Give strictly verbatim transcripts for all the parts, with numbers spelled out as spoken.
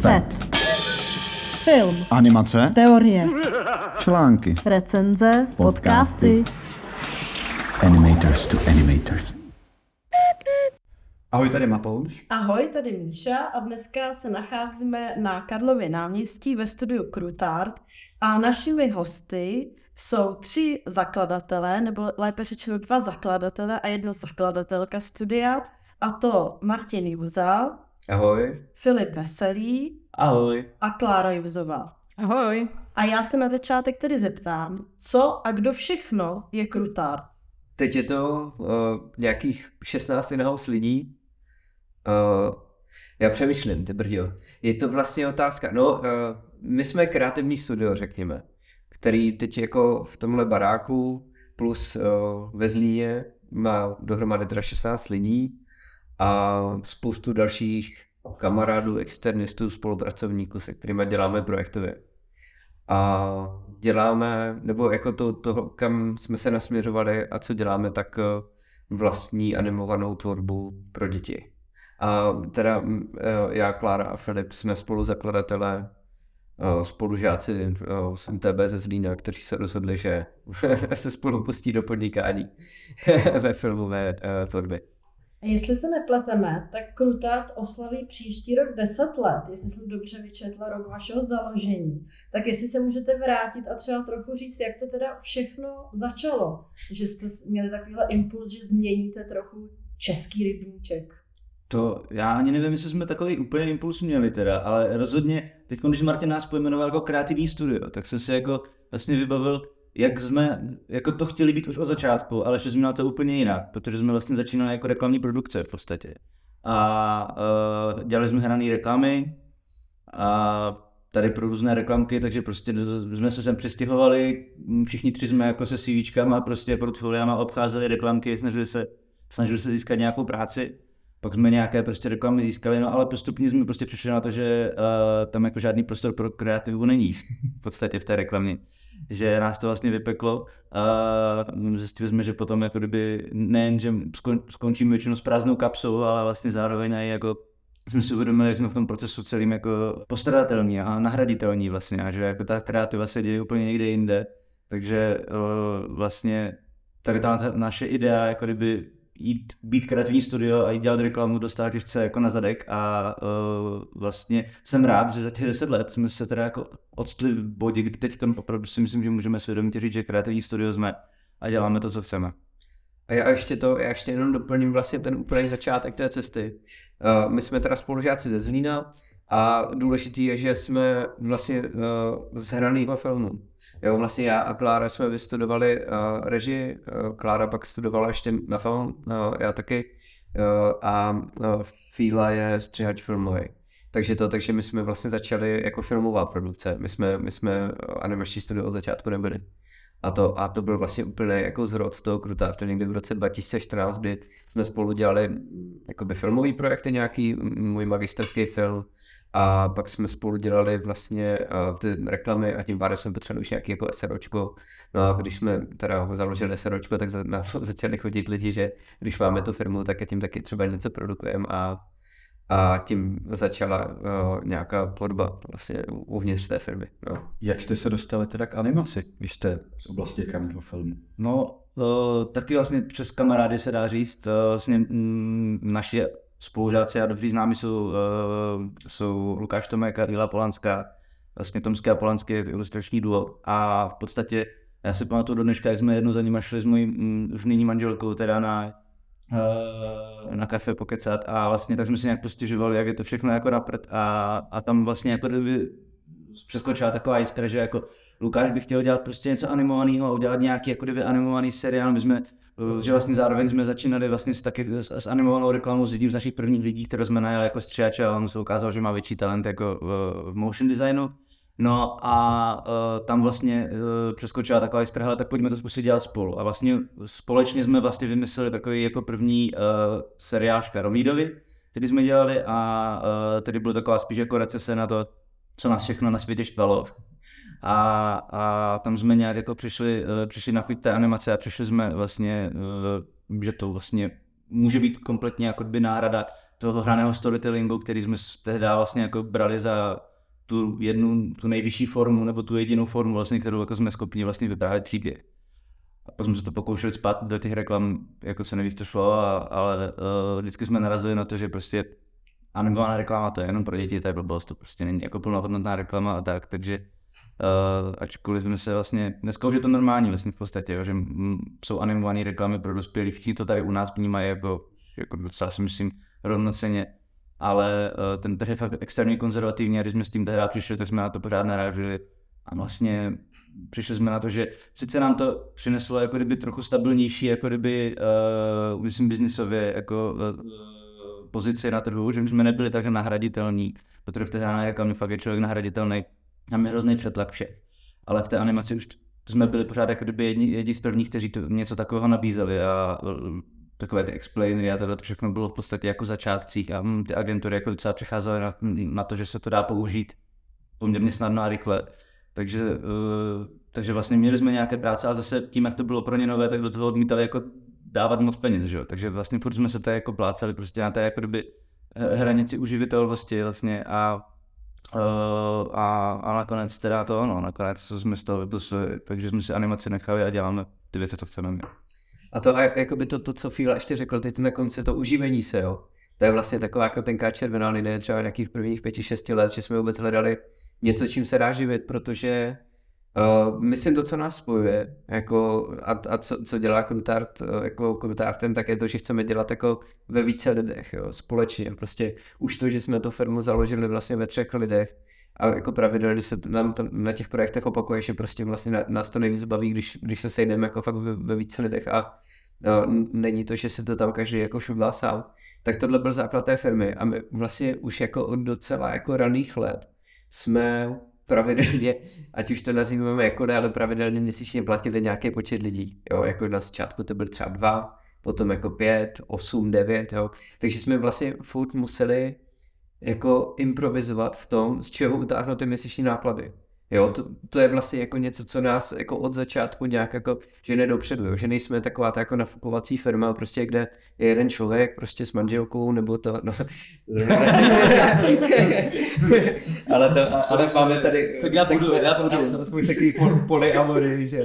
Fet. Film. Animace. Teorie. Články. Recenze. Podcasty. Animators to animators. Ahoj, tady Matouš. Ahoj, tady Míša a dneska se nacházíme na Karlově náměstí ve studiu Krutart a našimi hosty jsou tři zakladatelé, nebo lépe řečeno dva zakladatelé a jedna zakladatelka studia, a to Martin Juza. Ahoj. Filip Veselý. Ahoj. A Klára Juzová. Ahoj. A já se na začátek tedy zeptám, co a kdo všechno je Krutart? Teď je to uh, nějakých šestnáct in-house lidí. Uh, já přemýšlím, ty brďo. Je to vlastně otázka. No, uh, my jsme kreativní studio, řekněme, který teď jako v tomhle baráku plus uh, ve Zlíně má dohromady teda šestnáct lidí a spoustu dalších kamarádů, externistů, spolupracovníků, se kterými děláme projektově. A děláme, nebo jako to, to, kam jsme se nasměřovali a co děláme, tak vlastní animovanou tvorbu pro děti. A teda já, Klára a Filip jsme spoluzakladatelé, spolužáci z M T B ze Zlína, kteří se rozhodli, že se spolu pustí do podnikání ve filmové tvorbě. Jestli se nepleteme, tak Krutart oslaví příští rok deset let, jestli jsem dobře vyčetla rok vašeho založení. Tak jestli se můžete vrátit a třeba trochu říct, jak to teda všechno začalo, že jste měli takovýhle impuls, že změníte trochu český rybníček. To já ani nevím, jestli jsme takový úplně impuls měli teda, ale rozhodně, teď když Martin nás pojmenoval jako kreativní studio, tak jsem si jako vlastně vybavil, jak jsme jako to chtěli být už od začátku, ale že jsme na to úplně jinak, protože jsme vlastně začínali jako reklamní produkce v podstatě. A uh, dělali jsme hrané reklamy a tady pro různé reklamky, takže prostě jsme se sem přestěhovali, všichni tři jsme jako se CVčkama, prostě portfoliama obcházeli reklamky, snažili se, snažili se získat nějakou práci. Pak jsme nějaké prostě reklamy získali, no ale postupně jsme prostě přišli na to, že uh, tam jako žádný prostor pro kreativu není v podstatě v té reklamě. Že nás to vlastně vypeklo a zjistili jsme, že potom jako kdyby nejen, že skon, skončíme většinou s prázdnou kapsou, ale vlastně zároveň i jako jsme si uvědomili, jak jsme v tom procesu celým jako postradatelní a nahraditelní vlastně a že jako ta kreativa se děje úplně někde jinde. Takže uh, vlastně tady ta naše idea jako kdyby jít, být kreativní studio a jít dělat reklamu dostala těžce jako na zadek a uh, vlastně jsem rád, že za těch deset let jsme se teda jako odstli v bodě, kdy teď opravdu si myslím, že můžeme svědomitě říct, že kreativní studio jsme a děláme to, co chceme. A já ještě to, já ještě jenom doplním vlastně ten úplný začátek té cesty. Uh, my jsme teda spolužáci ze Zlína a důležitý je, že jsme vlastně uh, z hraného filmu. Jo, vlastně já a Klára jsme vystudovali uh, režii, uh, Klára pak studovala ještě na film, uh, já taky, uh, a uh, Fíla je střihač filmový. Takže to, takže my jsme vlastně začali jako filmová produkce, my jsme, my jsme animační studio od začátku nebyli. A to, a to byl vlastně úplně jako zrod toho Krutartu někdy v roce dva tisíce čtrnáct, kdy jsme spolu dělali jakoby filmový projekty, nějaký můj magisterský film, a pak jsme spolu dělali vlastně uh, ty reklamy a tím pádem jsme potřebovali už nějaký jako SROčko. No a když jsme teda založili SROčko, tak za, na, začali chodit lidi, že když máme tu firmu, tak tím taky třeba něco produkujeme a A tím začala uh, nějaká tvorba vlastně uvnitř té firmy. No. Jak jste se dostali teda k animaci, když jste z oblasti reklamního filmu? No, uh, taky vlastně přes kamarády se dá říct, uh, vlastně mm, naši spolužáci a dobří známí jsou, uh, jsou Lukáš Tomek a Ila Polanská, vlastně Tomský a Polanský ilustrační duo a v podstatě já si pamatuju do dneška, jak jsme jednou za nimi šli s mojí mm, už nyní manželkou teda na na kafe pokecat a vlastně tak jsme si nějak postěžovali, jak je to všechno jako na prd a, a tam vlastně jako kdyby přeskočila taková jiskra, že jako Lukáš by chtěl dělat prostě něco animovaného a udělat nějaký jako kdyby animovaný seriál, my jsme, že vlastně zároveň jsme začínali vlastně s, taky, s, s animovanou reklamou s jedním z našich prvních lidí, kterou jsme najali jako střihače a on se ukázal, že má větší talent jako v, v motion designu. No a uh, tam vlastně uh, přeskočila taková jiskra, hele, tak pojďme to zkusit dělat spolu. A vlastně společně jsme vlastně vymysleli takový jako první uh, seriál Škarovídovi, který jsme dělali a uh, tedy bylo taková spíš jako recese na to, co nás všechno na světě štvalo. A, a tam jsme nějak jako přišli, uh, přišli na fit té animace a přišli jsme vlastně, uh, že to vlastně může být kompletně jako by náhrada toho hraného storytellingu, který jsme tehdy vlastně jako brali za tu jednu, tu nejvyšší formu, nebo tu jedinou formu, vlastně, kterou jako jsme schopni vlastně vyprávět příběh. A pak jsme se to pokoušeli spát do těch reklam, jako se neví, to šlo, a, ale uh, vždycky jsme narazili na to, že prostě animovaná reklama, to je jenom pro děti, to je blbost, to prostě není jako plnohodnotná reklama a tak, takže uh, ačkoliv jsme se vlastně, dneska už je to normální vlastně v podstatě, jo, že m, jsou animované reklamy pro dospělí, všichni to tady u nás vnímají jako, jako docela si myslím rovnocenně, ale uh, ten trh je fakt extrémně konzervativní a když jsme s tím tehdy přišli, tak jsme na to pořád narážili a vlastně přišli jsme na to, že sice nám to přineslo jako kdyby trochu stabilnější, jako kdyby, uh, myslím, biznisově, jako uh, pozici na trhu, že jsme nebyli tak nahraditelní, protože v té reklamě fakt je člověk nahraditelný, tam je hrozný přetlak všech. Ale v té animaci už jsme byli pořád jako kdyby jedni, jedni z prvních, kteří to, něco takového nabízeli a takové ty explainery a tohle všechno bylo v podstatě jako v začátcích a ty agentury jako docela přecházely na, na to, že se to dá použít poměrně snadno a rychle. Takže, uh, takže vlastně měli jsme nějaké práce a zase tím, jak to bylo pro ně nové, tak do toho odmítali jako dávat moc peněz, že jo. Takže vlastně furt jsme se tady jako plácali prostě na té jako doby hranici uživitelnosti vlastně a, uh, a, a nakonec teda to ono, nakonec jsme z toho vypustili, takže jsme si animaci nechali a děláme ty věci, co chceme. Jo. A to jakoby to, to co Fíla ještě řekl teď na konci, to užívení se, jo. To je vlastně taková jako tenká červená linie třeba nějakých prvních pěti, šesti let, že jsme vůbec hledali něco, čím se dá živit, protože uh, myslím to, co nás spojuje, jako, a, a co, co dělá Krutart, uh, jako Krutartem, tak je to, že chceme dělat jako ve více lidech, jo, společně. Prostě už to, že jsme tu firmu založili vlastně ve třech lidech a jako pravidelně se nám to na těch projektech opakuje, že prostě vlastně nás to nejvíc baví, když, když se sejdeme jako fakt ve, ve více lidech a uh, není to, že se to tam každý jako šudlá sám. Tak tohle byl základ té firmy a my vlastně už jako od docela jako raných let jsme pravidelně, ať už to nazýváme jako ne, ale pravidelně měsíčně platili nějaký počet lidí, jo, jako na začátku to byl třeba dva, potom jako pět, osm, devět, jo, takže jsme vlastně furt museli jako improvizovat v tom, z čeho utáhnout ty měsíční náklady. Jo, to, to je vlastně jako něco, co nás jako od začátku nějak jako žene dopředu, jo? Že nejsme taková ta jako nafukovací firma, prostě kde je jeden člověk prostě s manželkou, nebo to, no, ale to, ale máme tady, tak já půjdu, já půjdu, aspoň takový polyamory, že,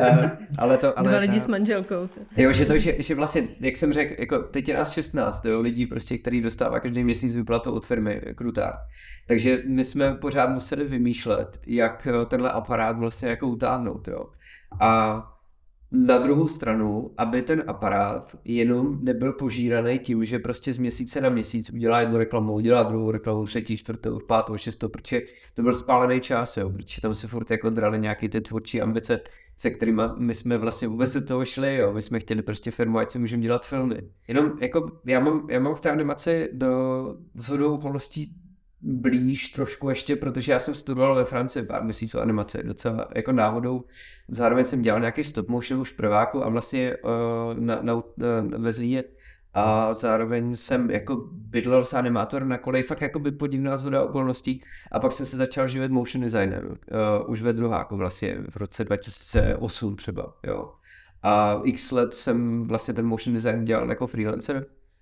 ale to, ale dva lidi s manželkou. Jo, že to, že, že vlastně, jak jsem řekl, jako teď je nás šestnáct, jo, lidí prostě, který dostává každý měsíc výplatu od firmy Krutár, takže my jsme pořád museli vymýšlet, jak jak tenhle aparát vlastně jako utáhnout, jo. A na druhou stranu, aby ten aparát jenom nebyl požíraný tím, že prostě z měsíce na měsíc udělá jednu reklamu, udělá druhou reklamu, třetí, čtvrtou, pátou, šestou, protože to byl spálený čas, jo, protože tam se furt jako drali nějaké ty tvůrčí ambice, se kterými my jsme vlastně vůbec do toho šli, jo, my jsme chtěli prostě firmu, ať si můžeme dělat filmy. Jenom jako já mám, já mám v té animaci do shodou okolností blíž trošku ještě, protože já jsem studoval ve Francii pár měsíců animace, docela jako náhodou. Zároveň jsem dělal nějaký stop motion už v prváku a vlastně uh, na, na, na, ve Zlíně a zároveň jsem jako bydlel s animátor na koleji, fakt jako by podivná zhoda okolností a pak jsem se začal živit motion designem, uh, už ve druháku vlastně v roce dva tisíce osm třeba, jo. A x let jsem vlastně ten motion design dělal jako freelancer.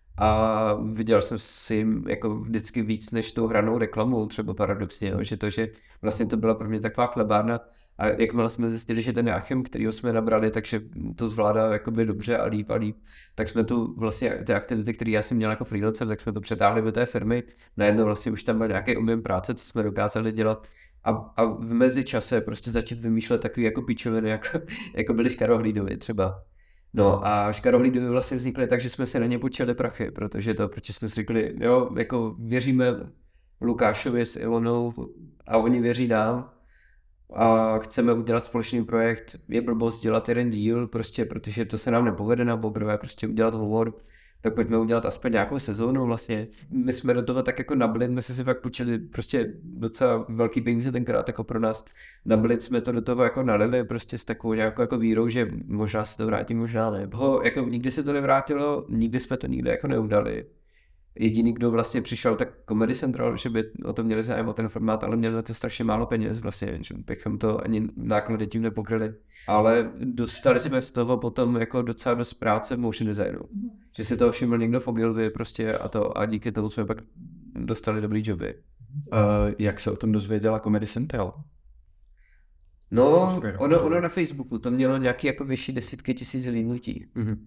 A viděl jsem si jako vždycky víc než tou hranou reklamu, třeba paradoxně, jo, že to, že vlastně to byla pro mě taková chlebárna a jakmile jsme zjistili, že ten Joachim, kterýho jsme nabrali, takže to zvládá jakoby dobře a líp a líp, tak jsme tu vlastně ty aktivity, které já jsem měl jako freelancer, tak jsme to přetáhli do té firmy, najednou vlastně už tam byl nějaký objem práce, co jsme dokázali dělat a, a v mezičase prostě začít vymýšlet takový jako pičoviny, jako, jako byli Škarohlídovi třeba. No a Škarohlídovi vlastně vznikly tak, že jsme se na ně počali prachy, protože to, protože jsme si řekli, jo, jako věříme Lukášovi s Ilonou a oni věří nám a chceme udělat společný projekt, je blbost dělat jeden díl, prostě protože to se nám nepovede na poprvé, prostě udělat humor, tak pojďme udělat aspoň nějakou sezónu vlastně. My jsme do toho tak jako na Blid, my jsme si fakt počili prostě docela velký peníze tenkrát jako pro nás. Na Blid jsme to do toho jako nalili prostě s takovou nějakou jako vírou, že možná se to vrátí, možná ne. Ho, jako nikdy se to nevrátilo, nikdy jsme to nikdy jako neudali. jediný, kdo vlastně přišel, tak Comedy Central, že by o to měli zájem o ten formát, ale měli na to strašně málo peněz vlastně, že bychom to ani náklady tím nepokryli. Ale dostali jsme z toho potom jako docela dost práce v motion designu. Že si to všiml někdo v Ogilvy prostě a to a díky tomu jsme pak dostali dobrý joby. Uh, jak se o tom dozvěděla Comedy Central? No, ono, ono na Facebooku, to mělo nějaké jako vyšší desítky tisíc línutí. Mm-hmm.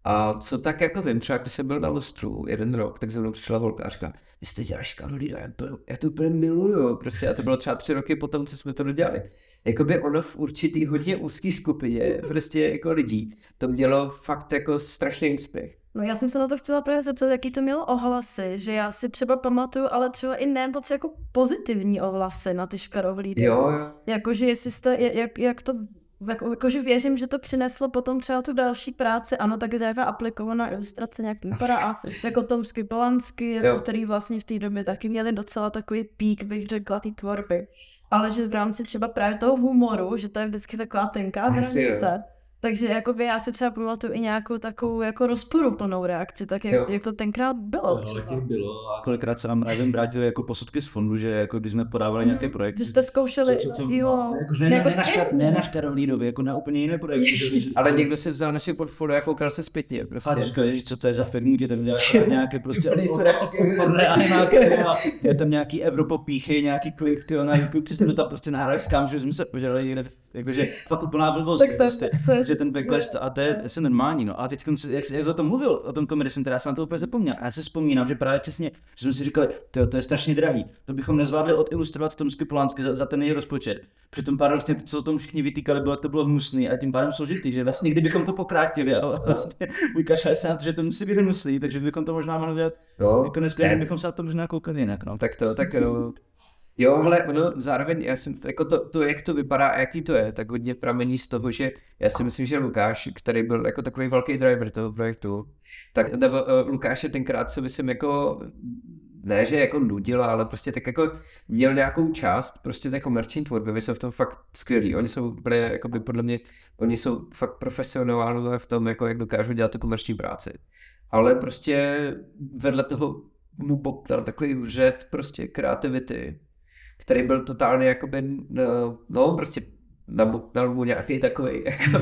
A co tak jako vím, třeba když jsem byl na Lustru jeden rok, tak za mnou přišla holka a říká, vy jste děláš Karolina, já to, já to úplně miluju, prostě a to bylo třeba tři roky potom, co jsme to dodělali. Jakoby ono v určitý hodně úzký skupině, prostě jako lidí, to mělo fakt jako strašný úspěch. No já jsem se na to chtěla právě zeptat, jaký to mělo ohlasy, že já si třeba pamatuju, ale třeba i ne moc jako pozitivní ohlasy na ty škarohlídy. Jo, jo. Jakože jestli jste, jak, jak to, jako, jakože věřím, že to přineslo potom třeba tu další práci, ano, tak je taková aplikovaná ilustrace, nějak to vypadá a jako Tomsky Polansky, jako, který vlastně v té době taky měli docela takový pík, bych řekla, té tvorby. Ale že v rámci třeba právě toho humoru, že to je vždycky taková tenká hranice. Takže jakoby já si třeba pamatuju i nějakou takovou jako rozporuplnou reakci, tak jak, jak to tenkrát bylo třeba. Jo, bylo a kolikrát se nám nevím, vrátili jako posudky z fondu, že jako když jsme podávali mm, nějaké projekty. Že jste zkoušeli, co, co, co, jo. Jako, ne, ne, ne, na škar, ne na Škarolídovi, jako na úplně jiné projekty. Ale někdo si vzal naše portfolio a koukal se zpětně prostě. A říkal, ježiš, co to je za firmu, kde tam dělá nějaké prostě reanimáky. Je tam nějaký Evropopíchy, nějaký klik, tyjo, na YouTube, si to tam prostě nahrali s kámo, že jsme se požádali, jakože fakt úplná blbost. Že ten backlash, a to je asi normální, no. A teď, jak, jak jsi o tom mluvil, o tom Comedy Center, já jsem na to úplně zapomněl. A já si vzpomínám, že právě přesně, že jsme si říkali, to, to je strašně drahý, to bychom nezvládli odilustrovat Tomsky Polansky za, za ten její rozpočet. Přitom paradoxně to, co o tom všichni vytýkali, bylo, jak to bylo hnusný a tím pádem složitý, že vlastně kdybychom to pokrátili, ale vlastně vykašlali se na to, že to musí být hnusný, takže bychom to možná mohli dělat, no, jako dneska, bychom se na to možná koukali jinak, no. Tak to, tak jo. Jo, ale ono zároveň, já jsem, jako to, to, jak to vypadá a jaký to je, tak hodně pramení z toho, že já si myslím, že Lukáš, který byl jako takový velký driver toho projektu, tak nebo, uh, Lukáš je tenkrát, co myslím, jako, ne, že jako nudil, ale prostě tak jako měl nějakou část prostě té komerční tvorby, oni jsou v tom fakt skvělí, oni jsou úplně, jakoby podle mě, oni jsou fakt profesionálové v tom, jako jak dokážou dělat tu komerční práci. Ale prostě vedle toho mu bobtal takový vřet prostě kreativity, který byl totálně jakoby, no, no prostě nabuknal mu nějaký takový jako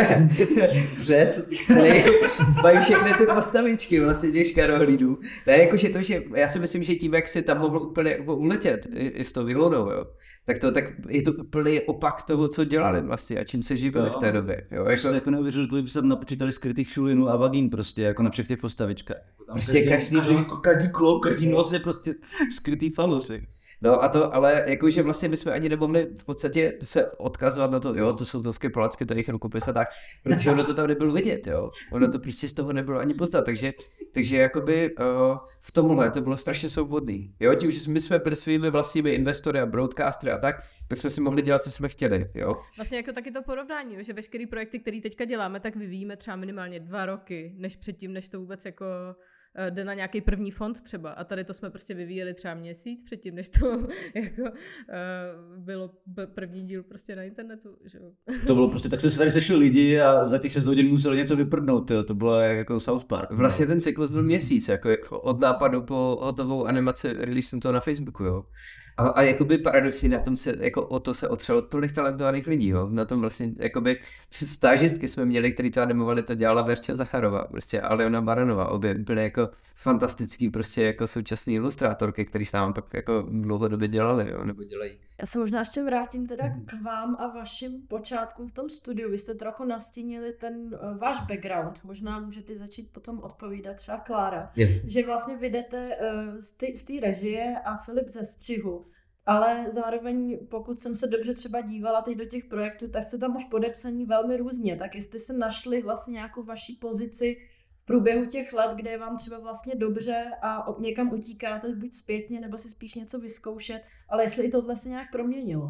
vřet, který mají všechny ty postavičky vlastně těch škarohlídů. Ne, jakože to, že já si myslím, že tím, jak si tam mohl úplně jako uletět i, i s tou Ilonou, jo, tak to tak je to úplně opak toho, co dělali vlastně a čím se živili v té době. Jo, jako, jako neuvěřil, kdyby se tam napočítali skrytých šulinů a vagín prostě, jako na všech těch postavičkách. Prostě každý, každý, každý, každý kloub, každý nos je prostě skrytý falusy. No a to, ale jakože vlastně my jsme ani nemohli v podstatě se odkazovat na to, jo, to jsou Tomské Polansky, to je jejich rukopis a tak, protože ono to tam nebylo vidět, jo, ono to prostě z toho nebylo ani poznat, takže, takže jakoby uh, v tomhle to bylo strašně svobodný, jo, tím, že my jsme byli svými vlastními investory a broadcastery a tak, tak jsme si mohli dělat, co jsme chtěli, jo. Vlastně jako taky to porovnání, jo, že veškerý projekty, který teďka děláme, tak vyvíjíme třeba minimálně dva roky, než předtím, než to vůbec jako jde na nějaký první fond třeba a tady to jsme prostě vyvíjeli třeba měsíc předtím, než to jako uh, bylo první díl prostě na internetu, že jo. To bylo prostě, tak se tady sešli lidi a za těch šest hodin museli něco vyprdnout, jo. To bylo jako South Park. Vlastně ten cyklus byl měsíc, jako, jako od nápadu po hotovou animaci, release jsem to na Facebooku, jo. A, a jakoby paradoxně na tom se, jako o to se otřelo tolik talentovaných lidí, jo. Na tom vlastně, jakoby stážistky jsme měli, který to animovali, to dělala Verča Zacharova, prostě Aliona Baranová, obě úplně jako fantastický, prostě jako současný ilustrátorky, který s námi pak jako dlouhodobě dělali, jo, nebo dělají. Já se možná ještě vrátím teda k vám a vašim počátkům v tom studiu. Vy jste trochu nastínili ten uh, váš background, možná můžete začít potom odpovídat třeba Klára, Je. že vlastně vy jdete uh, z té režie a Filip ze střihu. Ale zároveň, pokud jsem se dobře třeba dívala teď do těch projektů, tak jste tam už podepsaní velmi různě. Tak jestli jste našli vlastně nějakou vaši pozici v průběhu těch let, kde je vám třeba vlastně dobře a někam utíkáte buď zpětně, nebo si spíš něco vyzkoušet, ale jestli i tohle se nějak proměnilo.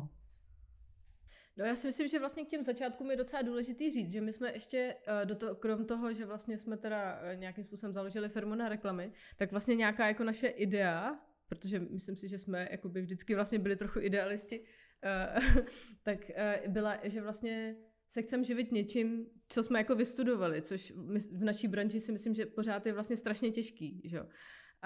No já si myslím, že vlastně k těm začátkům je docela důležitý říct, že my jsme ještě do toho, krom toho, že vlastně jsme teda nějakým způsobem založili firmu na reklamy, tak vlastně nějaká jako naše idea, protože myslím si, že jsme jakoby vždycky vlastně byli trochu idealisti, uh, tak uh, byla, že vlastně se chceme živit něčím, co jsme jako vystudovali, což my v naší branži si myslím, že pořád je vlastně strašně těžký, že?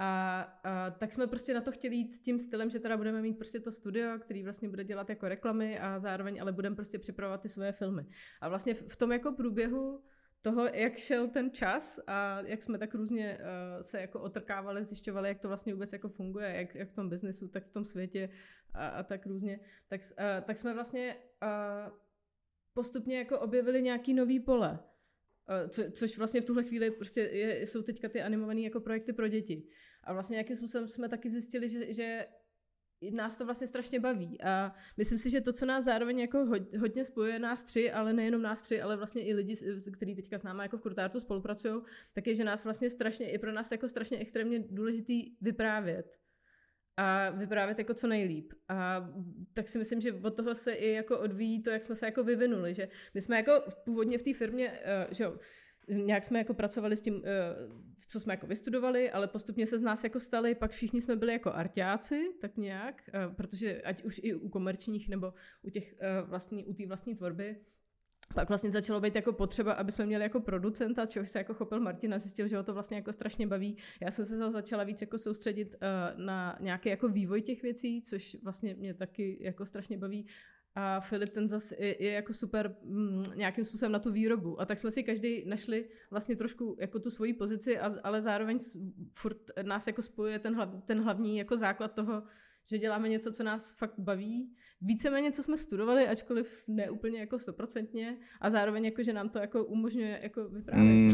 A, a tak jsme prostě na to chtěli jít tím stylem, že teda budeme mít prostě to studio, který vlastně bude dělat jako reklamy a zároveň ale budeme prostě připravovat ty svoje filmy. A vlastně v tom jako průběhu toho, jak šel ten čas a jak jsme tak různě uh, se jako otrkávali, zjišťovali, jak to vlastně vůbec jako funguje, jak, jak v tom biznesu, tak v tom světě a, a tak různě, tak, uh, tak jsme vlastně uh, postupně jako objevili nějaký nový pole. Co, což vlastně v tuhle chvíli prostě je, jsou teďka ty animované jako projekty pro děti. A vlastně nějakým způsobem jsme taky zjistili, že, že nás to vlastně strašně baví. A myslím si, že to, co nás zároveň jako hodně spojuje nás tři, ale nejenom nás tři, ale vlastně i lidi, kteří teďka s námi jako v Krutártu spolupracují, tak je, že nás vlastně strašně, i pro nás jako strašně extrémně důležitý vyprávět. A vyprávět jako co nejlíp. A tak si myslím, že od toho se i jako odvíjí to, jak jsme se jako vyvinuli, že my jsme jako původně v té firmě, uh, že jo, nějak jsme jako pracovali s tím, uh, co jsme jako vystudovali, ale postupně se z nás jako stali, pak všichni jsme byli jako arťáci, tak nějak, uh, protože ať už i u komerčních nebo u těch uh, vlastní, u té vlastní tvorby, pak vlastně začalo být jako potřeba, aby jsme měli jako producenta, čehož se jako chopil Martin a zjistil, že ho to vlastně jako strašně baví. Já jsem se začala víc jako soustředit uh, na nějaký jako vývoj těch věcí, což vlastně mě taky jako strašně baví. A Filip ten zase je, je jako super mm, nějakým způsobem na tu výrobu. A tak jsme si každý našli vlastně trošku jako tu svoji pozici, a, ale zároveň furt nás jako spojuje ten, hlav, ten hlavní jako základ toho, že děláme něco, co nás fakt baví. Víceméně, co jsme studovali, ačkoliv ne úplně jako stoprocentně, a zároveň jako, že nám to jako umožňuje jako vyprávět. Mm,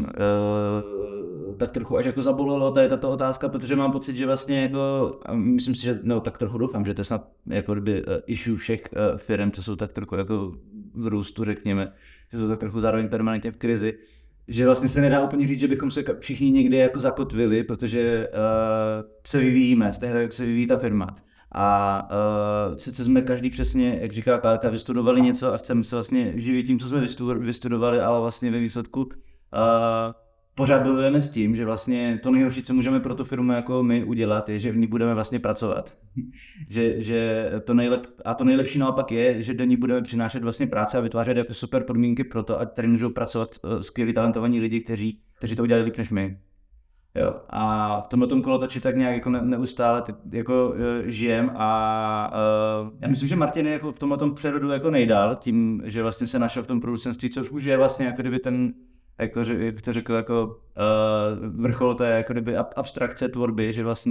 uh, tak trochu až jako zabolelo tady tato otázka, protože mám pocit, že vlastně jako, a myslím si, že no tak trochu doufám, že to je snad jako kdyby uh, issue všech uh, firm, co jsou tak trochu jako v růstu, řekněme, že jsou tak trochu zároveň permanentně v krizi, že vlastně se nedá úplně říct, že bychom se všichni někdy jako zakotvili, protože uh, se vyvíjíme, stejně jak se vyvíjí ta firma. A uh, sice jsme každý přesně, jak říká Klárka, vystudovali něco a chceme se vlastně živit tím, co jsme vystudovali, ale vlastně ve výsledku uh, pořád bojujeme s tím, že vlastně to nejhorší, co můžeme pro tu firmu jako my udělat, je, že v ní budeme vlastně pracovat. že, že to nejlep, a to nejlepší naopak je, že do ní budeme přinášet vlastně práce a vytvářet jako super podmínky pro to, ať tady můžou pracovat uh, skvělí talentovaní lidi, kteří, kteří to udělali líp než my. Jo. A v tomhle tom kolotoči tak nějak jako neustále jako uh, žijem a uh, já myslím, že Martin je jako v tomhle tom přerodu jako nejdál, tím, že vlastně se našel v tom producentství, což už je vlastně jako kdyby ten, jako, jak to řekl, jako uh, vrchol té jako kdyby abstrakce tvorby, že vlastně,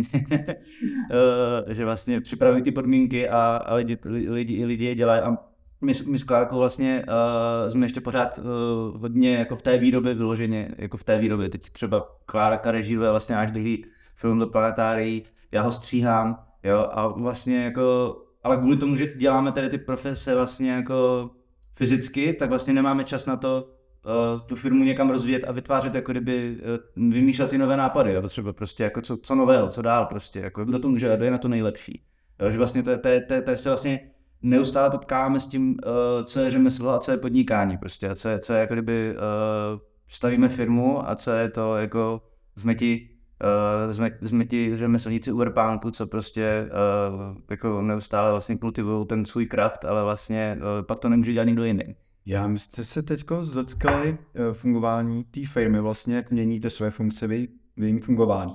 uh, že vlastně připravují ty podmínky a, a lidi, lidi, lidi je dělají. A my, my s Klárkou vlastně uh, jsme ještě pořád uh, hodně jako v té výrobě vyloženě, jako v té výrobě. Teď třeba Klárka režíruje vlastně až druhý film do planetárií, já ho stříhám, jo, a vlastně jako, ale kvůli tomu, že děláme tady ty profese vlastně jako fyzicky, tak vlastně nemáme čas na to uh, tu firmu někam rozvíjet a vytvářet, jako kdyby uh, vymýšlet ty nové nápady, jo, třeba prostě jako co, co nového, co dál prostě, jako kdo to může, to je na to nejlepší. Jo, že vlastně to, to, to, to se vlastně neustále potkáváme s tím, uh, co je řemeslo a co je podnikání prostě, a co je, co je jako kdyby uh, stavíme firmu a co je to jako jsme ti, uh, jsme, jsme ti řemeslníci u Verpánku, co prostě uh, jako neustále vlastně kultivují ten svůj craft, ale vlastně uh, pak to nemůže dělat nikdo jiný. Já my jste se teď dotkli uh, fungování té firmy, vlastně jak měníte své funkce v jejím fungování.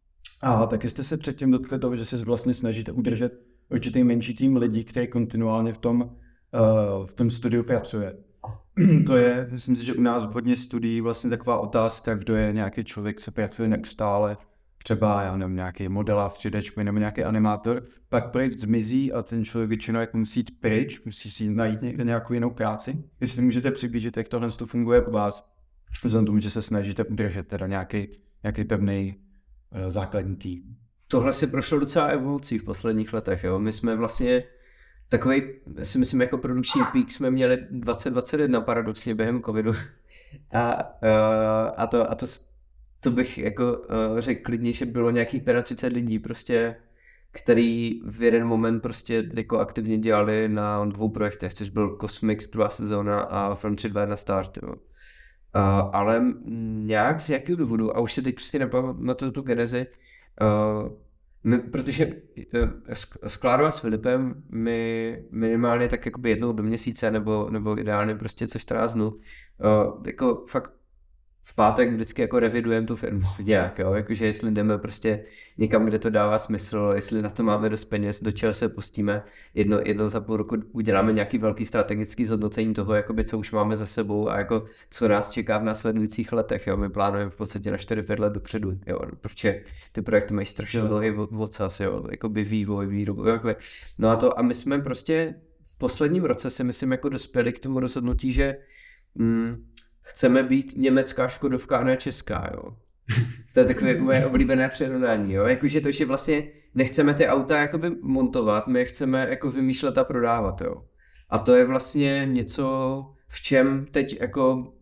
A taky jste se předtím dotkli toho, že se vlastně snažíte udržet určitý menší tým lidí, který kontinuálně v tom, uh, v tom studiu pracuje. To je, myslím si, že u nás v hodně studií vlastně taková otázka, kdo je nějaký člověk, co pracuje neustále, třeba, já nevím, nějaký modelář v tři dé nebo nějaký animátor, pak projekt zmizí a ten člověk většinou jako musí jít pryč, musí si najít někde nějakou jinou práci. Jestli můžete přiblížit, jak tohle to funguje u vás, vzhledem tomu, že se snažíte udržet teda nějaký, nějaký pevný uh, základní tým. Tohle se prošlo docela evolucí v posledních letech, jo. My jsme vlastně takový, já si myslím, jako produkční peak jsme měli dvacet dvacet jedna paradoxně během covidu. A, a, to, a to, to bych jako řekl klidně, že bylo nějakých třicet pět lidí prostě, který v jeden moment prostě jako aktivně dělali na dvou projektech, což byl Cosmix druhá sezóna a Frontier dva na start, jo. Uh, ale nějak z jakého důvodu, a už se teď prostě nepamatuju tu genezi, Uh, my, protože uh, s, s Klárou a s Filipem my minimálně tak jakoby jednou do měsíce nebo, nebo ideálně prostě co čtrnáct dnů uh, jako fakt v pátek vždycky jako revidujeme tu firmu nějak, jo, jakože jestli jdeme prostě někam, kde to dává smysl, jestli na to máme dost peněz, do čeho se pustíme, jedno, jedno za půl roku uděláme nějaký velký strategický zhodnocení toho, jakoby, co už máme za sebou a jako co nás čeká v následujících letech, jo, my plánujeme v podstatě na čtyři pět let dopředu, jo, protože ty projekty mají strašně dlouhý odsaz, jo, jakoby vývoj, výrobu, jo, jakoby. No a to, a my jsme prostě v posledním roce si myslím jako dospěli k tomu rozhodnutí, že mm, chceme být německá Škodovka a ne česká, jo. To je takové moje oblíbené přirovnání, jo. Jakože to, že vlastně nechceme ty auta jakoby montovat, my je chceme jako vymýšlet a prodávat, jo. A to je vlastně něco, v čem teď jako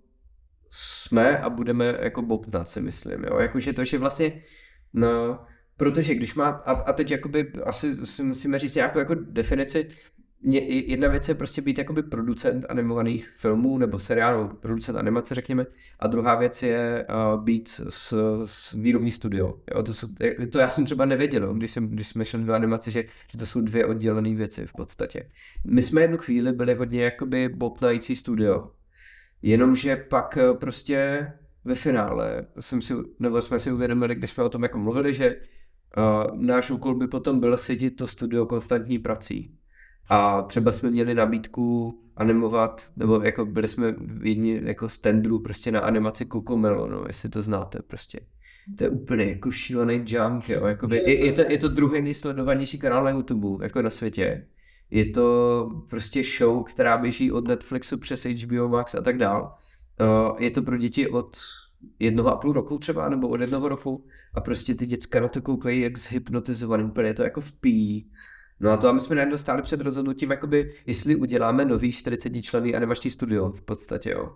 jsme a budeme jako bobtnat, si myslím, jo. Jakože to, že vlastně, no, protože když má, a, a teď jakoby asi si musíme říct nějakou jako definici. Jedna věc je prostě být jakoby producent animovaných filmů nebo seriálů, producent animace řekněme, a druhá věc je uh, být s, s výrobní studio. Jo, to, jsou, to já jsem třeba nevěděl, když, jsem, když jsme šli do animace, že, že to jsou dvě oddělené věci v podstatě. My jsme jednu chvíli byli hodně jakoby bobtnající studio, jenomže pak prostě ve finále jsem si, nebo jsme si uvědomili, když jsme o tom jako mluvili, že uh, náš úkol by potom byl sedět to studio konstantní prací. A třeba jsme měli nabídku animovat, nebo jako byli jsme v jedni jako z tendrů prostě na animaci CoComelon, jestli to znáte prostě. To je úplně jako šílený junk, jo, jakoby, je, je, to, je to druhý nejsledovanější kanál na YouTube, jako na světě. Je to prostě show, která běží od Netflixu přes H B O Max a tak dál. Uh, je to pro děti od jednoho a půl roku třeba, nebo od jednoho roku a prostě ty děcka na to koukají jak zhypnotizovaný, úplně je to jako vpíjí. No a to a my jsme najednou stáli před rozhodnutím, jakoby, jestli uděláme nový čtyřicetičlenný animační studio v podstatě, jo.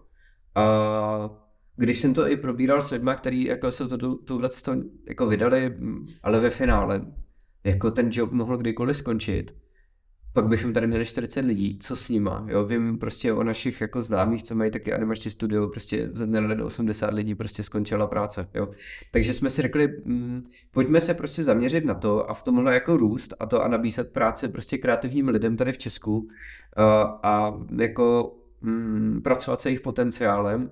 A když jsem to i probíral s lidma, který jako se to touhle cestou jako vydali, ale ve finále, jako ten job mohl kdykoliv skončit, pak bychom tady měli čtyřicet lidí, co s nima, jo, vím prostě o našich jako známých, co mají taky animační studio, prostě za dne na den osmdesát lidí prostě skončila práce, jo. Takže jsme si řekli, hm, pojďme se prostě zaměřit na to a v tomhle jako růst a to a nabízet práci prostě kreativním lidem tady v Česku uh, a jako hm, pracovat se jejich potenciálem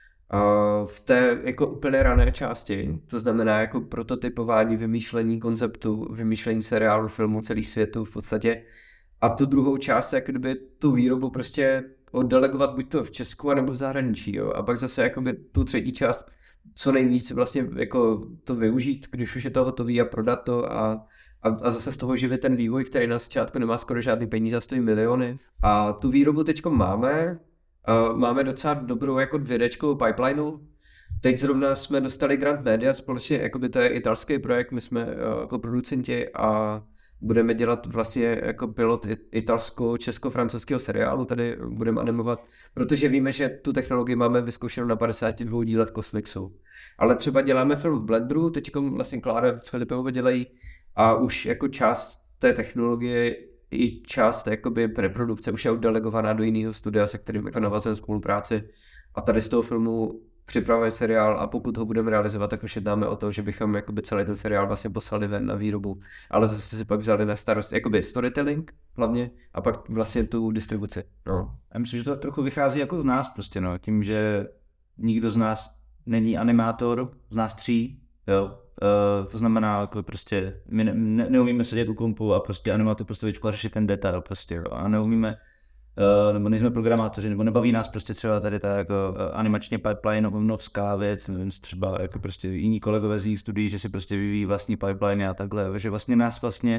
uh, v té jako úplně rané části, to znamená jako prototypování, vymýšlení konceptu, vymýšlení seriálu, filmu, celých světů v podstatě. A tu druhou část, jak kdyby tu výrobu prostě oddelegovat buď to v Česku, nebo v zahraničí, jo. A pak zase jakoby tu třetí část co nejvíc vlastně jako to využít, když už je to hotový a prodat to a, a, a zase z toho živit ten vývoj, který na začátku nemá skoro žádný peníze a stojí miliony. A tu výrobu teďko máme, uh, máme docela dobrou jako dvědečkovou pipelineu. Teď zrovna jsme dostali Grant Media společně, jakoby to je italský projekt, my jsme uh, jako producenti a budeme dělat vlastně jako pilot italsko-česko-francouzského seriálu, tady budeme animovat, protože víme, že tu technologii máme vyzkoušenou na padesáti dvou dílech Cosmixu. Ale třeba děláme film v Blenderu, teď vlastně Klára s Filipem dělají a už jako část té technologie i část jakoby reprodukce už je oddelegovaná do jiného studia, se kterým jako navazujeme spolupráci a tady z toho filmu připravuje seriál a pokud ho budeme realizovat, tak už jednáme o to, že bychom jakoby celý ten seriál vlastně poslali ven na výrobu, ale zase si pak vzali na starost jakoby storytelling hlavně a pak vlastně tu distribuci. No. Já myslím, že to trochu vychází jako z nás prostě, no, tím, že nikdo z nás není animátor, z nás tří, jo. Uh, to znamená, jako prostě my ne, ne, neumíme sedět u kompu a prostě animovat tu postavičku a řešit ten detail prostě, jo. A neumíme Uh, nebo nejsme programátoři, nebo nebaví nás prostě třeba tady ta jako uh, animačně pipeline obnovská věc, nevím, třeba jako prostě jiní kolegové z jiných studií, že si prostě vyvíjí vlastní pipeline a takhle, že vlastně nás vlastně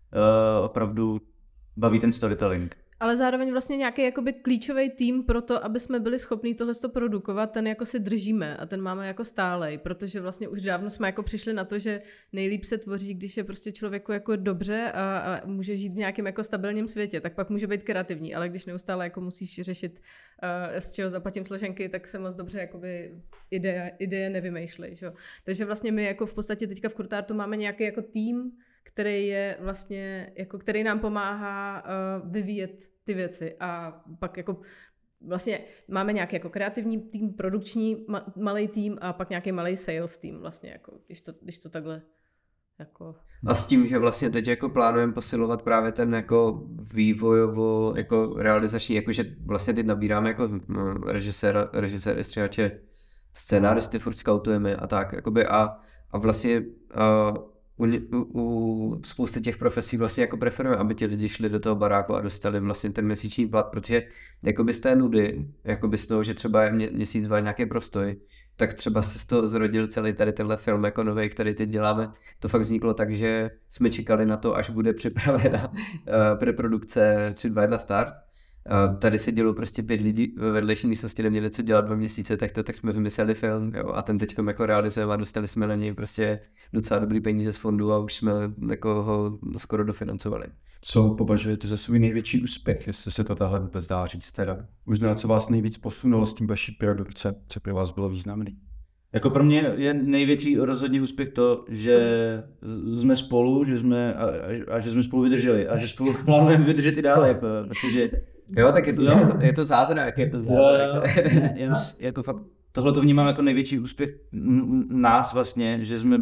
uh, opravdu baví ten storytelling. Ale zároveň vlastně nějaký jakoby klíčový tým pro to, aby jsme byli schopní tohleto produkovat, ten jako si držíme a ten máme jako stálej, protože vlastně už dávno jsme jako přišli na to, že nejlíp se tvoří, když je prostě člověku jako dobře a, a může žít v nějakém jako stabilním světě, tak pak může být kreativní, ale když neustále jako musíš řešit, uh, z čeho zaplatím složenky, tak se moc dobře jakoby ideje, ideje nevymýšlej, že? Takže vlastně my jako v podstatě teďka v Kurtártu máme nějaký jako tým, který je vlastně, jako který nám pomáhá uh, vyvíjet ty věci a pak jako vlastně máme nějaký jako kreativní tým, produkční ma, malý tým a pak nějaký malý sales tým vlastně, jako, když, to, když to takhle jako... A s tím, že vlastně teď jako plánujeme posilovat právě ten jako vývojovo, jako realizační, jakože vlastně teď nabíráme jako režiséra, režiséry, stříhače, scénáristy furt scoutujeme a tak, jakoby a, a vlastně a, u, u, u spousty těch profesí vlastně jako preferujeme, aby ti lidi šli do toho baráku a dostali vlastně ten měsíční plat, protože jakoby z té nudy, jakoby z toho, že třeba je mě, měsíc, dva nějaký prostoj, tak třeba se z toho zrodil celý tady tenhle film jako nový, který teď děláme. To fakt vzniklo tak, že jsme čekali na to, až bude připravena uh, preprodukce tři, dva, jedna start. Uh, tady se dělo prostě pět lidí ve vedlejší místnosti, neměli co dělat dva měsíce, tak to tak jsme vymysleli film, jo, a ten teďkom jako realizujeme a dostali jsme na něj prostě docela dobrý peníze z fondu a už jsme jako ho skoro dofinancovali. Co považujete za svůj největší úspěch, jestli se to tahle vůbec dá říct teda? Možná co vás nejvíc posunulo s tím vaší produkce, co pro vás bylo významný? Jako pro mě je největší rozhodně úspěch to, že jsme spolu, že jsme a, a, a že jsme spolu vydrželi a že spolu plánujeme vydržet i dále, jako, protože... Jo, tak je to, jo. je to zázrak, je to zázrak. Já, jako fakt, tohle to vnímám jako největší úspěch nás vlastně, že jsme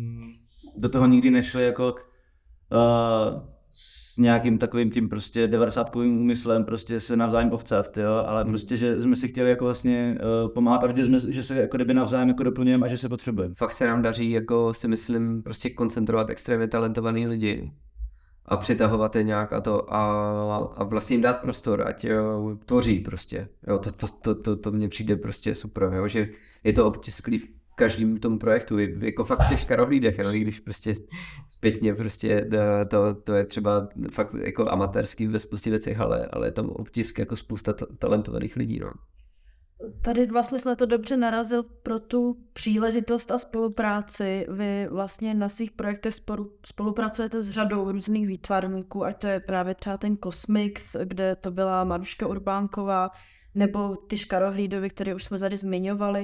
do toho nikdy nešli jako uh, s nějakým takovým tím prostě devadesátkovým úmyslem prostě se navzájem ovcat, jo, ale hmm. prostě, že jsme si chtěli jako vlastně uh, pomáhat a vidět jsme, že se jako kdyby navzájem jako doplňujeme a že se potřebujeme. Fakt se nám daří jako si myslím prostě koncentrovat extrémně talentovaný lidi a přitahovat je nějak a to a, a vlastně jim dát prostor, ať jo, tvoří prostě, jo, to, to, to, to, to mně přijde prostě super, jo, že je to obtisklý v každým tomu projektu, jako fakt v těch škarohlídech, no, když prostě zpětně prostě to, to je třeba fakt jako amatérský ve spoustě věcech, ale, ale je tam obtisk jako spousta ta- talentovaných lidí, no. Tady vlastně jsme to dobře narazil pro tu příležitost a spolupráci. Vy vlastně na svých projektech spolu, spolupracujete s řadou různých výtvarníků, ať to je právě třeba ten Cosmix, kde to byla Maruška Urbánková, nebo ty škarohlídovi, které už jsme tady zmiňovali.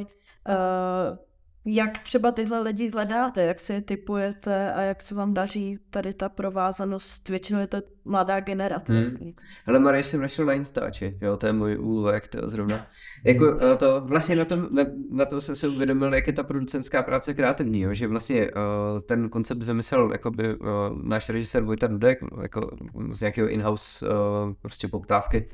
Uh, jak třeba tyhle lidi hledáte, jak si je typujete a jak se vám daří tady ta provázanost, většinou je to mladá generace. Hmm. Hele, Marie jsem našel na Instači, jo, to je můj úlek, to zrovna. Jako to, vlastně na tom, na, na to jsem se uvědomil, jak je ta producentská práce kreativní, jo, že vlastně uh, ten koncept vymyslel jakoby, uh, náš režisér Vojta Dudek, jako z nějakého in-house uh, prostě poptávky.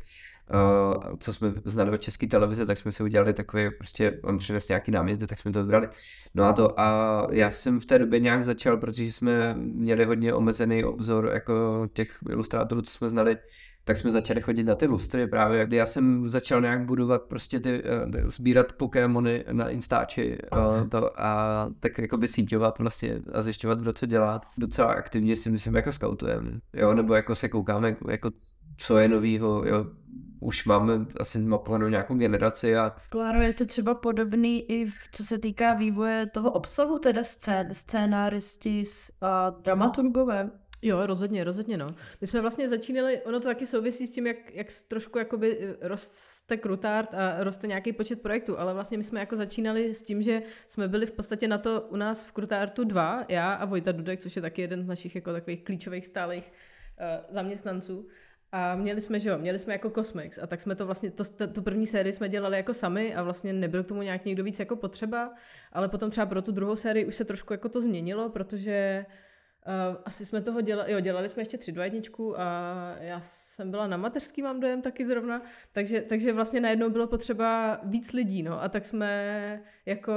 Uh, co jsme znali od české televize, tak jsme si udělali takový, prostě on přinesl nějaký náměty, tak jsme to vybrali. No a to a já jsem v té době nějak začal, protože jsme měli hodně omezený obzor jako těch ilustrátorů, co jsme znali, tak jsme začali chodit na ty lustry právě, kdy já jsem začal nějak budovat prostě ty, uh, sbírat Pokémony na Instači uh, to, a tak jakoby síťovat vlastně a zjišťovat, kdo co dělá. Docela aktivně si myslím jako scoutujeme, jo, nebo jako se koukáme, jako co je novýho, jo. Už máme asi zmapovanou nějakou generaci a... Kláro, je to třeba podobný i v, co se týká vývoje toho obsahu, teda scén, scénáristi a dramaturgové? Jo, rozhodně, rozhodně, no. My jsme vlastně začínali, ono to taky souvisí s tím, jak, jak trošku jakoby roste Krutart a roste nějaký počet projektů, ale vlastně my jsme jako začínali s tím, že jsme byli v podstatě na to u nás v Krutartu dva, já a Vojta Dudek, což je taky jeden z našich jako takových klíčových stálých uh, zaměstnanců. A měli jsme, že jo, měli jsme jako Cosmix a tak jsme to vlastně, to, tu první sérii jsme dělali jako sami a vlastně nebyl k tomu nějak někdo víc jako potřeba, ale potom třeba pro tu druhou sérii už se trošku jako to změnilo, protože uh, asi jsme toho dělali, jo, dělali jsme ještě tři dva jedničku a já jsem byla na mateřský, mám dojem taky zrovna, takže, takže vlastně najednou bylo potřeba víc lidí, no a tak jsme jako...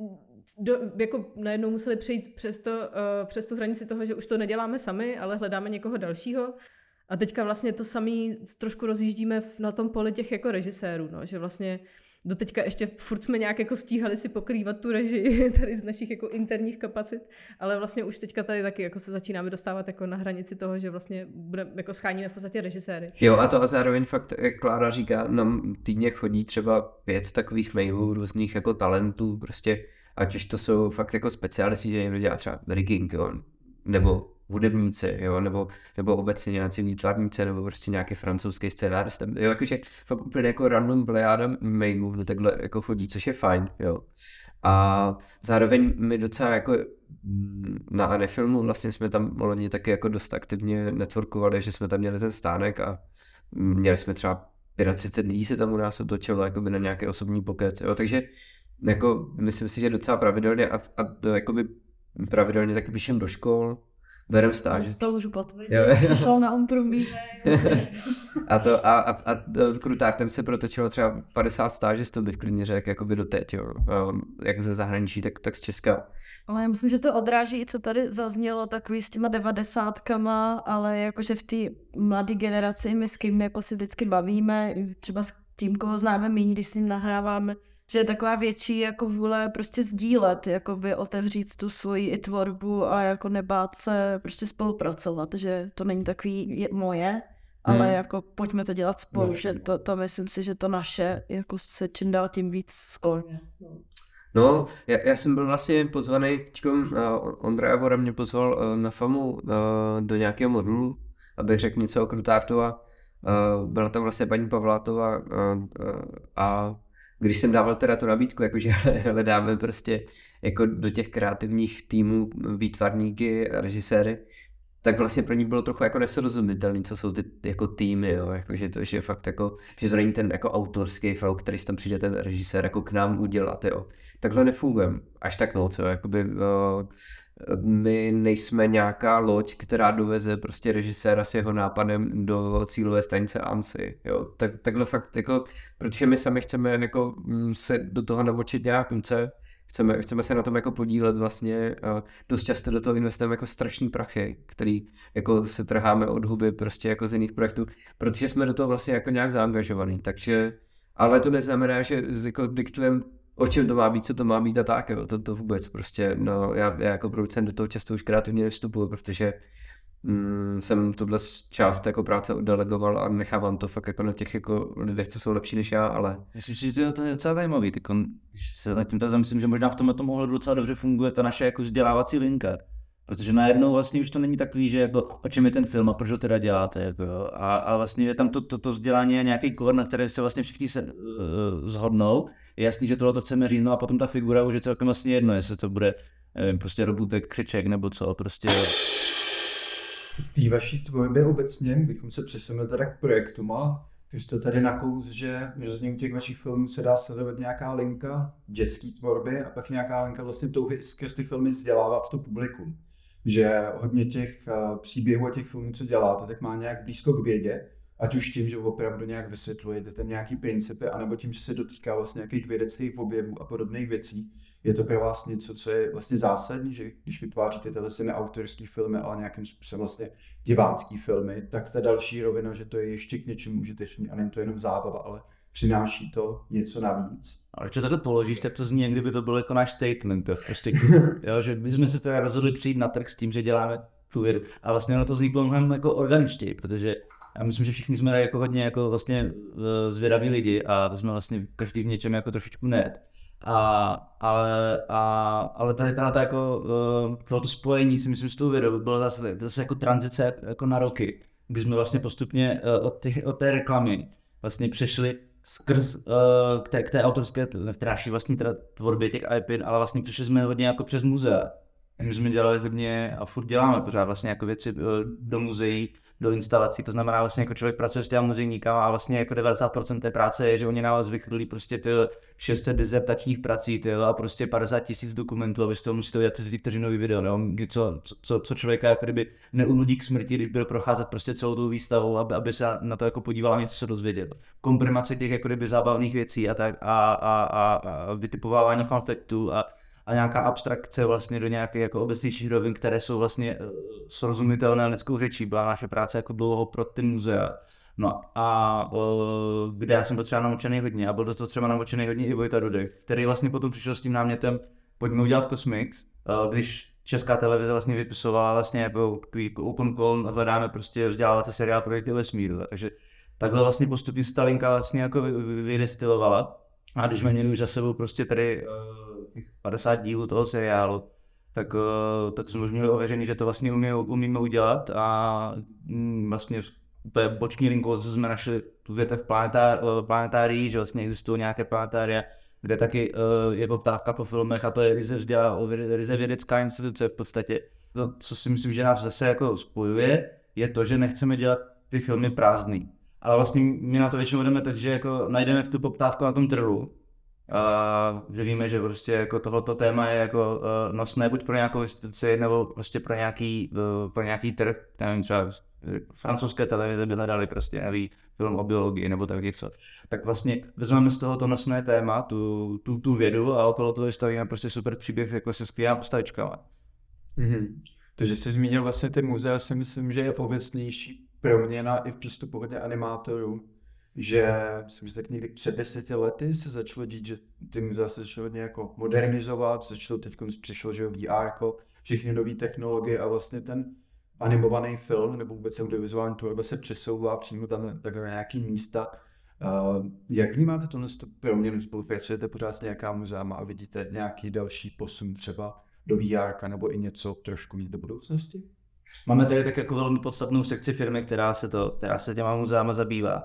Do, jako najednou museli přejít přes, to, uh, přes tu hranici toho, že už to neděláme sami, ale hledáme někoho dalšího. A teďka vlastně to samý trošku rozjíždíme na tom poli těch jako režisérů, no, že vlastně doteďka ještě furt jsme nějak jako stíhali si pokrývat tu režii tady z našich jako interních kapacit, ale vlastně už teďka tady taky jako se začínáme dostávat jako na hranici toho, že vlastně budeme, jako scháníme v podstatě režiséry. Jo a to a zároveň fakt, jak Klára říká, nám týdně chodí třeba pět takových mailů různých jako talentů, prostě ať už to jsou fakt jako specialisti, že někdo dělá třeba rigging, jo, nebo hudebníci, jo, nebo, nebo obecně nějací výtvarníci, nebo prostě nějaký francouzský scénárista, jo, jakože fakt úplně jako random plejáda mailů, no takhle jako chodí, což je fajn, jo. A zároveň my docela jako na Anefilmu vlastně jsme tam loni taky jako dost aktivně networkovali, že jsme tam měli ten stánek a měli jsme třeba třicet pět lidí se tam u nás otočilo jakoby na nějaké osobní pokec, jo, takže jako myslím si, že docela pravidelně a, a jakoby pravidelně taky píšem do škol, berem stáže. To můžu potvrdit. Jo. Přišel na umprumíře. A to a, a, a Kruták, ten se protočilo třeba padesát stážistů, bych klidně řekl, jakoby doteď, jo. Jak ze zahraničí, tak, tak z Česka. Ale já myslím, že to odráží i co tady zaznělo takový s těma devadesátkama, ale jakože v té mladé generaci my s kým jako si vždycky bavíme, třeba s tím, koho známe méně, když s ním nahráváme, že je taková větší jako vůle prostě sdílet, jakoby otevřít tu svoji i tvorbu a jako nebát se prostě spolupracovat, že to není takový je, moje, ale hmm. jako pojďme to dělat spolu, že to, to myslím si, že to naše jako se čím dál tím víc skloně. No, já, já jsem byl vlastně pozvaný, uh, Ondra Javora mě pozval uh, na FAMu uh, do nějakého modulu, abych řekl něco o Krutártu a uh, byla tam vlastně paní Pavlátová uh, uh, a když jsem dával teda tu nabídku, jakože hledáme prostě jako do těch kreativních týmů výtvarníky a režiséry, tak vlastně pro ní bylo trochu jako nesrozumitelný, co jsou ty jako týmy, jo, jakože to, že fakt jako, že to není ten jako autorský film, který tam přijde ten režisér jako k nám udělat, jo. Takhle nefungujeme, až tak moc, jo, jakoby uh, my nejsme nějaká loď, která doveze prostě režiséra s jeho nápadem do cílové stanice ANSI, jo, tak, takhle fakt jako, protože my sami chceme jako se do toho namočit nějak konce, Chceme, chceme se na tom jako podílet vlastně a dost často do toho investujeme jako strašný prachy, který jako se trháme od huby prostě jako z jiných projektů, protože jsme do toho vlastně jako nějak zaangažovaný, takže, ale to neznamená, že jako diktujeme, o čem to má být, co to má být a tak, jo, to, to vůbec prostě, no já, já jako producent do toho často už kreativně nevstupuji, protože mm, jsem tuhle část jako práce oddelegoval a nechávám to fakt jako na těch jako lidech, co jsou lepší než já, ale... Myslím si, že to je docela zajímavý, tak on, když se nad tím tak zamyslím, že možná v tomhle tom ohledu docela dobře funguje ta naše jako vzdělávací linka, protože najednou vlastně už to není takový, že jako o čem je ten film a proč ho teda děláte, jako jo, a, a vlastně je tam to, to, to vzdělání a nějaký kor, na které se vlastně všichni se uh, zhodnou, je jasný, že tohle to chceme říct, no a potom ta figura už je celkem vlastně jedno, jestli to bude, nevím, prostě Robůtek, Křeček nebo co, prostě... Té vaší tvorbě obecně bychom se přesunuli teda k projektům a vy jste tady nakous, že různě u těch vašich filmů se dá sledovat nějaká linka dětské tvorby a pak nějaká linka vlastně touhy skrz ty filmy vzdělávat to publikum. Že hodně těch uh, příběhů a těch filmů, co děláte, tak má nějak blízko k vědě, ať už tím, že opravdu nějak vysvětlujete tam nějaký principy, anebo tím, že se dotýká vlastně nějakých vědeckých objevů a podobných věcí. Je to pro vás něco, co je vlastně zásadní, že když vytváříte tyhle neautorské filmy, ale nějakým způsobem vlastně divácký filmy, tak ta další rovina, že to je ještě k něčemu užitečný a není to jenom zábava, ale přináší to něco navíc. Ale když to položíš, tak to zní, jak kdyby to byl jako náš statement, jo, prostě, jo, že my jsme se teda rozhodli přijít na trh s tím, že děláme tu vědu. A vlastně ono to vzniklo mnohem jako organičtěji, protože já myslím, že všichni jsme jako hodně jako vlastně zvědaví lidi a jsme vlastně každý v něčem jako trošičku net. A, ale, a, ale tady ta jako tohoto spojení si myslím s tou vědou bylo zase, zase jako tranzice jako na roky, kdy jsme vlastně postupně od, těch, od té reklamy vlastně přešli skrz uh, k, té, k té autorské, vtráší vlastně teda tvorbě těch I P N, ale vlastně přišli jsme hodně jako přes muzea. My jsme dělali hodně a furt děláme pořád vlastně jako věci uh, do muzeí, do instalací, to znamená vlastně jako člověk pracuje s těma muzejníkama a vlastně jako devadesát procent té práce je, že oni na vás vychrlí prostě ty šest set dizertačních prací ty, a prostě padesát tisíc dokumentů a vy z toho musíte udělat třicet vteřinový video, no? co, co, co člověka jako kdyby neunudí k smrti, když bude procházet prostě celou tou výstavou, aby, aby se na to jako podíval a něco se dozvěděl. Komprimace těch jako kdyby zábavných věcí a tak a, a, a, a vytipovávání fanfektů a a nějaká abstrakce vlastně do nějakých jako obecnějších rovin, které jsou vlastně srozumitelné lidskou řečí. Byla naše práce jako dlouho pro ty muzea. No a o, kde já jsem byl třeba naučený hodně a byl do toho třeba naučený hodně i Vojta Dudek, který vlastně potom přišel s tím námětem, pojďme udělat Cosmix, když Česká televize vlastně vypisovala vlastně jako open call, hledáme prostě vzdělávací seriál Projekty vesmíru. Takže takhle vlastně postupně se ta linka vlastně jako vydestilovala. A když jsme měli už za sebou prostě tady těch padesát dílů toho seriálu, tak, tak jsme už měli ověřený, že to vlastně umí, umíme udělat a vlastně úplně boční linkou jsme našli tu větev planetár, planetárií, že vlastně existují nějaké planetária, kde taky je poptávka po filmech a to je ryze, vzdělá, ryze vědecká instituce v podstatě. To, co si myslím, že nás zase jako spojuje, je to, že nechceme dělat ty filmy prázdný. Ale vlastně my na to většinou jdeme tak, že jako najdeme tu poptávku na tom trhu Uh, že víme, že prostě jako tohleto téma je jako uh, nosné buď pro nějakou instituci nebo prostě pro nějaký, uh, pro nějaký trh, nevím, třeba francouzské televize by hledali prostě nový film o biologii nebo tak něco. Tak vlastně vezmeme z tohoto nosné téma, tu, tu, tu vědu a okolo toho stavíme prostě super příběh jako se skvělými postavičkama. Mm-hmm. To, že jsi zmínil vlastně ty muzea, si myslím, že je obecnější proměna i v přístupu hodně animátorů. Že myslím, že tak někdy před deseti lety se začalo dít, že ty muzea se začaly hodně jako modernizovat, začalo teď přišlo, že V R, všechny nové technologie a vlastně ten animovaný film nebo vůbec audiovizuální tvorba se přesouvá přímo tam takhle na nějaký místa. Uh, jak vnímáte tohle proměnu? Spolupracujete pořád s nějaká muzeama a vidíte nějaký další posun třeba do V R nebo i něco trošku víc do budoucnosti? Máme tady tak jako velmi podstatnou sekci firmy, která se, to, která se těma muzeama zabývá.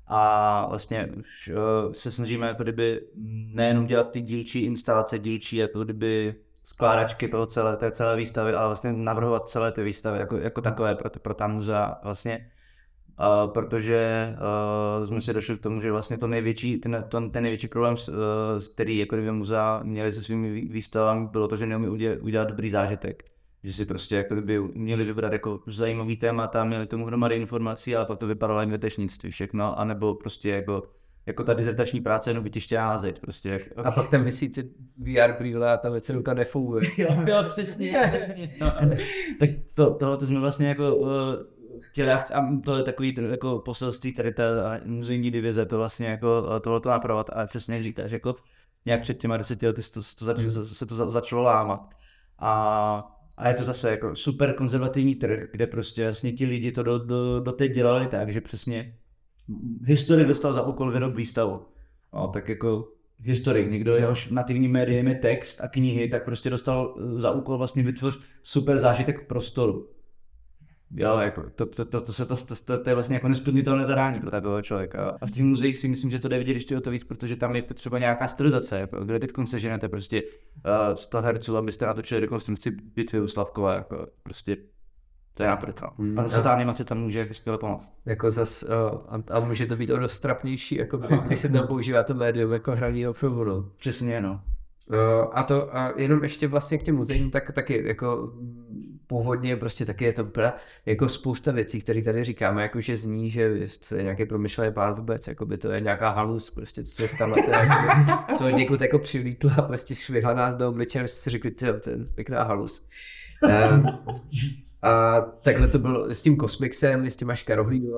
A vlastně už uh, se snažíme jako kdyby nejenom dělat ty dílčí instalace, dílčí jako kdyby skládačky pro celé té celé výstavy, ale vlastně navrhovat celé ty výstavy jako, jako takové pro, pro ta muzea vlastně. Uh, protože uh, jsme si došli k tomu, že vlastně to největší, ten, ten, ten největší problém, uh, který jako kdyby muzea měli se svými výstavami, bylo to, že neumí udělat, udělat dobrý zážitek. Že si prostě jako kdyby měli vybrat jako zajímavý témata, měli tomu hromady informací, ale pak to vypadalo jen větešnictví všechno, anebo prostě jako, jako ta dizertační práce jenom vytiště házet. Prostě jako... A pak tam vysí ty V R brýle a ta věcelka nefunguje. jo, jo, přesně, přesně. No, tak to, tohle jsme vlastně jako uh, chtěli, a to je takový jako poselství tady ta muzejní divize, to vlastně jako tohleto napravovat, ale přesně jak říkáš, jako nějak před těma deseti lety se to, to, zač, se to začalo lámat. A A je to zase jako super konzervativní trh, kde prostě vlastně ti lidi to do, do, do teď dělali tak, že přesně historik dostal za úkol vyrob výstavu. No, tak jako historik, někdo jehož nativním médiem je text a knihy, tak prostě dostal za úkol vlastně vytvořit super zážitek v prostoru. Jo, jako to, to, to, to, se, to, to, to, to je vlastně jako nesplnitelné zadání pro takového člověka. A v těch muzeích si myslím, že to jde vidět ještě o to víc, protože tam je potřeba nějaká stylizace. Kde teď seženete prostě uh, sto herců, abyste natočili rekonstrukci bitvy u Slavkova, jako prostě to je naprd. Hmm. A zase ta animace tam může skvěle pomoct. Jako zas, uh, a, a může to být o dost trapnější, jako když se tam používá to médium jako hraného filmu. No. Přesně, no. Uh, a to a jenom ještě vlastně k těm muzeím, tak taky jako původně prostě taky je to jako spousta věcí, které tady říkáme, jako že zní, že je nějaký promyšlený plán vůbec, jako by to je nějaká halus, prostě co je tam jako, co někud jako přilítla a prostě švihla nás do obličeje, si řekli, to je pěkná halus. Um, a takhle to bylo s tím Kosmixem, s těma Škarohlídou.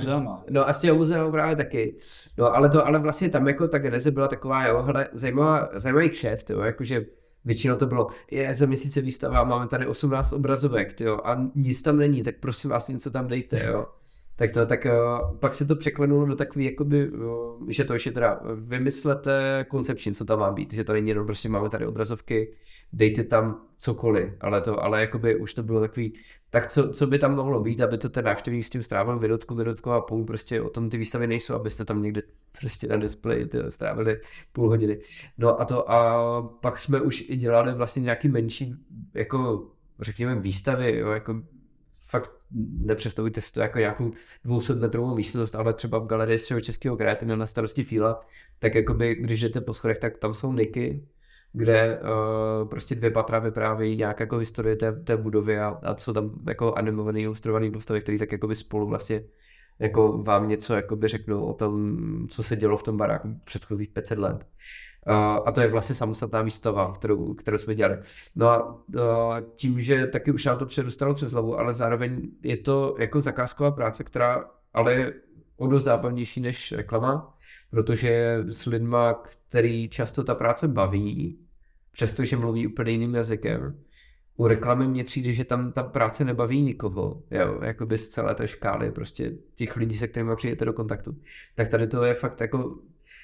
No a s tím muzeem právě taky. No ale to, ale vlastně tam jako ta geneze byla taková, jo, hele, zajímavá, zajímavý kšeft, jo, jakože většinou to bylo, je za měsíce výstava, máme tady osmnáct obrazovek, jo, a nic tam není, tak prosím vás něco tam dejte, jo. Tak to, tak uh, pak se to překlenulo do takový, jakoby, uh, že to ještě teda vymyslete koncepčně, co tam má být, že to není jenom prostě máme tady obrazovky, dejte tam cokoliv, ale to, ale jakoby už to bylo takový, tak co, co by tam mohlo být, aby to ten návštěvník s tím strávil minutku, minutku a půl, prostě o tom ty výstavy nejsou, abyste tam někde prostě na displeji strávili půl hodiny. No a to a pak jsme už i dělali vlastně nějaký menší, jako řekněme výstavy, jo, jako fakt nepředstavujte si to jako nějakou dvě stě metrovou místnost, ale třeba v galerii Středočeského kraje, ten na starosti Fíla, tak jakoby, když jdete po schodech, tak tam jsou niky, kde uh, prostě dvě patra vyprávějí nějak jako historie té, té budovy a, a jsou tam jako animovaný, ilustrovaný postavy, který tak jakoby spolu vlastně jako vám něco jakoby řeknou o tom, co se dělo v tom baráku předchozích pět set let. Uh, a to je vlastně samostatná výstava, kterou, kterou jsme dělali. No a uh, tím, že taky už nám to předostalo přes hlavu, ale zároveň je to jako zakázková práce, která ale je o dost zábavnější než reklama, protože s lidma, který často ta práce baví, přestože mluví úplně jiným jazykem. U reklamy mně přijde, že tam ta práce nebaví nikoho, jo, jako by z celé té škály prostě těch lidí, se kterými přijete do kontaktu. Tak tady to je fakt jako,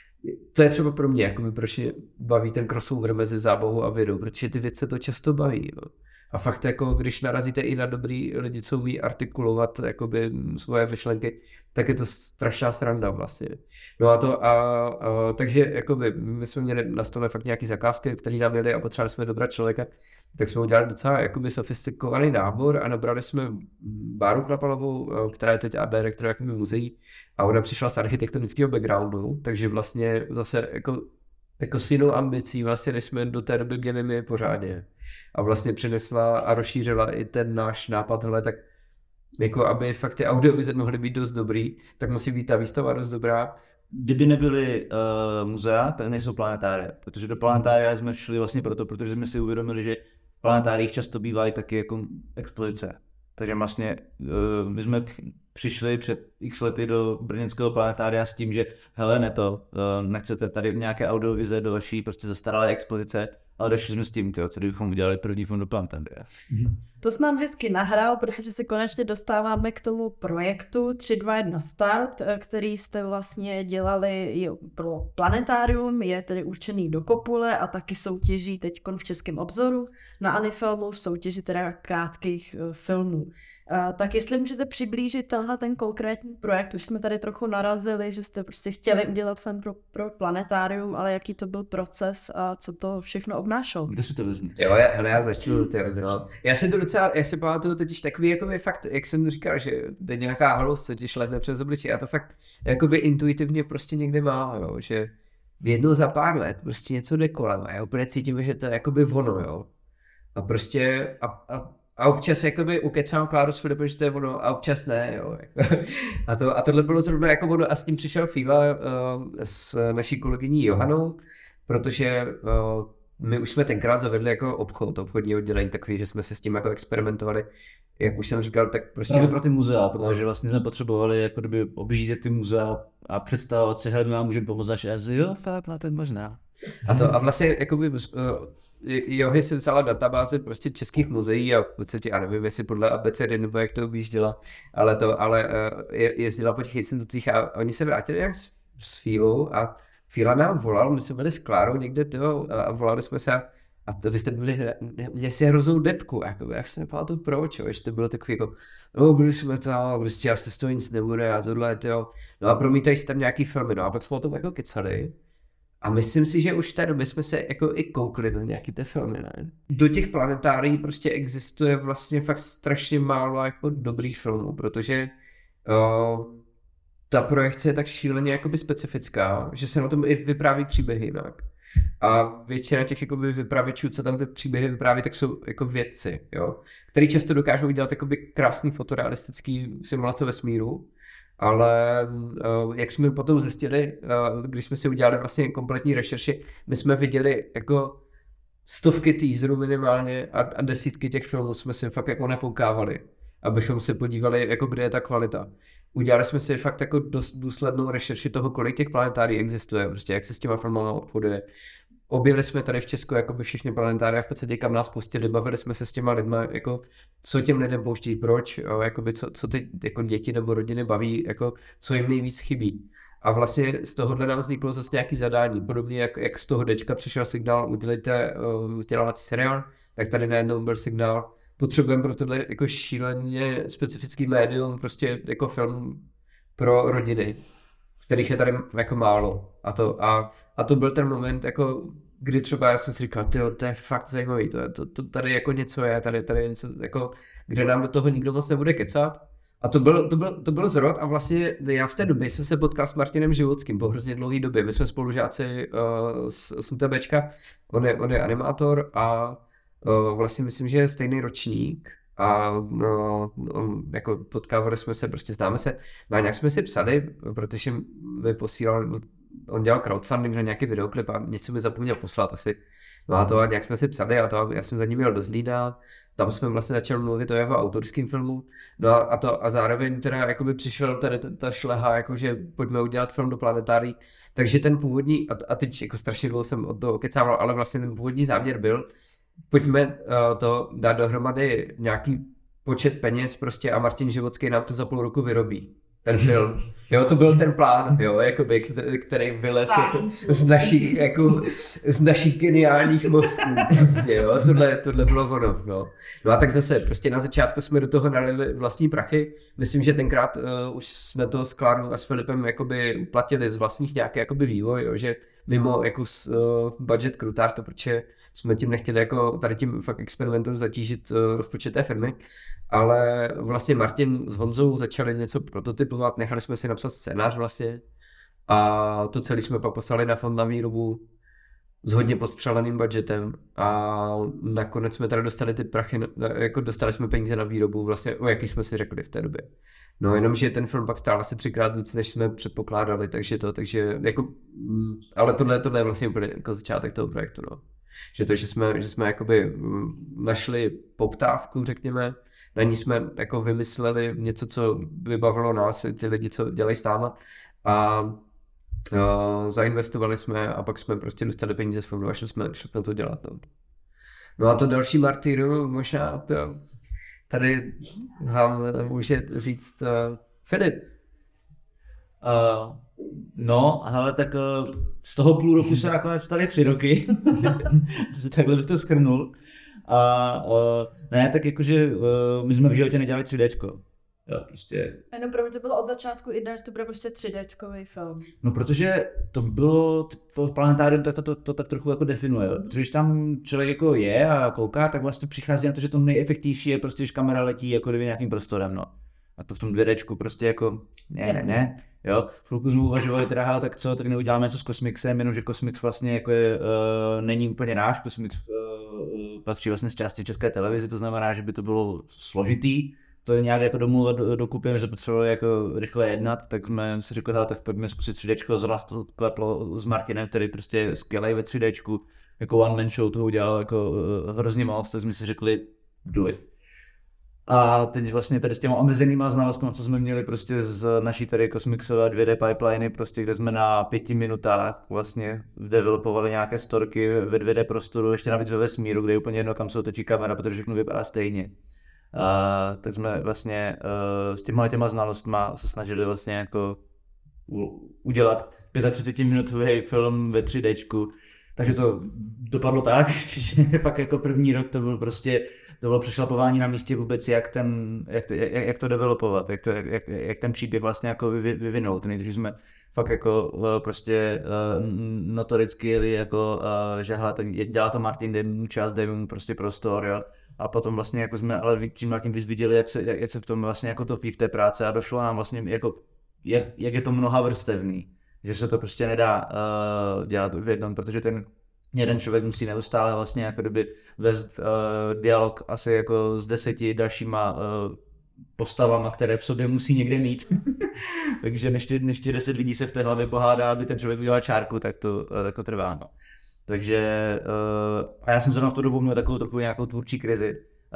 to je třeba pro mě, jako by proč mě baví ten crossover mezi zábavou a vědou, protože ty věci to často baví, jo. A fakt jako, když narazíte i na dobrý lidi, co umí artikulovat jakoby svoje myšlenky, tak je to strašná sranda vlastně. No a to, a, a takže jakoby, my jsme měli na stole fakt nějaký zakázky, které nám měli a potřebovali jsme dobrat člověka, tak jsme udělali docela jakoby sofistikovaný nábor a nabrali jsme Báru Klapalovou, která je teď art director jakoby muzeí, a ona přišla z architektonického backgroundu, takže vlastně zase jako jako s jinou ambicí, vlastně, než jsme do té doby měli my pořádně. A vlastně přinesla a rozšířila i ten náš nápad, hele, tak jako aby fakt ty audiovize mohly být dost dobrý, tak musí být ta výstava dost dobrá. Kdyby nebyly uh, muzea, tak nejsou planetária, protože do planetária jsme šli vlastně proto, protože jsme si uvědomili, že v planetáriích často bývají taky jako expozice. Takže vlastně uh, my jsme přišli před x lety do brněnského planetária s tím, že hele, ne to, uh, nechcete tady nějaké audiovize do vaší prostě zastaralé expozice, ale došli jsme s tím, tyjo, co kdybychom udělali první film do planetária. To jsi nám hezky nahrál, protože se konečně dostáváme k tomu projektu tři dva jedna Start, který jste vlastně dělali pro planetárium, je tedy určený do Kopule a taky soutěží teď v Českém obzoru na Anifilmu v soutěži teda krátkých filmů. Tak jestli můžete přiblížit tenhle ten konkrétní projekt, už jsme tady trochu narazili, že jste prostě chtěli udělat film pro, pro planetárium, ale jaký to byl proces a co to všechno obnášelo? Kde si to vezme? Jo, já, hele, já začnu, tyjo, no. Já si to docela, já si pamatuju totiž takový, jakoby fakt, jak jsem říkal, že jde nějaká halost, co ti šlehne přes obličej, a to fakt jakoby intuitivně prostě někde má, jo, že jednou za pár let prostě něco jde kolem a já úplně cítím, že to je jakoby ono, jo. A prostě, a, a, a občas jakoby ukecám Kláru s Filipem, že to je ono, a občas ne, jo. A, to, a tohle bylo zrovna jako ono, a s tím přišel Fíla uh, s naší kolegyní Johanou, protože uh, my už jsme tenkrát zavedli jako obchod, obchodní oddělení takový, že jsme se s tím jako experimentovali. Jak už jsem říkal, tak prostě... Právě pro ty muzea, protože vlastně jsme potřebovali jako kdyby objíždět ty muzea a představovat si, hele, my vám můžeme pomoct, a já si, jo, fakt, máte možná. A to a vlastně jakoby, uh, Johy si vzala databáze prostě českých muzeí a v podstatě, já nevím, jestli podle A B C D nebo jak to objížděla, ale to, ale uh, je, jezdila po těch institucích a oni se vrátili jak s, s Fílou a Fíla nám volal, my jsme byli s Klárou někde tyho, a volali jsme se a to vy jste byli, mě si hroznou depku, jako, jak se nepamatuju proč, jo, že to bylo takový jako, no byli jsme tam, prostě asi z toho nic nebude a tohle, tyjo, no a promítají se tam nějaký filmy, no a pak jsme o tom jako kecali a myslím si, že už v té době jsme se jako i koukli na nějaký ty filmy, ne? Do těch planetárií prostě existuje vlastně fakt strašně málo jako dobrých filmů, protože uh, ta projekce je tak šíleně jakoby specifická, že se na tom i vypráví příběhy jinak. A většina těch jakoby vypravěčů, co tam ty příběhy vypráví, tak jsou jako vědci, jo? Který často dokážou dělat jakoby krásný fotorealistický simulace vesmíru, ale uh, jak jsme potom zjistili, uh, když jsme si udělali vlastně kompletní rešerši, my jsme viděli jako stovky teaserů minimálně a, a desítky těch filmů jsme si fakt jako nefoukávali, abychom se podívali, jako kde je ta kvalita. Udělali jsme si fakt jako dost důslednou rešerši toho, kolik těch planetárií existuje, prostě jak se s těma filmama obchoduje. Objevili jsme tady v Česku jakoby všechny planetária, v podstatě kam nás pustili, bavili jsme se s těma lidma, jako co těm lidem pouští, proč, jo, jakoby co, co ty jako děti nebo rodiny baví, jako co jim nejvíc chybí. A vlastně z tohohle nám vzniklo zase nějaký zadání, podobně jak, jak z toho Dčka přišel signál, udělejte uh, vzdělávací seriál, tak tady najednou byl signál, potřebujeme pro tohle jako šíleně specifický médium, prostě jako film pro rodiny, kterých je tady jako málo. A to, a, a to byl ten moment, jako, kdy třeba já jsem si říkal, tyjo, to je fakt zajímavý, to, je, to, to tady jako něco je, tady, tady je něco, jako, kde nám do toho nikdo moc nebude kecat. A to byl, to byl, to byl zrod a vlastně já v té době jsem se potkal s Martinem Životským po hrozně dlouhé době. My jsme spolužáci uh, z, z UTBčka, on je, on je animátor a uh, vlastně myslím, že je stejný ročník a no, no, jako potkávali jsme se, prostě známe se. No a nějak jsme si psali, protože mi posílal, on dělal crowdfunding na nějaký videoklip a něco mi zapomněl poslat asi. No a to a nějak jsme si psali a to já jsem za ním měl do Zlína, tam jsme vlastně začali mluvit o jeho autorském filmu, no a to a zároveň teda jakoby přišel tady ta, ta šleha, jakože pojďme udělat film do planetárií, takže ten původní, a, a teď jako strašně dlouho jsem od toho kecával, ale vlastně ten původní záměr byl, pojďme uh, to dát dohromady nějaký počet peněz prostě a Martin Životský nám to za půl roku vyrobí. Ten film. Jo, to byl ten plán, jo, jakoby, který, který vylez jako z našich, jako, z našich geniálních mozků, prostě, jo, tohle, tohle bylo ono, no. No a tak zase, prostě na začátku jsme do toho nalili vlastní prachy, myslím, že tenkrát uh, už jsme to s Klárou a s Filipem jakoby uplatili z vlastních nějaký jakoby vývoj, jo, že mimo jako s, uh, budget Krutárto, protože jsme tím nechtěli jako tady tím fakt experimentem zatížit uh, rozpočet té firmy, ale vlastně Martin s Honzou začali něco prototypovat, nechali jsme si napsat scénář vlastně a to celé jsme pak poslali na fond na výrobu s hodně podstřeleným budgetem a nakonec jsme teda dostali ty prachy, jako dostali jsme peníze na výrobu, vlastně o jaký jsme si řekli v té době. No jenom, že ten film pak stál asi třikrát víc, než jsme předpokládali, takže to, takže jako, ale tohle, tohle je vlastně úplně jako začátek toho projektu, no. Že to, že jsme, že jsme jakoby našli poptávku, řekněme, na ní jsme jako vymysleli něco, co vybavilo nás, ty lidi, co dělají s náma a uh, zainvestovali jsme a pak jsme prostě dostali peníze z fondu a šli jsme, šli jsme to dělat, no. No a to další martyru, možná to, tady vám může říct uh, Filip. Uh, no, ale tak uh, z toho půl roku se nakonec staly tři roky, že takhle bych to skrnul. A uh, ne, tak jakože uh, my jsme v životě nedělali tři déčko. Jo, prostě. Jenom pro mě to bylo od začátku ideál, že to bude prostě tři déčkový film. No protože to bylo, to, to planetárium to, to, to, to tak trochu jako definuje. Jo. Když tam člověk jako je a kouká, tak vlastně přichází na to, že to nejefektivnější je prostě, když kamera letí jako kdyby nějakým prostorem, no. A to v tom dvě déčku prostě jako, ne, ne, ne, jo. V chvilku jsme uvažovali teda, hele, tak co, tak neuděláme něco s Cosmixem, jenomže Cosmix vlastně jako je, uh, není úplně náš, Cosmix uh, patří vlastně z části České televize, to znamená, že by to bylo složitý. To je nějak jako domluvat do, dokupem, že potřebovali jako rychle jednat, tak jsme si řekli, tak pojďme zkusit tři déčko, zrovna to kleplo s Martinem, který prostě je skvělej ve tři déčku, jako one man show toho udělal jako uh, hrozně moc, tak jsme si řekli, do it. A teď vlastně tady s těma omezenýma znalostmi, co jsme měli prostě z naší tady Cosmixové dvě dé pipeliny, prostě kde jsme na pěti minutách vlastně developovali nějaké storky ve dvě dé prostoru, ještě navíc ve vesmíru, kde je úplně jedno, kam se otočí kamera, protože všechno vypadá stejně. A tak jsme vlastně uh, s těma těma znalostma se snažili vlastně jako u, udělat třicet pět minutový film ve tři déčku. Takže to dopadlo tak, že pak jako první rok to byl prostě, to bylo přešlapování na místě vůbec, jak, ten, jak, to, jak, jak to developovat, jak, to, jak, jak ten příběh vlastně jako vy, vyvinout. Nejdřív jsme fakt jako prostě uh, notoricky jeli jako, uh, že hele, tak dělá to Martin, dej mu čas, dej mu prostě prostor, jo. A potom vlastně jako jsme ale čím dál tím víc viděli, jak se, jak, jak se v tom vlastně jako topí v té práci a došlo nám vlastně jako, jak, jak je to mnoha vrstevný. Že se to prostě nedá uh, dělat v jednom, protože ten jeden člověk musí neustále vlastně jako kdyby vést uh, dialog asi jako s deseti dalšíma uh, postavama, které v sobě musí někde mít. Takže než ty, než ty deset lidí se v té hlavě pohádá, aby ten člověk udělal čárku, tak to, uh, tak to trvá. No. Takže uh, a já jsem zrovna v tu dobu měl takovou trochu nějakou tvůrčí krizi.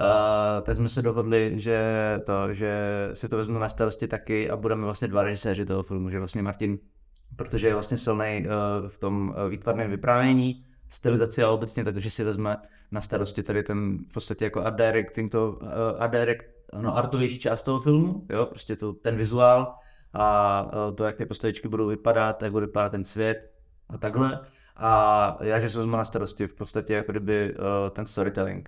Uh, tak jsme se dohodli, že to, že si to vezmu na starosti taky a budeme vlastně dva režiséři toho filmu, že vlastně Martin, protože je vlastně silný uh, v tom uh, výtvarném vyprávění, stylizaci a obecně, takže si vezme na starosti tady ten v podstatě jako art directing, to uh, art direct, no, artovější část toho filmu, jo, prostě to, ten vizuál a uh, to, jak ty postavičky budou vypadat, jak bude vypadat ten svět a takhle. A já, že se vezmu na starosti v podstatě jako kdyby uh, ten storytelling.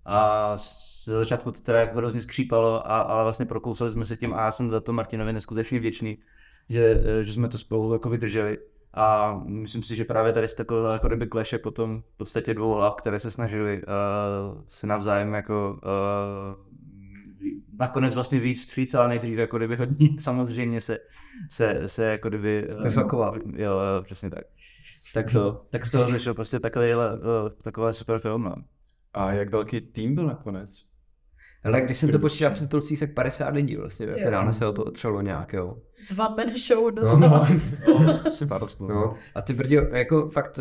A z začátku to teda jako hrozně skřípalo, a, ale vlastně prokousali jsme se tím a já jsem za to Martinovi neskutečně vděčný, že, že jsme to spolu jako vydrželi. A myslím si, že právě tady z takového jako kdyby kleše potom v podstatě dvou hlav, které se snažili uh, se navzájem jako uh, nakonec vlastně víc vstříc, ale nejdřív jako kdyby hodně samozřejmě se, se, se jako kdyby uh, vyfakoval. Jo, jo, přesně tak. Tak, to, tak z toho vyšel prostě takovýhle, uh, takový super film. No. A jak velký tým byl nakonec? Ale když jsem to počítal před Tulcích, tak padesát lidí vlastně, ve finále se o to otřelo nějak, jo. Z one man show dostal. No, no. A ty brdě, jako fakt,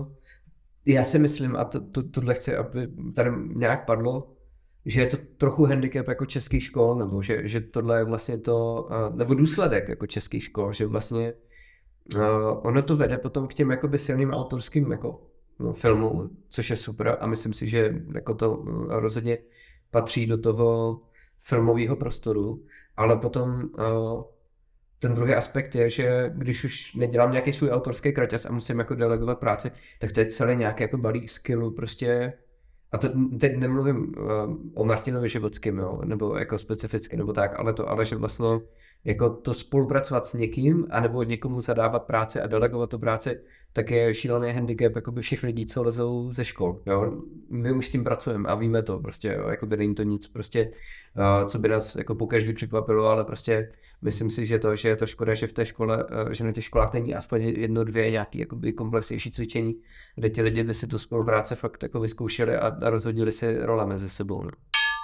já si myslím, a to, to, tohle chci, aby tady nějak padlo, že je to trochu handicap jako českých škol, nebo že, že tohle je vlastně to, nebo důsledek jako českých škol, že vlastně uh, ono to vede potom k těm jakoby silným autorským jako, no, filmům, což je super a myslím si, že jako to uh, rozhodně patří do toho filmového prostoru, ale potom uh, ten druhý aspekt je, že když už nedělám nějaký svůj autorský kraťas a musím jako delegovat práci, tak to je celý nějaký jako balík skillu prostě. A to, teď nemluvím uh, o Martinovi Životským, jo, nebo jako specificky, nebo tak, ale to, ale že vlastně jako to spolupracovat s někým, anebo někomu zadávat práci a delegovat tu práci, tak je šílený handicap jakoby všech lidí, co lezou ze škol. Jo? My už s tím pracujeme a víme to, prostě, jo? Jakoby není to nic, prostě, uh, co by nás jako pokaždý překvapilo, ale prostě myslím si, že to, že je to škoda, že v té škole, uh, že na těch školách není aspoň jedno, dvě nějaký jakoby komplexnější cvičení, kde ti lidi by si tu spolupráci fakt jako vyzkoušeli a, a rozhodili si role mezi sebou. No.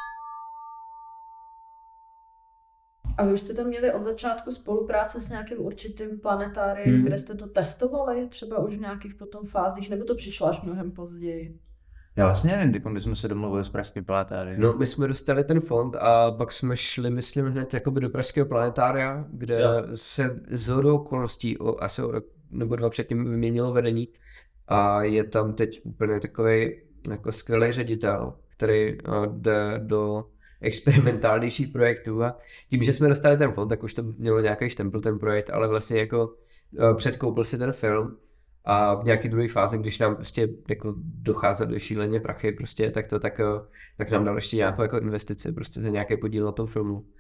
A vy už jste tam měli od začátku spolupráce s nějakým určitým planetáriem, hmm. kde jste to testovali, třeba už v nějakých potom fázích, nebo to přišlo až mnohem později? Já vlastně nevím, když jsme se domluvili s pražským planetáriem. No, my jsme dostali ten fond a pak jsme šli, myslím, hned jakoby do pražského planetária, kde jo. se z hodou okolností o asi o rok nebo dva předtím vyměnilo vedení a je tam teď úplně takový jako skvělý ředitel, který jde do experimentálnějších projektů a tím, že jsme dostali ten fond, tak už to mělo nějaký štempel ten projekt, ale vlastně jako uh, předkoupil si ten film a v nějaké druhé fázi, když nám prostě jako docházely šíleně prachy prostě, tak to tak, uh, tak nám dal ještě nějakou jako investici prostě za nějaký podíl na tom filmu. Uh,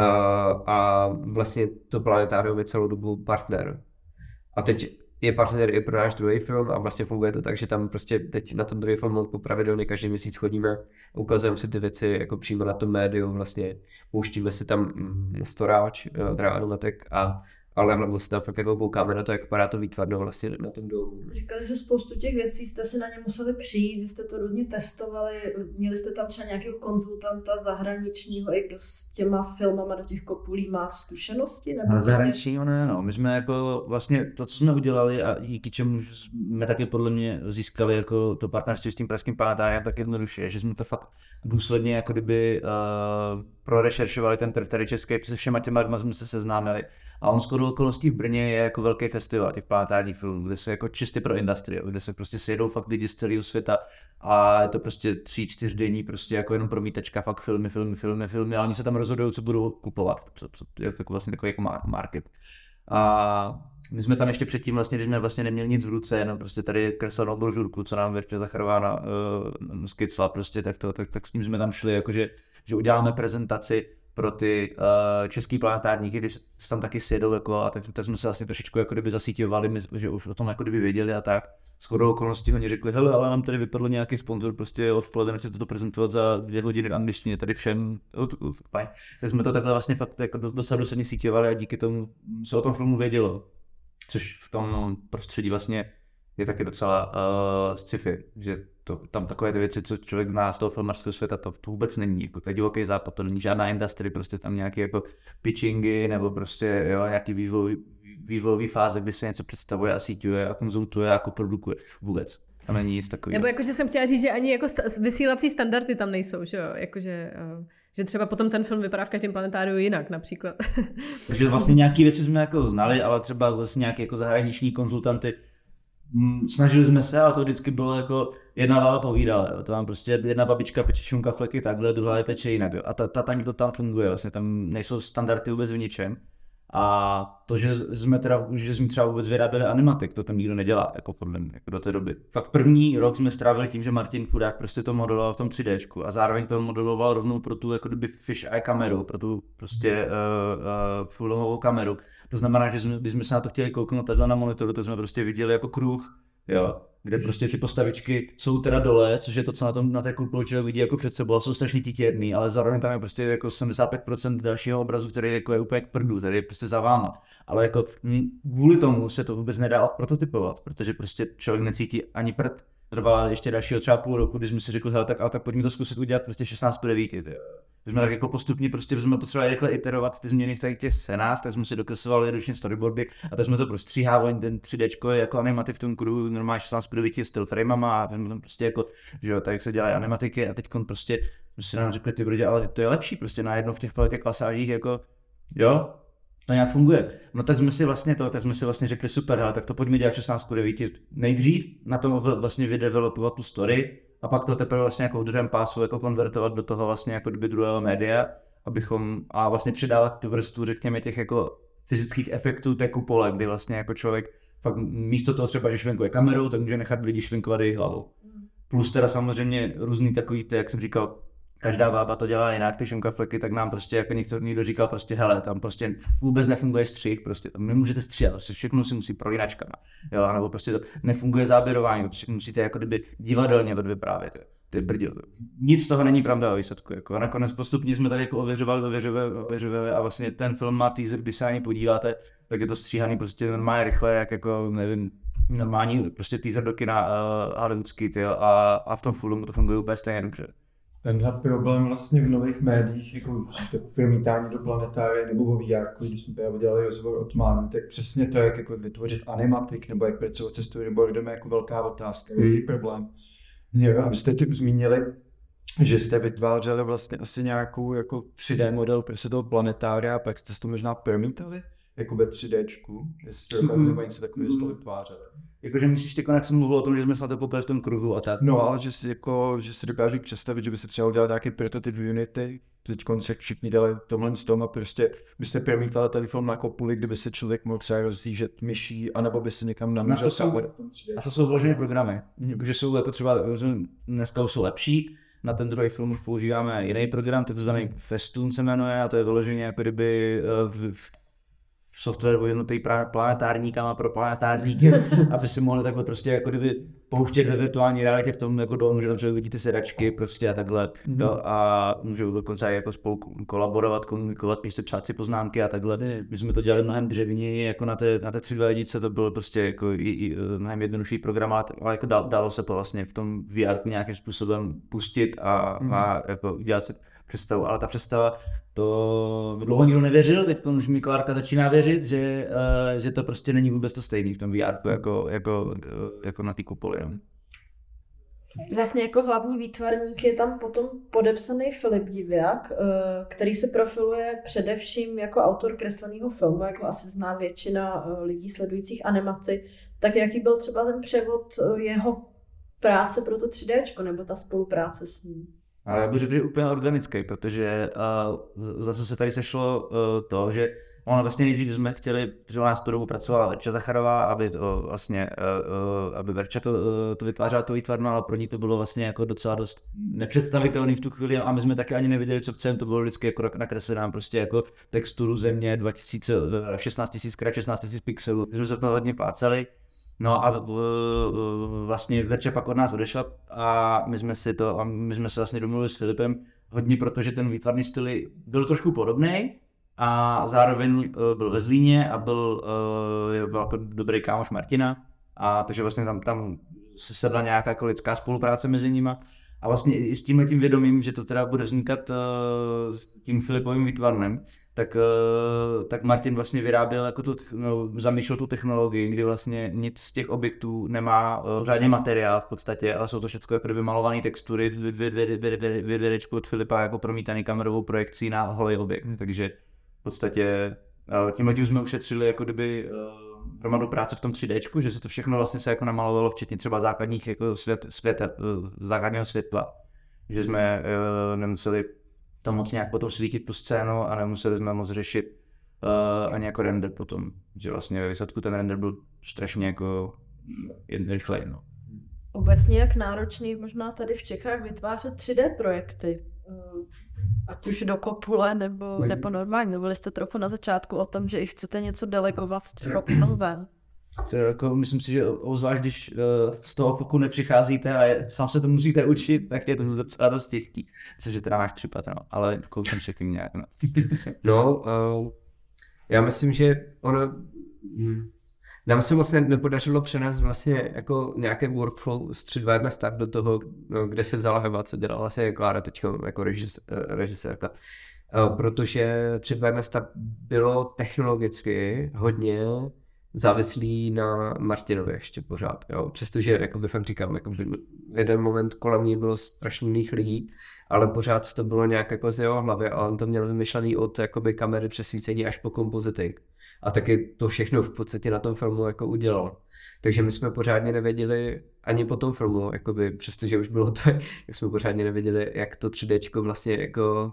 a vlastně to planetárium je celou dobu partner. A teď je partner i pro náš druhý film a vlastně funguje to tak, že tam prostě teď na tom druhý film pravidelně každý měsíc chodíme, ukazujeme si ty věci jako přímo na tom médiu, vlastně pouštíme si tam storáč, teda animatek a ale hlavně se tam fakt jako koukáme na to, jak vypadá to výtvarno vlastně na tom domu. Říkali, že spoustu těch věcí jste si na ně museli přijít, že jste to různě testovali, měli jste tam třeba nějakého konzultanta zahraničního, i kdo s těma filmama do těch kopulí má zkušenosti? Nebo no, zahraničního ne, no. My jsme jako vlastně to, co jsme udělali a díky čemu jsme taky podle mě získali jako to partnerství s tím pražským planetáriem tak jednoduše, že jsme to fakt důsledně jako kdyby uh, prorešeršovali ten trh tady český, se všema těma lidma jsme se seznámili a on skoro okolností v Brně je jako velký festival těch planetárních filmů, kde se jako čistě pro industrii, kde se prostě sjedou fakt lidi z celého světa a je to prostě tři, čtyř denní prostě jako jenom promítačka, fakt filmy, filmy, filmy, filmy a oni se tam rozhodují, co budou kupovat, co, co je to vlastně takový jako market. A my jsme tam ještě předtím vlastně, když jsme vlastně neměli nic v ruce, jenom prostě tady kreslenou brožurku, co nám Verča Zacharována uh, skicla prostě, tak, to, tak, tak s tím jsme tam šli, jakože, že uděláme prezentaci pro ty uh, český planetárníky, když se tam taky sjedou jako, a tak, tak jsme se vlastně trošičku jako kdyby zasíťovali, my, že už o tom jako kdyby věděli a tak. Shodou okolností oni řekli, hele, ale nám tady vypadl nějaký sponzor, prostě odpoledne nechci toto prezentovat za dvě hodiny v angličtině, tady všem, fajn. Tak jsme to takhle vlastně fakt jako docela dosadně síťovali a díky tomu se o tom filmu vědělo. Což v tom prostředí vlastně je taky docela uh, sci-fi, že to, tam takové ty věci, co člověk zná z toho filmařského světa, to, to vůbec není, jako to je divoký západ, to není žádná industry, prostě tam nějaké jako pitchingy nebo prostě jo, nějaký vývoj, vývojový fáze, kdy se něco představuje a síťuje a konzultuje a jako produkuje, vůbec. Tam není nic takového. Nebo jakože jsem chtěla říct, že ani jako st- vysílací standardy tam nejsou, že jo, jakože, uh, že třeba potom ten film vypadá v každém planetáriu jinak například. Takže vlastně nějaké věci jsme jako znali, ale třeba vlastně nějaké jako zahraniční konzultanty, snažili jsme se, ale to vždycky bylo jako jedna baba povídala, jo. To vám prostě jedna babička peče šunkafleky takhle, druhá je peče jinak, jo. A ta, ta, ta, to tam funguje, vlastně tam nejsou standardy vůbec v ničem. A to, že jsme teda, že jsme třeba vůbec vyráběli animatik, to tam nikdo nedělá, jako podle mě, jako do té doby. Fakt první rok jsme strávili tím, že Martin Chudák prostě to modeloval v tom tři déčku a zároveň to modeloval rovnou pro tu jako kdyby fish eye kameru, pro tu prostě uh, uh, filmovou kameru. To znamená, že jsme, když jsme se na to chtěli kouknout takhle na monitoru, to jsme prostě viděli jako kruh, jo, kde prostě ty postavičky jsou teda dole, což je to, co na tom na té kupolu člověk vidí jako před sebou, jsou strašně titěrný, ale zároveň tam je prostě jako sedmdesát pět procent dalšího obrazu, který jako je úplně k prdu, který je prostě za váma. Ale jako kvůli tomu se to vůbec nedá prototypovat, protože prostě člověk necítí ani prd. Trvala ještě dalšího třeba půl roku, když jsme si řekli, hele, tak, ale tak pojďme to zkusit udělat prostě šestnáct po devíti. My jsme tak jako postupně prostě jsme potřebovali rychle iterovat ty změny v těch scénách, tak jsme si dokresovali ručně storyboardy a tak jsme to prostříhávali, ten tři déčko je jako animativ v tom kruhu, normálně šestnáct po devíti still framama a tak jsme tam prostě jako, že jo, tak se dělají animatiky a teď prostě jsme si nám řekli, ty brodě, ale to je lepší prostě najednou v těch těch pasážích jako, jo, to nějak funguje. No tak jsme si vlastně to, tak jsme si vlastně řekli super, hele, tak to pojďme dělat šestnáct po devíti. Nejdřív na tom vlastně vydevelopovat tu story a pak to teprve vlastně jako v druhém pásu jako konvertovat do toho vlastně jako doby druhého média, abychom a vlastně přidávat tu vrstvu, řekněme, těch jako fyzických efektů té kupole, kdy vlastně jako člověk fakt místo toho třeba, že švinkuje kamerou, tak může nechat lidi švinkovat jejich hlavou. Plus teda samozřejmě různý takový, ty, jak jsem říkal, každá bába to dělá jinak, ty šunkafleky, tak nám prostě jako někdo, někdo říkal prostě hele, tam prostě vůbec nefunguje střih, prostě tam nemůžete stříhat, prostě všechno si musí prolínačkama, jo, nebo prostě to nefunguje záběrování, prostě musíte jako kdyby divadelně odvyprávět, jo. To je brdě. Nic z toho není pravda o výsledku. Jako. A nakonec postupně jsme tady jako ověřovali, ověřovali, ověřovali a vlastně ten film má teaser, když se ani podíváte, tak je to stříhaný prostě normálně rychle, jak jako, nevím, normální prostě teaser do kina uh, hollywoodský, tyjo, a, a v tom filmu to funguje úplně stejně dobře. Tenhle problém vlastně v nových médiích, jako už to promítání do planetárie nebo o V R, když jsme právě dělali rozhovor od Mány, tak přesně to, jak jako vytvořit animatik nebo jak pracovat se storyboardem, je jako velká otázka, velký problém. Jo, a vy jste tím zmínili, že jste vytvářeli vlastně asi nějakou jako tři dé model prostě toho planetária a pak jste to možná promítali jako ve tři déčku, jestli to nebo něco takového jste to vytvářeli. Jakože myslíš teď, jak jsem mluvil o tom, že jsme se to koupili v tom kruhu a tak? No, ale že si, jako, že si dokážu představit, že by se třeba udělal nějaký prototyp v Unity, teď koncept všichni dělají tomhle s tom a prostě byste promítali ten film na kopuli, kdyby se člověk mohl třeba rozhlížet myší, anebo by se někam namířil. A to jsou vložené programy, mm. jakože jsou jako třeba, dneska už jsou lepší, na ten druhý film už používáme jiný program, takzvaný Festoon se jmenuje a to je vyloženě jako kdyby v, v software vyvinutý planetárníkama pro planetárníky, aby si mohli takhle prostě jako kdyby pouštět ve virtuální realitě v tom jako domu, že tam člověk vidíte sedačky prostě a takhle, mm-hmm. jo, a můžou dokonce jako spolu kolaborovat, komunikovat, píšte psát si poznámky a takhle. My jsme to dělali mnohem dřevněji, jako na té, na té tři dé edice, to bylo prostě jako i, i, mnohem jednodušší program, ale jako dalo, dalo se to vlastně v tom V R nějakým způsobem pustit a, mm-hmm. a jako dělat si představu, ale ta představa, to dlouho nikdo nevěřil, teď už mi Klárka začíná věřit, že, uh, že to prostě není vůbec to stejný v tom V R jako, jako, jako na té kupoli. No. Vlastně jako hlavní výtvarník je tam potom podepsaný Filip Diviak, který se profiluje především jako autor kresleného filmu, jako asi zná většina lidí sledujících animaci. Tak jaký byl třeba ten převod jeho práce pro to tři déčko, nebo ta spolupráce s ním? Ale já bych řekl, že úplně organický, protože uh, zase se tady sešlo uh, to, že ono vlastně nejdřív jsme chtěli, že nás tu dobu pracovala Verča Zacharová, aby to vlastně, uh, uh, aby Verča to, uh, to vytvářela to výtvarno, ale pro ní to bylo vlastně jako docela dost nepředstavitelný v tu chvíli a my jsme taky ani nevěděli, co chceme, to bylo vždycky jako nakreslená prostě jako texturu země dva tisíce, šestnáct tisíc krát šestnáct tisíc pixelů, jsme se to hodně plácali. No a vlastně Verča pak od nás odešla a my jsme si to, a my jsme se vlastně domluvili s Filipem hodně, protože ten výtvarný styl byl trošku podobný a zároveň byl ve Zlíně a byl, byl jako dobrý kámoš Martina a takže vlastně tam, tam se sedla nějaká jako lidská spolupráce mezi nima a vlastně i s tímhletím vědomím, že to teda bude vznikat tím Filipovým výtvarnem, tak, tak Martin vlastně vyráběl, jako tu, no, zamýšlel tu technologii, kdy vlastně nic z těch objektů nemá řádně materiál v podstatě, ale jsou to všechno jako vymalované textury, vědečku od Filipa jako promítaný kamerovou projekcí na holý objekt, takže v podstatě tímhletím jsme ušetřili jako kdyby hromadu práce v tom tři déčku, že se to všechno vlastně se jako namalovalo, včetně třeba základních jako svět, světa, základního světla, že jsme nemuseli to moc nějak potom svítit tu scénu a nemuseli jsme moc řešit uh, ani jako render potom, že vlastně ve výsledku ten render byl strašně jako rychlej, no. Obecně jak náročný možná tady v Čechách vytvářet tři dé projekty, ať už do kopule nebo, nebo normálně. Mluvili jste trochu na začátku o tom, že i chcete něco delegovat třeba ven. To jako, myslím si, že obzvlášť když uh, z toho foku nepřicházíte a je, sám se to musíte učit, tak je to docela dost těžký. Což je teda náš případ, no. Ale koukám všechny nějak. No, no uh, já myslím, že ono, hm, nám se vlastně nepodařilo přenést vlastně jako nějaké workflow z tři dva jedna start do toho, no, kde se vzala Heva, co dělala se Klára teď jako režis, režisérka. Uh, protože tři dva jedna start bylo technologicky hodně závislý na Martinovi ještě pořád, jo. Přestože, jako by fakt říkám, jako by v jeden moment kolem ní bylo strašných lidí, ale pořád to bylo nějak jako z jeho hlavy a on to měl vymyšlený od jakoby kamery přesvícení až po compositing. A taky to všechno v podstatě na tom filmu jako udělal. Takže my jsme pořádně nevěděli ani po tom filmu, jakoby, přestože už bylo to, tak jsme pořádně nevěděli, jak to tři déčko vlastně jako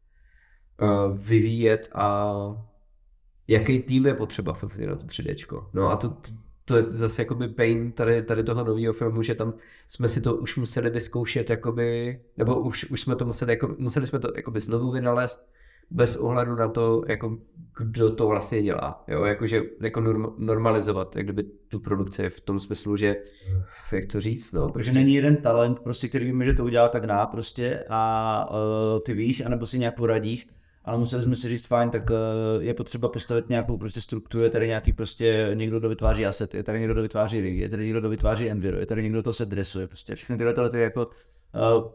uh, vyvíjet a jaký tým je potřeba na to tři déčko. No a to to je zase jakoby pain tady, tady toho nového filmu, že tam jsme si to už museli vyzkoušet, jakoby, nebo už, už jsme to museli, jako, museli jsme to jakoby znovu vynalézt, bez ohledu na to, jako, kdo to vlastně dělá, jo, jakože jako norm, normalizovat, jak kdyby tu produkci v tom smyslu, že jak to říct, no. Protože není jeden talent, prostě, který víme, že to udělá tak ná prostě a uh, ty víš, anebo si nějak poradíš, ale museli jsme si říct fajn, tak uh, je potřeba postavit nějakou prostě strukturu, je tady nějaký prostě někdo, kdo vytváří asset, je tady někdo, kdo vytváří rig, je tady někdo, kdo vytváří enviro, je tady někdo, kdo to se dresuje, prostě všechny tyhle tyhle ty jako uh,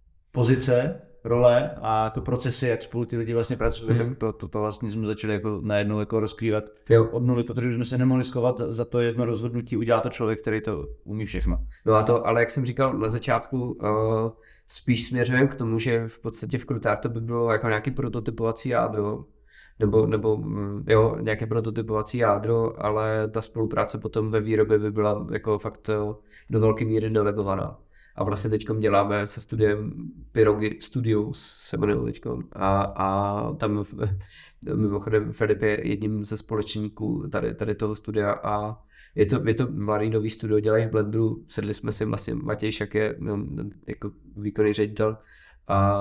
pozice, role a to procesy, jak spolu ty lidi vlastně pracují, mm. tak to, to, to vlastně jsme začali jako najednou jako rozkrývat jo. od nuly, protože jsme se nemohli schovat za to jedno rozhodnutí, udělá to člověk, který to umí všechno. No a to, ale jak jsem říkal na začátku, uh, spíš směřujeme k tomu, že v podstatě v Krutách to by bylo jako nějaký prototypovací jádro, nebo, nebo jo, nějaké prototypovací jádro, ale ta spolupráce potom ve výrobě by byla jako fakt do velké míry delegovaná. A vlastně teďkom děláme se studiem Pirogy Studios, se jmenuje teďkom. A, a tam mimochodem Filip je jedním ze společníků tady, tady toho studia a je to, je to mladý nový studio, dělají v Blenderu, sedli jsme si vlastně, Matěj Šak je no, jako výkonný ředitel a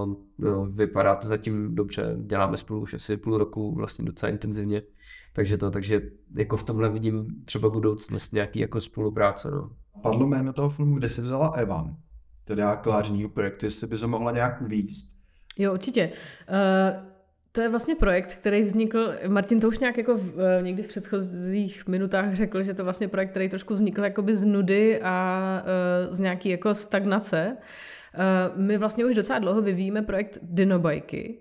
no, vypadá to zatím dobře, děláme spolu už asi půl roku vlastně docela intenzivně, takže to, takže jako v tomhle vidím třeba budoucnost nějaký jako spolupráce, no. Padlo jméno toho filmu, kde se vzala Evan, teda klářního projektu, jestli by se mohla nějak uvíct. Jo, určitě. Uh, to je vlastně projekt, který vznikl, Martin to už nějak jako v, někdy v předchozích minutách řekl, že to je vlastně projekt, který trošku vznikl jakoby z nudy a uh, z nějaký jako stagnace. Uh, my vlastně už docela dlouho vyvíjíme projekt Dinobajky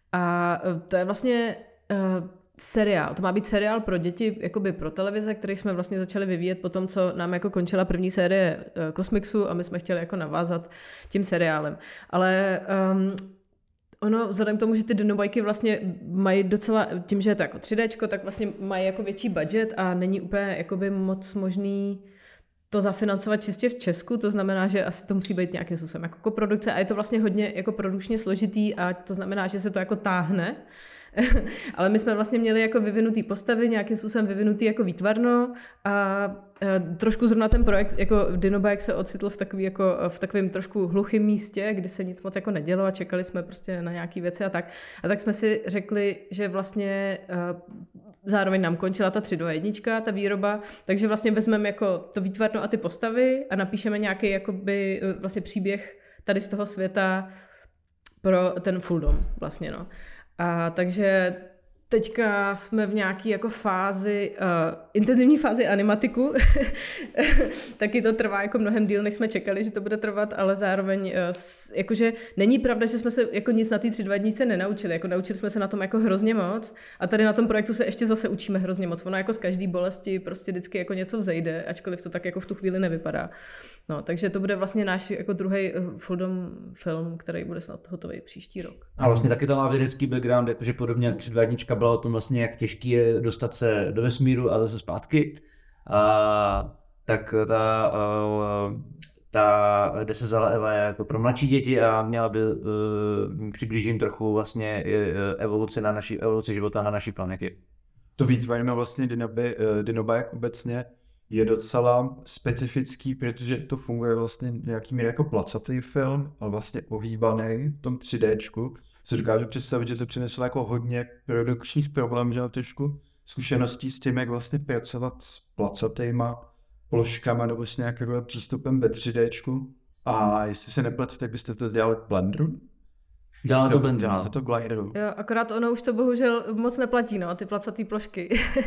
a uh, to je vlastně uh, seriál. To má být seriál pro děti, jakoby pro televize, který jsme vlastně začali vyvíjet po tom, co nám jako končila první série Kosmixu a my jsme chtěli jako navázat tím seriálem. Ale um, ono, vzhledem k tomu, že ty dinobajky vlastně mají docela, tím, že je to jako tři dé, tak vlastně mají jako větší budget a není úplně jakoby moc možný to zafinancovat čistě v Česku, to znamená, že asi to musí být nějakým způsobem jako produkce a je to vlastně hodně jako produkčně složitý a to znamená, že se to jako táhne. Ale my jsme vlastně měli jako vyvinutý postavy, nějakým způsobem vyvinutý jako výtvarno a e, trošku zrovna ten projekt jako Dinobike se ocitl v takový jako v takovém trošku hluchém místě, kdy se nic moc jako nedělo a čekali jsme prostě na nějaký věci a tak. A tak jsme si řekli, že vlastně e, zároveň nám končila ta tři dva jedna, ta výroba, takže vlastně vezmeme jako to výtvarno a ty postavy a napíšeme nějaký jakoby vlastně příběh tady z toho světa pro ten full dom vlastně, no. A takže teďka jsme v nějaké jako fázi, uh, intenzivní fázi animatiku, taky to trvá jako mnohem díl, než jsme čekali, že to bude trvat, ale zároveň uh, jakože není pravda, že jsme se jako nic na té tři dva jedna nenaučili, jako naučili jsme se na tom jako hrozně moc a tady na tom projektu se ještě zase učíme hrozně moc, ono jako z každý bolesti prostě vždycky jako něco vzejde, ačkoliv to tak jako v tu chvíli nevypadá. No, takže to bude vlastně náš jako druhý full-dom film, který bude snad hotový příští rok. A vlastně taky to má vědecký background, jakože podobně jak tři dva jedna byla o tom vlastně, jak těžký je dostat se do vesmíru a zase zpátky. A tak ta, a, ta kde se vzala Eva je jako pro mladší děti a měla by uh, přiblížit trochu vlastně evoluci na naší evoluci života na naší planetě. To výtvarno vlastně Dinobajek obecně je docela specifický, protože to funguje vlastně nějakým jako placatý film, ale vlastně ohýbaný v tom tři déčku. Si dokážu představit, že to přineslo jako hodně produkčních problémů, že trošku zkušeností s tím, jak vlastně pracovat s placatýma ploškama nebo s nějakým přístupem ve tři déčku. A jestli se nepletu, tak byste to dělali v Blenderu? Děláme to Blenderu. Děláte to glideru. Jo, akorát ono už to bohužel moc neplatí, no, ty placatý plošky.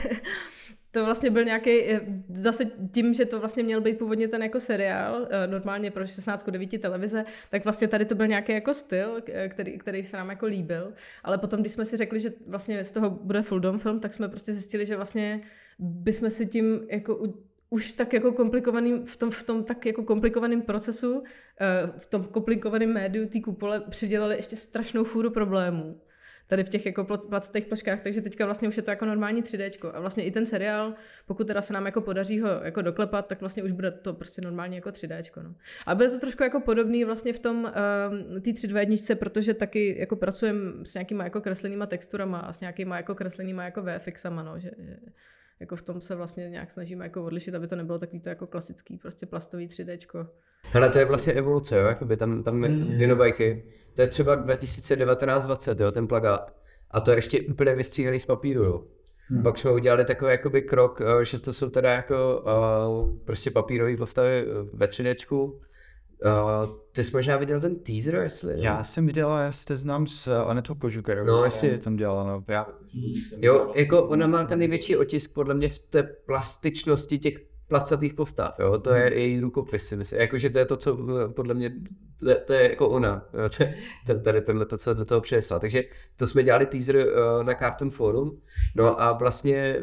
To vlastně byl nějaký, zase tím, že to vlastně měl být původně ten jako seriál, normálně pro šestnáct devět televize, tak vlastně tady to byl nějaký jako styl, který, který se nám jako líbil, ale potom, když jsme si řekli, že vlastně z toho bude full dom film, tak jsme prostě zjistili, že vlastně bychom si tím jako už tak jako komplikovaným, v tom, v tom tak jako komplikovaném procesu, v tom komplikovaném médiu té kupole přidělali ještě strašnou fůru problémů. Tady v těch jako placatých ploškách, takže teďka vlastně už je to jako normální tři déčko. A vlastně i ten seriál, pokud teda se nám jako podaří ho jako doklepat, tak vlastně už bude to prostě normálně jako tři déčko. No. A bude to trošku jako podobný vlastně v tom uh, té tři dva jedna, protože taky jako pracujeme s nějakýma jako kreslenýma texturama a s nějakýma jako kreslenýma jako VFXama, no, že, že jako v tom se vlastně nějak snažíme jako odlišit, aby to nebylo takový to jako klasický prostě plastový tři déčko. Hele, to je vlastně evoluce, jo, jakoby tam, tam mm. dinobajky, to je třeba dva tisíce devatenáct dvacet, jo, ten plakát. A to je ještě úplně vystříhaný z papíru, jo. Hmm. Pak jsme udělali takový jakoby krok, že to jsou teda jako uh, prostě papírový postavy ve tři déčku. Uh, ty jsi možná viděl ten teaser, jestli? Já jsem viděl, já si to znám s Anetou Kožukerovou. No, jestli tam dělala, no. Já... Jo, jako ona má ten největší otisk podle mě v té plastičnosti těch placatých postav, jo, to je její rukopis, si myslím, jakože to je to, co podle mě, to je, to je jako ona, to, tady tohle, to, co do toho přinesla, takže to jsme dělali teaser uh, na Cartoon Forum, no a vlastně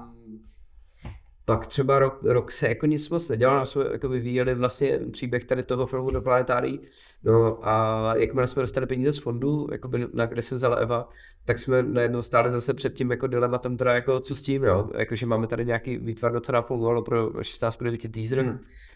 pak třeba rok, rok se jako nic moc nedělalo, jsme jako vyvíjeli vlastně příběh tady toho filmu do Planetárií, no a jakmile jsme dostali peníze z fondu, jakoby, na kde se vzala Eva, tak jsme najednou stáli zase před tím jako dilematem teda jako co s tím, jo, jakože máme tady nějaký výtvar, docela fungovalo pro šestnáct devět teaser, hmm. uh,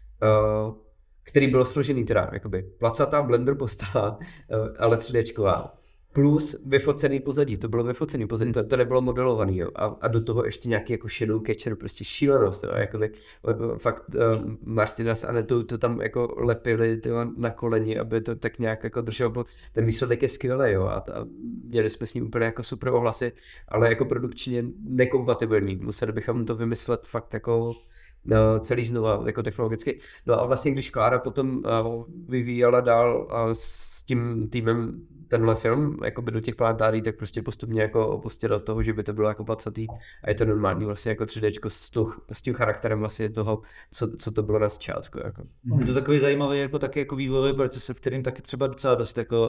který byl složený teda, jakoby placatá blender postava, uh, ale tři déčková. Plus vyfocený pozadí, to bylo vyfocený pozadí, to, to nebylo modelovaný, jo. A, a do toho ještě nějaký jako shadow catcher, prostě šílenost, jo. Jakoby, fakt uh, Martina s Anetou to tam jako lepili tyjo, na koleni, aby to tak nějak jako drželo, ten výsledek je skvělý, jo. A, a měli jsme s ním úplně jako super ohlasy, ale jako produkčně nekompatibilní, museli bychom to vymyslet fakt jako no, celý znova, jako technologicky. No a vlastně když Klára potom uh, vyvíjela dál uh, s tím týmem tenhle film, jakoby do těch planetárií, tak prostě postupně jako opustila toho, že by to bylo jako placatý a je to normální vlastně jako tři déčko s, tu, s tím charakterem vlastně toho, co, co to bylo na začátku. Jako. Je to takový zajímavý jako taky jako vývojový proces, se kterým taky třeba docela dost jako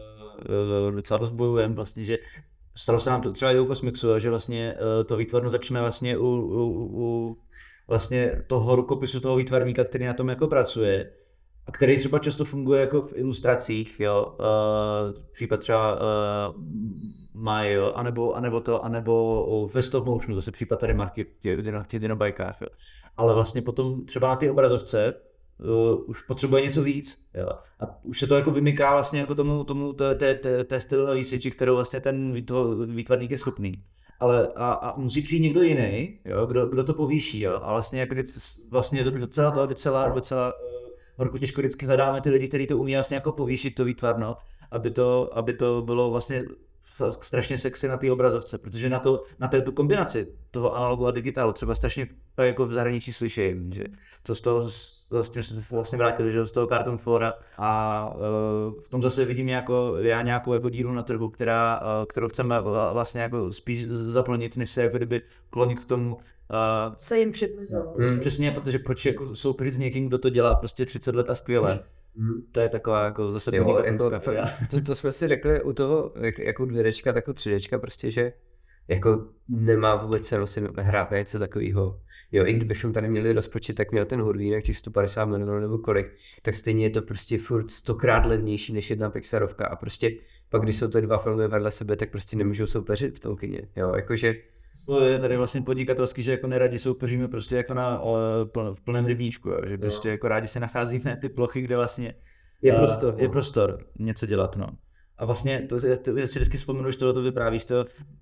uh, docela dost bojujeme vlastně, že stalo se nám to třeba i u Cosmixu, že vlastně uh, to výtvarno začne vlastně u, u, u vlastně toho rukopisu toho výtvarníka, který na tom jako pracuje. A který třeba často funguje jako v ilustracích, jo, uh, případ třeba uh, Maji, jo, anebo, anebo to, anebo ve stop motionu, zase případ tady Marky v těch, těch dinobajkách, jo. Ale vlastně potom třeba na té obrazovce uh, už potřebuje něco víc, jo. A už se to jako vymyká vlastně jako tomu, tomu té, té, té, té stylové výseči, kterou vlastně ten toho výtvarník je schopný. Ale a, a musí přijít někdo jiný, jo, kdo, kdo to povýší, jo. A vlastně jako vlastně docela, docela, docela horko těžko vždycky hledáme ty lidi, kteří to umí vlastně jako povýšit to výtvarno, aby to, aby to bylo vlastně strašně sexy na té obrazovce, protože na, to, na té tu kombinaci toho analogu a digitálu třeba strašně jako v zahraničí slyším, že to z toho vlastně se vlastně vrátili, že z toho Cartoon Fora a uh, v tom zase vidím jako, já nějakou jako díru na trhu, která, uh, kterou chceme vlastně jako spíš zaplnit, než se jako kdyby klonit k tomu, Uh, se jim přibližovat. Mm. Přesně, protože proč jako soupeřit s někým, kdo to dělá prostě třicet let a skvěle. Mm. To je taková jako zase jo, jako, to, to jsme si řekli u toho, jak, jako dvě déčka, tak tři déčka prostě, že jako nemá vůbec cenu si hrát na něco takového. Jo, i kdybychom tady měli rozpočet, tak měl ten Hurvínek těch sto padesát milionů nebo kolik, tak stejně je to prostě furt stokrát levnější než jedna Pixarovka a prostě pak, když jsou to dva filmy vedle sebe, tak prostě nemůžou soupeřit v tom kině, jo, jakože to je tady vlastně podnikatelský, že jako neradi soupeříme prostě jako na, v plném rybníčku, jo, že prostě jako rádi se nacházíme ty plochy, kde vlastně je prostor, je prostor něco dělat, no. A vlastně, to, to, to si vždycky vzpomenu, že tohle to vyprávíš, to,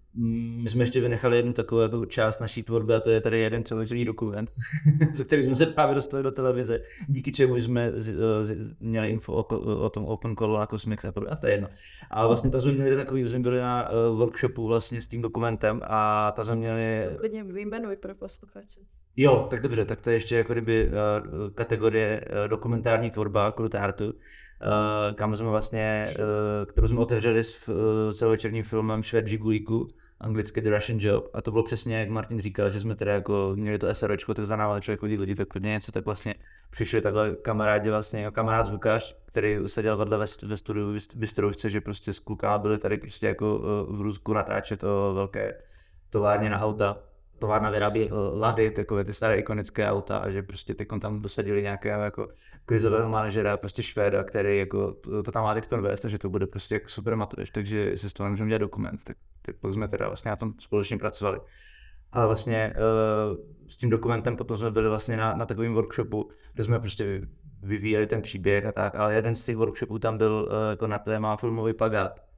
my jsme ještě vynechali jednu takovou jako část naší tvorby a to je tady jeden celovečerní dokument, se kterým jsme se právě dostali do televize, díky čemu jsme z, z, měli info o, o tom open callu na Cosmix a podobně, a to je jedno. A vlastně tam jsme měli takový, jsme byli na uh, workshopu vlastně s tím dokumentem a tam jsme měli... To klidně vyjmenuj pro posluchače. Jo, tak dobře, tak to je ještě jako kdyby uh, kategorie uh, dokumentární tvorba, Krutartu. Uh, kam jsme vlastně, uh, kterou jsme otevřeli s uh, celovečerním filmem Švéd Žigulíku, anglicky The Russian Job, a to bylo přesně, jak Martin říkal, že jsme teda jako měli to SROčko, tak za náma člověk chodí lidi, tak něco, tak vlastně přišli takhle kamarádi, vlastně jako kamarád zvukař, který seděl vedle ve, ve studiu Bystroušce, že prostě s klukama byli tady prostě jako uh, v Rusku natáčet to velké továrně na auta. Továrna vyrábí Lady, takové ty staré ikonické auta a že prostě teď tam dosadili nějakého jako krizového manažera, prostě Švéda, který jako to, to tam má teď vést, takže to bude prostě jako super matuješ, takže si z toho nemůžeme dělat dokument, tak, tak pak jsme teda vlastně na tom společně pracovali. Ale vlastně uh, s tím dokumentem potom jsme byli vlastně na, na takovém workshopu, kde jsme prostě vyvíjeli ten příběh a tak, ale jeden z těch workshopů tam byl uh, jako na téma filmový plakát.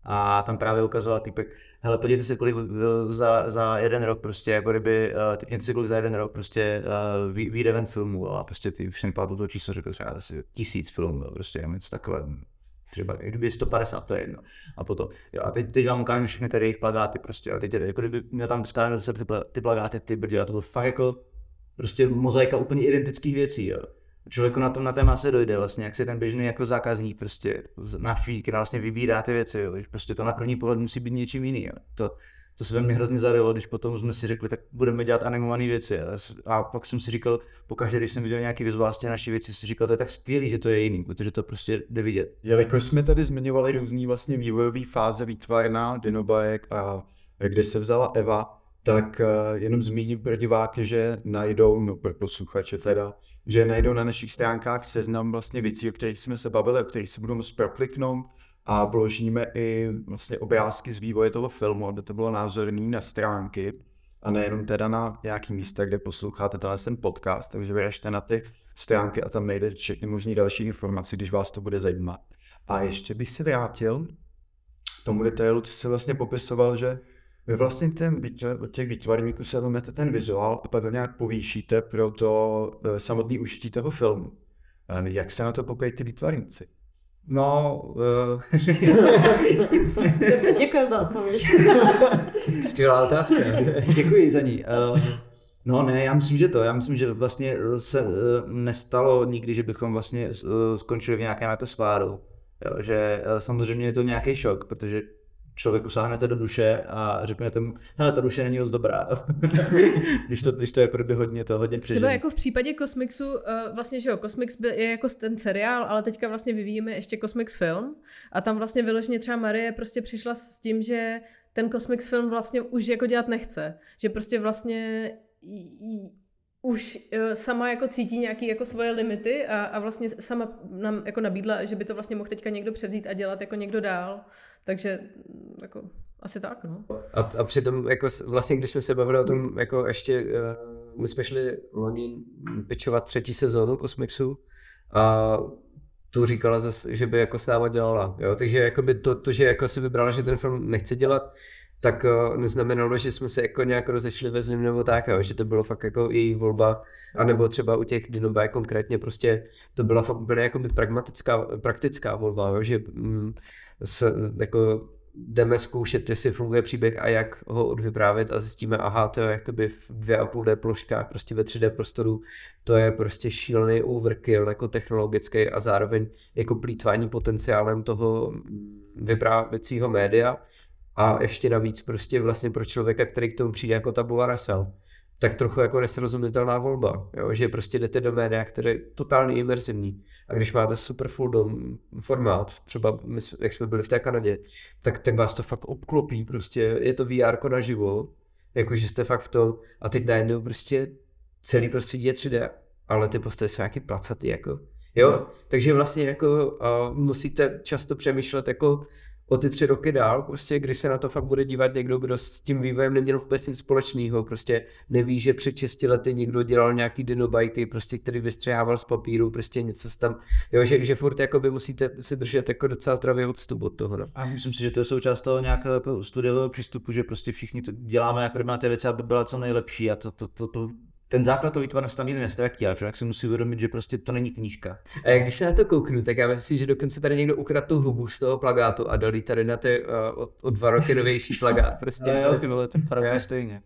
a tam právě ukazoval typek, hele, podívejte se, kolik za, za jeden rok prostě, jako kdyby, uh, typněte si, kolik za jeden rok prostě uh, vyjde ven filmů a prostě ty už nepamatuju to číslo, řekl třeba asi tisíc filmů, prostě něco takové. Třeba kdyby sto padesát, to je jedno. A potom, jo, a teď, teď vám ukážu všechny tady jejich plagáty prostě, a teď jako kdyby měl tam skládat ty, ty plagáty, ty brdě, a to bylo fakt jako prostě mozaika úplně identických věcí, jo. Člověku na tom na téma se dojde vlastně, jak se ten běžný jako zákazník prostě navštíví, který vlastně vybírá ty věci, jo. Prostě to na první pohled musí být něčím jiný, jo. To, to se ve mně hrozně zadalo, když potom jsme si řekli, tak budeme dělat animované věci. A pak jsem si říkal, pokaždé, když jsem viděl nějaký vizuál z těch naší věci, si říkal, to je tak skvělý, že to je jiný, protože to prostě jde vidět. Jelikož jsme tady zmiňovali různý vlastně vývojové fáze, výtvarná, Dinobajek a kde se vzala Eva, tak uh, jenom zmíním pro diváky, že najdou, no pro posluchače teda, že najdou na našich stránkách seznam vlastně věcí, o kterých jsme se bavili, o kterých se budou moct prokliknout, a vložíme i vlastně obrázky z vývoje toho filmu, aby to bylo názorný na stránky a nejenom teda na nějaký místa, kde posloucháte tenhle ten podcast, takže vyražte na ty stránky a tam najdete všechny možný další informace, když vás to bude zajímat. A ještě bych se vrátil k tomu detailu, co se vlastně popisoval, že vy vlastně ten, od těch výtvarníků se vezmete ten vizuál a pak ho nějak povýšíte pro to samotné užití toho filmu. Jak se na to pokají ty výtvarníci? No, uh... Děkuji za odpověď. Skvělá otázka. Děkuji za ní. Uh, no ne, já myslím, že to. Já myslím, že vlastně se uh, nestalo nikdy, že bychom vlastně uh, skončili v nějakém jako sváru. Jo, že uh, samozřejmě je to nějaký šok, protože člověk usáhnete do duše a řeknete mu, hele, ta duše není moc dobrá. když to, když to je by hodně to hodně přežení. Třeba jako v případě Cosmixu, uh, vlastně, že jo, Cosmix je jako ten seriál, ale teďka vlastně vyvíjíme ještě Cosmix film a tam vlastně vyloženě třeba Marie prostě přišla s tím, že ten Cosmix film vlastně už jako dělat nechce. Že prostě vlastně j- už uh, sama jako cítí nějaký jako svoje limity a, a vlastně sama nám jako nabídla, že by to vlastně mohl teďka někdo převzít a dělat jako někdo dál. Takže jako asi tak, no. A, a přitom jako vlastně, když jsme se bavili o tom, jako ještě, uh, my jsme šli loni pitchovat třetí sezónu Cosmixu a tu říkala zase, že by jako s náma dělala, jo, takže jakoby to, to, že jako si vybrala, že ten film nechce dělat, tak uh, neznamenalo, že jsme se jako nějak rozešli ve zlým nebo tak, jo, že to bylo fakt jako její volba, anebo třeba u těch Dinobajek konkrétně prostě to byla fakt úplně jako pragmatická, praktická volba, jo, že mm, s, jako jdeme zkoušet, jestli funguje příběh a jak ho odvyprávět a zjistíme, aha, to je jakoby v dvě a půl D ploškách, prostě ve tři D prostoru, to je prostě šílený overkill jako technologický a zároveň jako plýtvání potenciálem toho vyprávěcího média. A ještě navíc prostě vlastně pro člověka, který k tomu přijde jako tabula rasa, tak trochu jako nesrozumitelná volba, jo? Že prostě jdete do média, které je totálně imerzivní. A když máte super full dom formát, třeba my, jak jsme byli v té Kanadě, tak, tak vás to fakt obklopí, prostě je to V R naživo, jakože jste fakt v tom a teď najednou prostě celý prostředí je tři D, ale ty postavy jsou nějaký placatý, jako, jo? Takže vlastně jako uh, musíte často přemýšlet jako o ty tři roky dál, prostě když se na to fakt bude dívat někdo, kdo s tím vývojem neměl vůbec nic společného, prostě neví, že před šesti lety někdo dělal nějaký dinobajky, prostě který vystřihával z papíru, prostě něco tam, jo, že, že furt jakoby musíte si držet jako docela zdravý odstup od toho, no. A myslím si, že to je součást toho nějakého jako studiového přístupu, že prostě všichni to děláme jako na ty věci, aby byla co nejlepší a to, to, to, to ten základ toho výtvarnosti tam nikdy nestratí, ale člověk si musí uvědomit, že prostě to není knížka. A když se na to kouknu, tak já myslím, že dokonce tady někdo ukradl tu hubu z toho plagátu a dal jí tady na ty uh, o, o dva roky novější plagát. Prostě. No, jo, ty vole, ten právě stejně.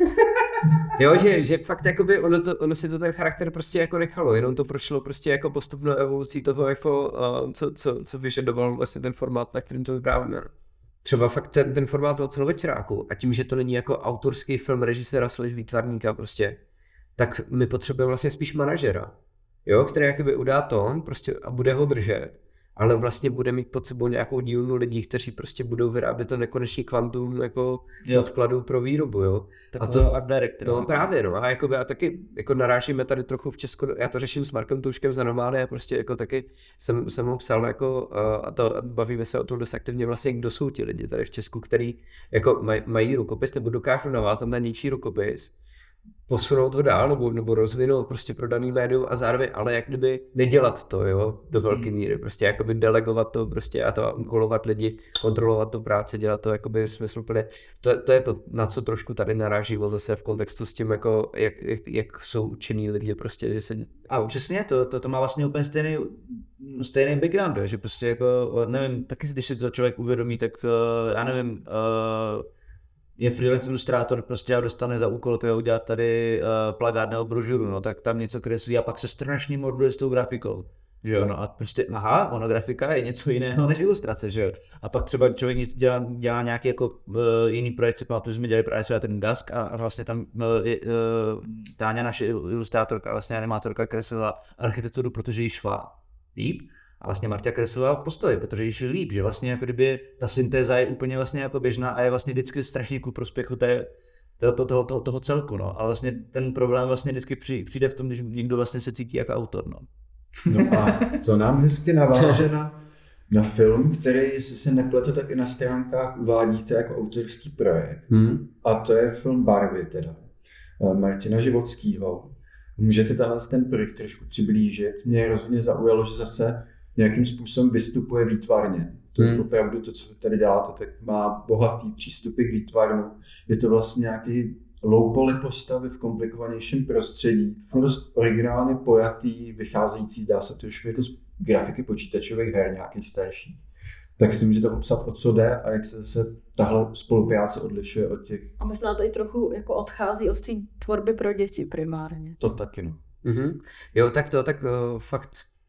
Jo, že, že fakt jakoby ono, to, ono si to ten charakter prostě jako nechalo, jenom to prošlo prostě jako postupnou evolucí toho, jako, uh, co, co, co vyžadoval vlastně ten formát, na kterým to vyprávíme. Třeba fakt ten, ten formát toho celovečeráku a tím, že to není jako autorský film režiséra slash výtvarníka prostě, tak my potřebujeme vlastně spíš manažera, jo, který jakoby udá tón prostě a bude ho držet, ale vlastně bude mít pod sebou nějakou dílnu lidí, kteří prostě budou vyrábět to nekonečný kvantum jako podkladů pro výrobu, jo. A to art director. No právě, no, a jakoby a taky jako narážíme tady trochu v Česku, já to řeším s Markem Touškem za Nomády, prostě jako taky jsem, jsem ho psal jako a to a bavíme se o tom dost aktivně vlastně, kdo jsou ti lidi tady v Česku, který jako maj, mají rukopis nebo dokážou navázat na něčí rukopis, posunout to dál, nebo, nebo rozvinout prostě pro daný médium a zároveň, ale jak kdyby nedělat to, jo, do velké míry, prostě jakoby delegovat to prostě a to úkolovat lidi, kontrolovat tu práci, dělat to jakoby smysluplně. To, to je to, na co trošku tady narážilo zase v kontextu s tím, jako, jak, jak, jak jsou učení lidi prostě, že se... A přesně, to, to, to má vlastně úplně stejný, stejný background, že prostě jako, nevím, taky když si to člověk uvědomí, tak já nevím, uh, je freelance ilustrátor prostě a dostane za úkol to udělat tady uh, plagát nebo brožuru, no tak tam něco kreslí a pak se strašně morduje s tou grafikou. Že jo, no a prostě, aha, ono grafika je něco jiného než ilustrace, že jo. A pak třeba člověk dělá, dělá nějaký jako uh, jiný projekt, si pamatuju, že jsme dělali právě třeba ten Dusk a, a vlastně tam uh, uh, Táňa, naše ilustrátorka, vlastně animátorka, kreslila architekturu, protože jí šla líp. A vlastně Marta kreslila postavy, protože jí šli líp, že vlastně jako kdyby ta syntéza je úplně vlastně jako běžná a je vlastně vždycky strašně ku prospěchu té, toho, toho, toho, toho celku, no. A vlastně ten problém vlastně vždycky přijde v tom, když někdo vlastně se cítí jako autor, no. No a to nám hezky naváže na, na film, který, jestli se nepletu, tak i na stránkách uvádíte jako autorský projekt. Hmm. A to je film Barvy teda, Martina Životskýho. Můžete tenhle ten projekt trošku přiblížit? Mě rozhodně zaujalo, že zase nějakým způsobem vystupuje výtvarně. To je hmm. opravdu to, co tady děláte, tak má bohatý přístupy k výtvarnu. Je to vlastně nějaký low-poly postavy v komplikovanějším prostředí. Dost originálně pojatý, vycházející, zdá se trošku jako z grafiky počítačových her nějakých starších. Tak si můžete popsat, o co jde a jak se zase tahle spolupráce odlišuje od těch... A možná to i trochu jako odchází od té tvorby pro děti primárně. To taky, no. Mm-hmm. Jo, tak to, tak uh, fakt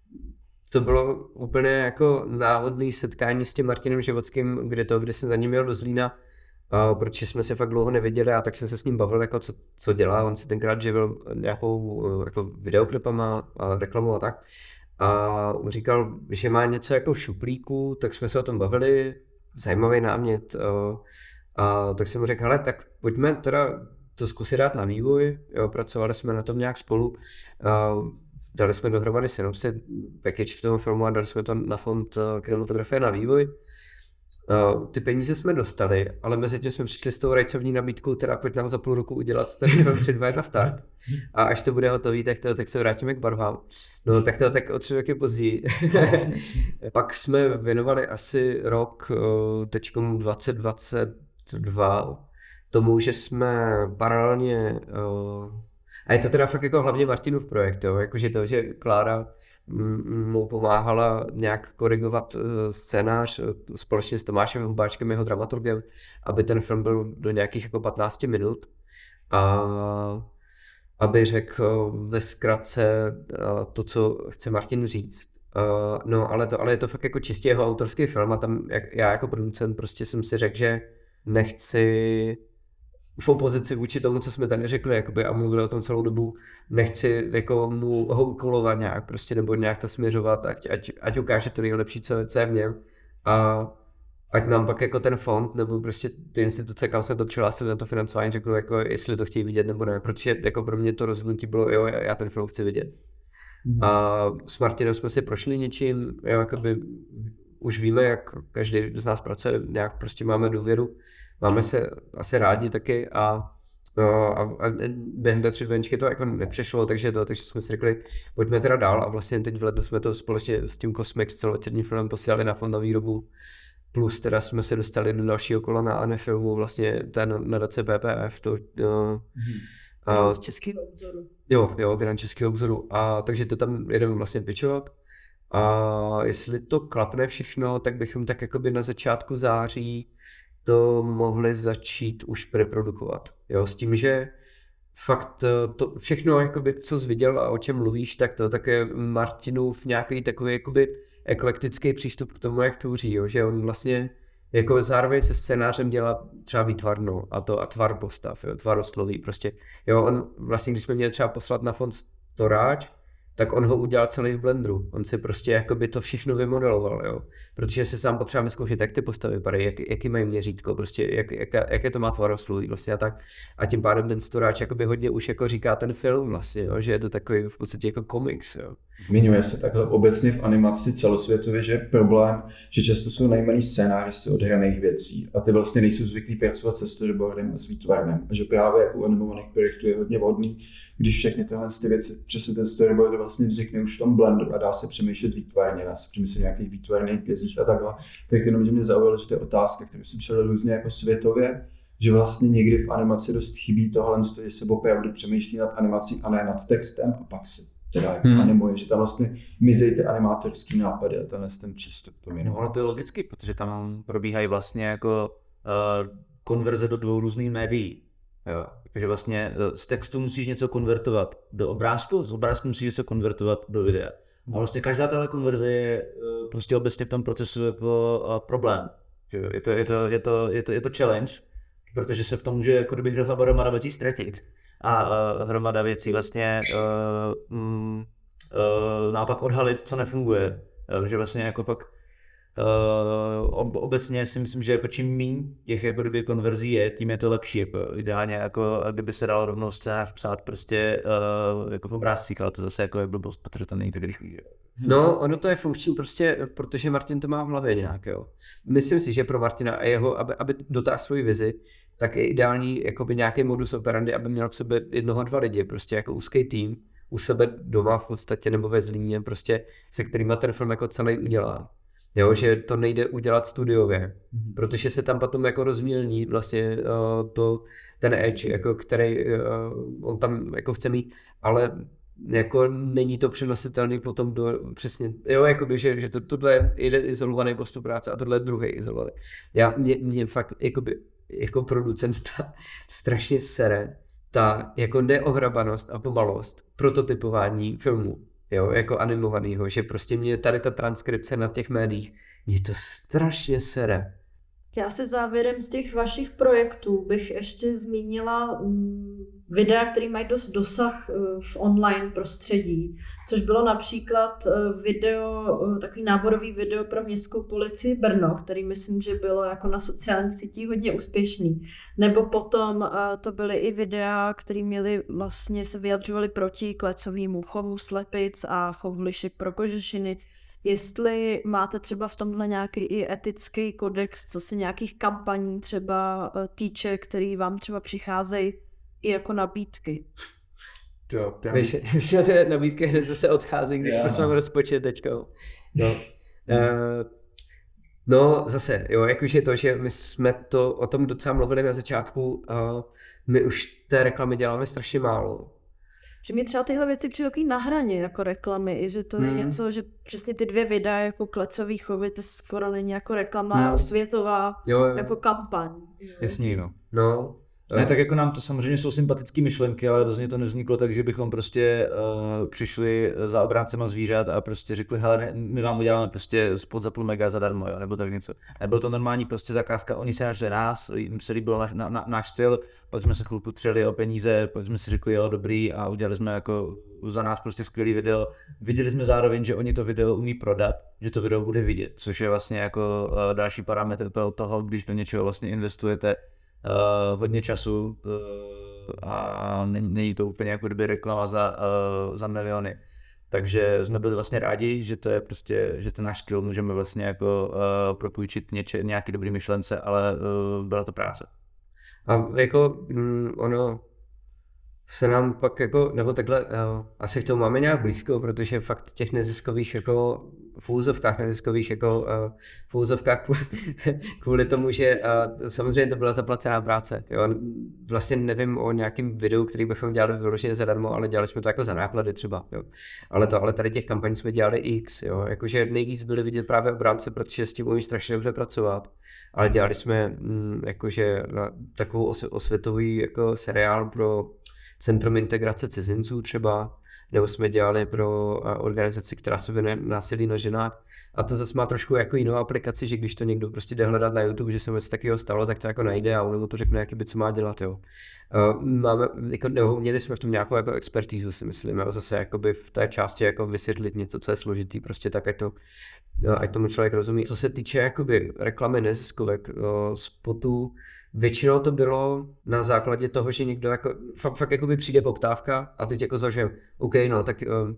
to bylo úplně jako náhodné setkání s tím Martinem Životským, kde to, kde jsem za ním jel do Zlína, uh, protože jsme se fakt dlouho neviděli a tak jsem se s ním bavil, jako co, co dělá. On si tenkrát živil nějakou uh, jako videoklipama a reklamou a tak. A říkal, že má něco jako v šuplíku, tak jsme se o tom bavili, zajímavý námět. Uh, a tak jsem mu řekl, hele, tak pojďme teda to zkusit dát na vývoj, jo, pracovali jsme na tom nějak spolu. Uh, Dali jsme dohromady synopsi, package k tomu filmu a dali jsme to na fond uh, kinematografie na vývoj. Uh, ty peníze jsme dostali, ale mezi tím jsme přišli s tou rajcovní nabídkou, teda pojď nám za půl roku udělat ten film tři dva jedna start. A až to bude hotový, tak, to, tak se vrátíme k barvám. No tak to tak o tři roky později. Pak jsme věnovali asi rok, uh, teďkom dvacet dvacet dva, tomu, že jsme paralelně uh, a je to teda fakt jako hlavně Martinův projekt, jo? Jakože to, že Klára mu pomáhala nějak korigovat scénář společně s Tomášem Hubáčkem, jeho dramaturgem, aby ten film byl do nějakých jako patnáct minut a aby řekl ve zkratce to, co chce Martin říct. No ale, to, ale je to fakt jako čistě jeho autorský film a tam jak, já jako producent prostě jsem si řekl, že nechci v opozici vůči tomu, co jsme tady řekli, jakoby, a mluvili o tom celou dobu, nechci jako mu ho úkolovat nějak, prostě, nebo nějak to směřovat, ať, ať, ať ukáže to nejlepší, co, co je v něm. A ať nám pak jako ten fond, nebo prostě ty instituce, kam jsme to přihlásili na to financování, řeknou, jako, jestli to chtějí vidět nebo ne, protože jako pro mě to rozhodnutí bylo, jo, já ten film chci vidět. Mm. A s Martinem jsme si prošli něčím, jo, jakoby, už víme, jak každý z nás pracuje, nějak prostě máme důvěru. Máme se asi rádi taky a, no, a, a během té tři dvenčky to jako nepřešlo, takže, to, takže jsme si řekli, pojďme teda dál a vlastně teď v lednu jsme to společně s tím Cosmex celovečerním filmem posílali na fond na výrobu, plus teda jsme se dostali do dalšího kola na A N E filmu, vlastně ten nadace P P F, to uh, a, z českého obzoru. Jo, jo, grant českého obzoru, a takže to tam jedeme vlastně pitchovat. A jestli to klapne všechno, tak bychom tak jakoby na začátku září to mohli začít už preprodukovat. Jo, s tím, že fakt to všechno, jakoby, co jsi viděl a o čem mluvíš, tak to také Martinův nějaký takový jakoby eklektický přístup k tomu, jak tvoří, jo, že on vlastně jako zároveň se scénářem dělá třeba výtvarnou a to a tvar postav, jo, tvarosloví prostě. Jo, on vlastně, když jsme měli třeba poslat na fond Storáč, tak on ho udělal celý v Blenderu. On si prostě jakoby to všechno vymodeloval, jo. Protože si sám potřeba vyzkoušet, jak ty postavy vypadají, jak, jaký mají měřítko, prostě jak, jak, jaké to má tvarosloví vlastně a tak. A tím pádem ten Storáč jakoby hodně už jako říká ten film vlastně, jo, že je to takový v podstatě jako komiks, jo. Zmiňuje se takhle obecně v animaci celosvětově, že je problém, že často jsou najmaný scénáristy od hraných věcí a ty vlastně nejsou zvyklí pracovat se storyboardem a s výtvarem. A že právě u animovaných projektů je hodně vhodný, když všechny tyhle ty věci, přesně ten storyboard vlastně vznikne už v tom blendu a dá se přemýšlet výtvarně, dá se přemýšlet v nějakých výtvarných věcích a takhle. Tak jenom, že mě zaujalo, že to je otázka, kterou jsem šel různě jako světově, že vlastně někdy v animaci dost chybí tohle, že se opravdu přemýšlí nad animací a ne nad textem a pak se teda jako hmm. animuje, že tam vlastně mizí ty animátorský nápady a tenhle ten přístup to no, ono to je logicky, protože tam probíhají vlastně jako uh, konverze do dvou různých médií. Jo. Takže vlastně z textu musíš něco konvertovat do obrázku, z obrázku musíš něco konvertovat do videa. A vlastně každá tahle konverze je uh, prostě obecně v tom procesu jako uh, problém. Je to, je, to, je, to, je, to, je to challenge, protože se v tom může jako kdybych řekl hromada věcí ztratit. A uh, hromada věcí vlastně uh, um, uh, naopak odhalit, co nefunguje. Uh, že vlastně jako fakt uh, obecně si myslím, že jako čím méně těch jako kdyby konverzí je, tím je to lepší. Jako ideálně jako kdyby se dalo rovnou scénář psát prostě uh, jako v obrázcích, ale to zase jako je blbost, protože to není tak rychlý. No, ono to je funkční prostě, protože Martin to má v hlavě nějak, jo. Myslím si, že pro Martina a jeho, aby, aby dotáhl svoji vizi, tak je ideální jakoby nějaký modus operandi, aby měl k sobě jednoho, dva lidi, prostě jako úzký tým, u sebe doma v podstatě nebo ve Zlíně, prostě se kterýma ten film jako celý udělá. Jo, že to nejde udělat studiově, mm-hmm. protože se tam potom jako rozmělní vlastně uh, to, ten edge, jako který uh, on tam jako chce mít, ale jako není to přenositelný potom do přesně, jo, jakoby, že, že to, tohle je jeden izolovaný postup práce a tohle je druhý izolovaný. Já, mě, mě fakt jakoby, jako producenta strašně sere ta jako neohrabanost a pomalost prototypování filmu, jo, jako animovanýho, že prostě mě tady ta transkripce na těch médiích, mě to strašně sere. Já se závěrem z těch vašich projektů bych ještě zmínila videa, které mají dost dosah v online prostředí, což bylo například video, takový náborový video pro městskou policii Brno, který myslím, že bylo jako na sociálních sítích hodně úspěšný. Nebo potom to byly i videa, které měly vlastně se vyjadřovaly proti klecovému chovu slepic a chovu lišek pro kožešiny. Jestli máte třeba v tomhle nějaký i etický kodex, co se nějakých kampaní třeba týče, který vám třeba přicházejí i jako nabídky. Jo, víš, že ty nabídky hned zase odcházejí, když poslám rozpočet teďka. No. Uh, no zase, jo, jakože to, že my jsme to o tom docela mluvili na začátku, uh, my už té reklamy děláme strašně málo. Že mě třeba tyhle věci přijde takový na hraně jako reklamy, i že to hmm. je něco, že přesně ty dvě videa jako klecový chovy, to skoro není jako reklama no. světová, jo, jo. jako kampaň. Jasně, no. No. Ne, tak jako nám to samozřejmě jsou sympatické myšlenky, ale rozhodně to nevzniklo tak, že bychom prostě uh, přišli za obráncema zvířat a prostě řekli, hele, ne, my vám uděláme prostě spot za půl mega zadarmo, jo, nebo tak něco. Nebylo to normální prostě zakázka, oni se našli nás, jim se líbil na, na, na, náš styl, pak jsme se chvilku třeli o peníze, pak jsme si řekli, jo, dobrý, a udělali jsme jako za nás prostě skvělý video. Viděli jsme zároveň, že oni to video umí prodat, že to video bude vidět, což je vlastně jako uh, další parametr toho, toho, když do něčeho vlastně investujete Uh, hodně času uh, a není, není to úplně jako kdyby reklama za, uh, za miliony. Takže jsme byli vlastně rádi, že to je prostě, že ten náš skill můžeme vlastně jako uh, propůjčit něče, nějaký dobrý myšlence, ale uh, byla to práce. A jako mm, ono se nám pak jako, nebo takhle, uh, asi k tomu máme nějak blízko, protože fakt těch neziskových jako v úzovkách neziskových, jako uh, v úzovkách kvůli tomu, že uh, samozřejmě to byla zaplacená práce. Jo? Vlastně nevím o nějakém videu, který bychom dělali vyloženě zadarmo, ale dělali jsme to jako za náklady třeba. Jo? Ale to, ale tady těch kampaní jsme dělali x, jo? Jakože nejvíc byli vidět právě obránce, protože s tím umí strašně dobře pracovat. Ale dělali jsme mm, jakože takovou os- osvětový jako seriál pro Centrum integrace cizinců třeba, nebo jsme dělali pro organizaci, která se věnuje násilí na ženách. A to zase má trošku jako jinou aplikaci, že když to někdo prostě jde hledat na YouTube, že se něco takového stalo, tak to jako najde a on mu to řekne, jaký by co má dělat. Jo. Máme, jako, nebo měli jsme v tom nějakou jako expertízu, si myslím, jo. Zase jakoby v té části jako vysvětlit něco, co je složitý, prostě tak, ať, to, ať tomu člověk rozumí. Co se týče jakoby reklamy neziskovek, spotů, většinou to bylo na základě toho, že někdo jako, fakt, fakt jakoby přijde poptávka a teď jako zvažujeme, OK, no tak uh,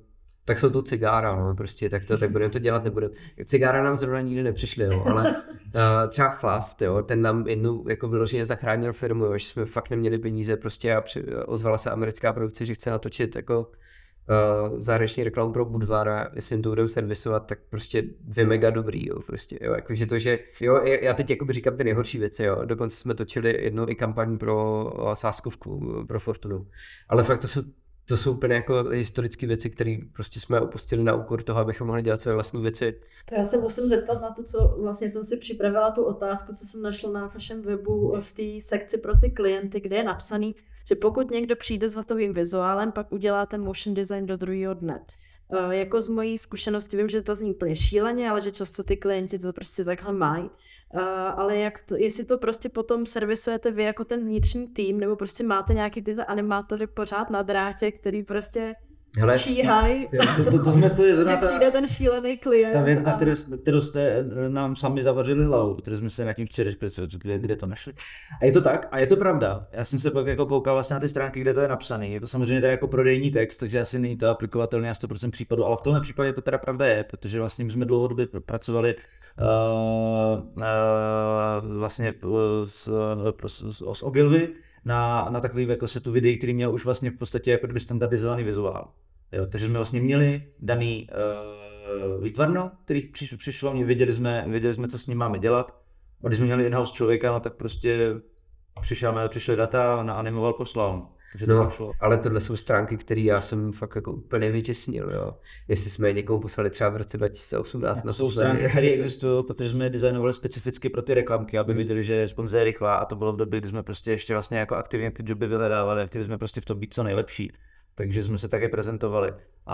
Tak jsou to cigára, no, prostě, tak to, tak budeme to dělat, nebudeme. Cigára nám zrovna nikdy nepřišly, jo, ale uh, třeba Chlast, jo, ten nám jednou jako vyloženě zachránil firmu, jo, že jsme fakt neměli peníze prostě a při, ozvala se americká produkce, že chce natočit jako uh, zahraniční reklamu pro Budvar a jestli jim to budou servisovat, tak prostě dvě mega dobrý, jo, prostě, jo, jakože to, že, jo, já teď jakoby říkám ty nejhorší věci, jo, dokonce jsme točili jednou i kampaň pro uh, sázkovku, pro Fortunu, ale fakt to jsou To jsou úplně jako historické věci, které prostě jsme opustili na úkor toho, abychom mohli dělat své vlastní věci. To já se musím zeptat na to, co vlastně jsem si připravila tu otázku, co jsem našla na vašem webu v té sekci pro ty klienty, kde je napsaný, že pokud někdo přijde s hotovým vizuálem, pak udělá ten motion design do druhého dne. Uh, jako z mojí zkušenosti vím, že to zní úplně šíleně, ale že často ty klienti to prostě takhle mají. Uh, ale jak to, jestli to prostě potom servisujete vy jako ten vnitřní tým, nebo prostě máte nějaký tyhle animátory pořád na drátě, který prostě číhají. To, to, to jsme to je že přijde ten šílený klient. Ta věc, a... na kterou, kterou jste nám sami zavařili hlavu, protože jsme se na tím včera kde, kde to našli. A je to tak, a je to pravda. Já jsem se pak jako koukal vlastně na ty stránky, kde to je napsané. Je to samozřejmě tady jako prodejní text, takže asi není to aplikovatelné na sto procent případů, ale v tomhle případě to teda pravda je, protože vlastně my jsme dlouhodobě pracovali uh, uh, vlastně s, s, s Ogilvy na, na takový jako setu videí, který měl už vlastně v podstatě jako kdyby standardizovaný vizuál. Jo, takže jsme vlastně měli daný uh, výtvarno, který přiš, přišlo, mě věděli jsme, věděli jsme, co s ním máme dělat. A když jsme měli in-house člověka, no tak prostě přišel, přišly data, naanimoval, poslal. Takže no, ale tohle jsou stránky, které já jsem fakt jako úplně vytěsnil, jo. Jestli jsme je někomu poslali třeba v roce dva tisíce osmnáct na jsou stránky, které existují, protože jsme je designovali specificky pro ty reklamky, aby viděli, že sponzor je rychlá, a to bylo v době, kdy jsme prostě ještě vlastně jako aktivně ty joby vyhledávali a chtěli jsme prostě v tom být co nejlepší. Takže jsme se také prezentovali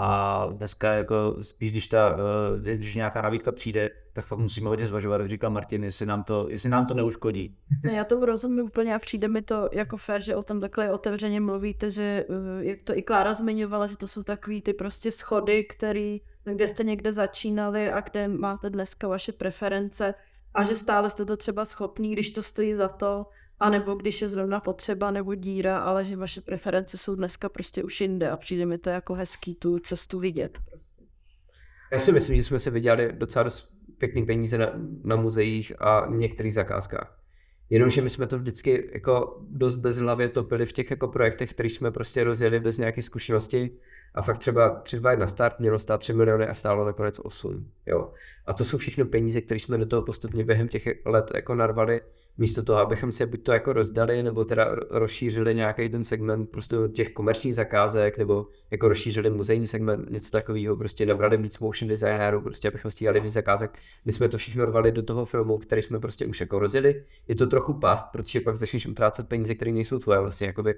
a dneska jako spíš, když, ta, když nějaká nabídka přijde, tak fakt musíme hodně zvažovat, jak říkal Martin, jestli nám to, jestli nám to neuškodí. Ne, já tomu rozumím úplně a přijde mi to jako fér, že o tom takhle otevřeně mluvíte, že jak to i Klára zmiňovala, že to jsou takový ty prostě schody, který, kde jste někde začínali a kde máte dneska vaše preference a že stále jste to třeba schopní, když to stojí za to, a nebo když je zrovna potřeba nebo díra, ale že vaše preference jsou dneska prostě už jinde a přijde mi to jako hezký tu cestu vidět. Prostě. Já si myslím, že jsme se vydělali docela dost pěkný peníze na, na muzeích a některých zakázkách. Jenomže my jsme to vždycky jako dost bezhlavě topili v těch jako projektech, které jsme prostě rozjeli bez nějaké zkušenosti a fakt třeba tři dva jedna start mělo stát tři miliony a stálo nakonec osm. Jo. A to jsou všechno peníze, které jsme do toho postupně během těch let jako narvali, místo toho, abychom si buď to jako rozdali, nebo teda rozšířili nějaký ten segment prostě těch komerčních zakázek, nebo jako rozšířili muzejní segment, něco takového, prostě nabrali víc motion designérů, prostě abychom stíhali víc zakázek. My jsme to všechno rvali do toho filmu, který jsme prostě už jako rozjeli. Je to trochu past, protože pak začneš utrácet peníze, které nejsou tvoje, vlastně jakoby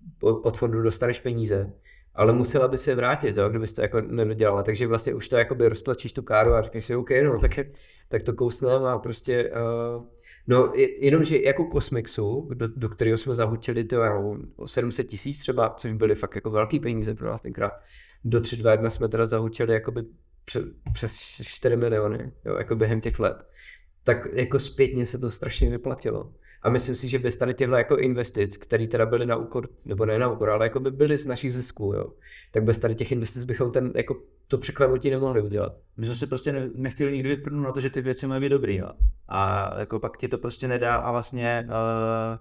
od fondu dostaneš peníze. Ale musela by se vrátit, jo, kdybys to jako nedodělala, takže vlastně už to jakoby roztlačíš tu káru a říkáš si OK, no tak, tak to kousneme a prostě, uh, no jenomže jako Cosmixu, do, do kterého jsme zahučili to o sedm set tisíc třeba, což byly fakt jako velký peníze pro nás tenkrát, do tři dva jedna jsme teda zahučili jakoby pře, přes čtyři miliony, jo, jako během těch let, tak jako zpětně se to strašně vyplatilo. A myslím si, že bez tady těchto jako investic, které teda byly na úkor, nebo ne na úkor, ale jako by byly z našich zisků, jo, tak bez tady těch investic bychom ten, jako to překlenutí nemohli udělat. My jsme si prostě ne, nechtěli nikdy vyprdnout na to, že ty věci mají být dobrý, jo. A jako pak ti to prostě nedá a vlastně, uh,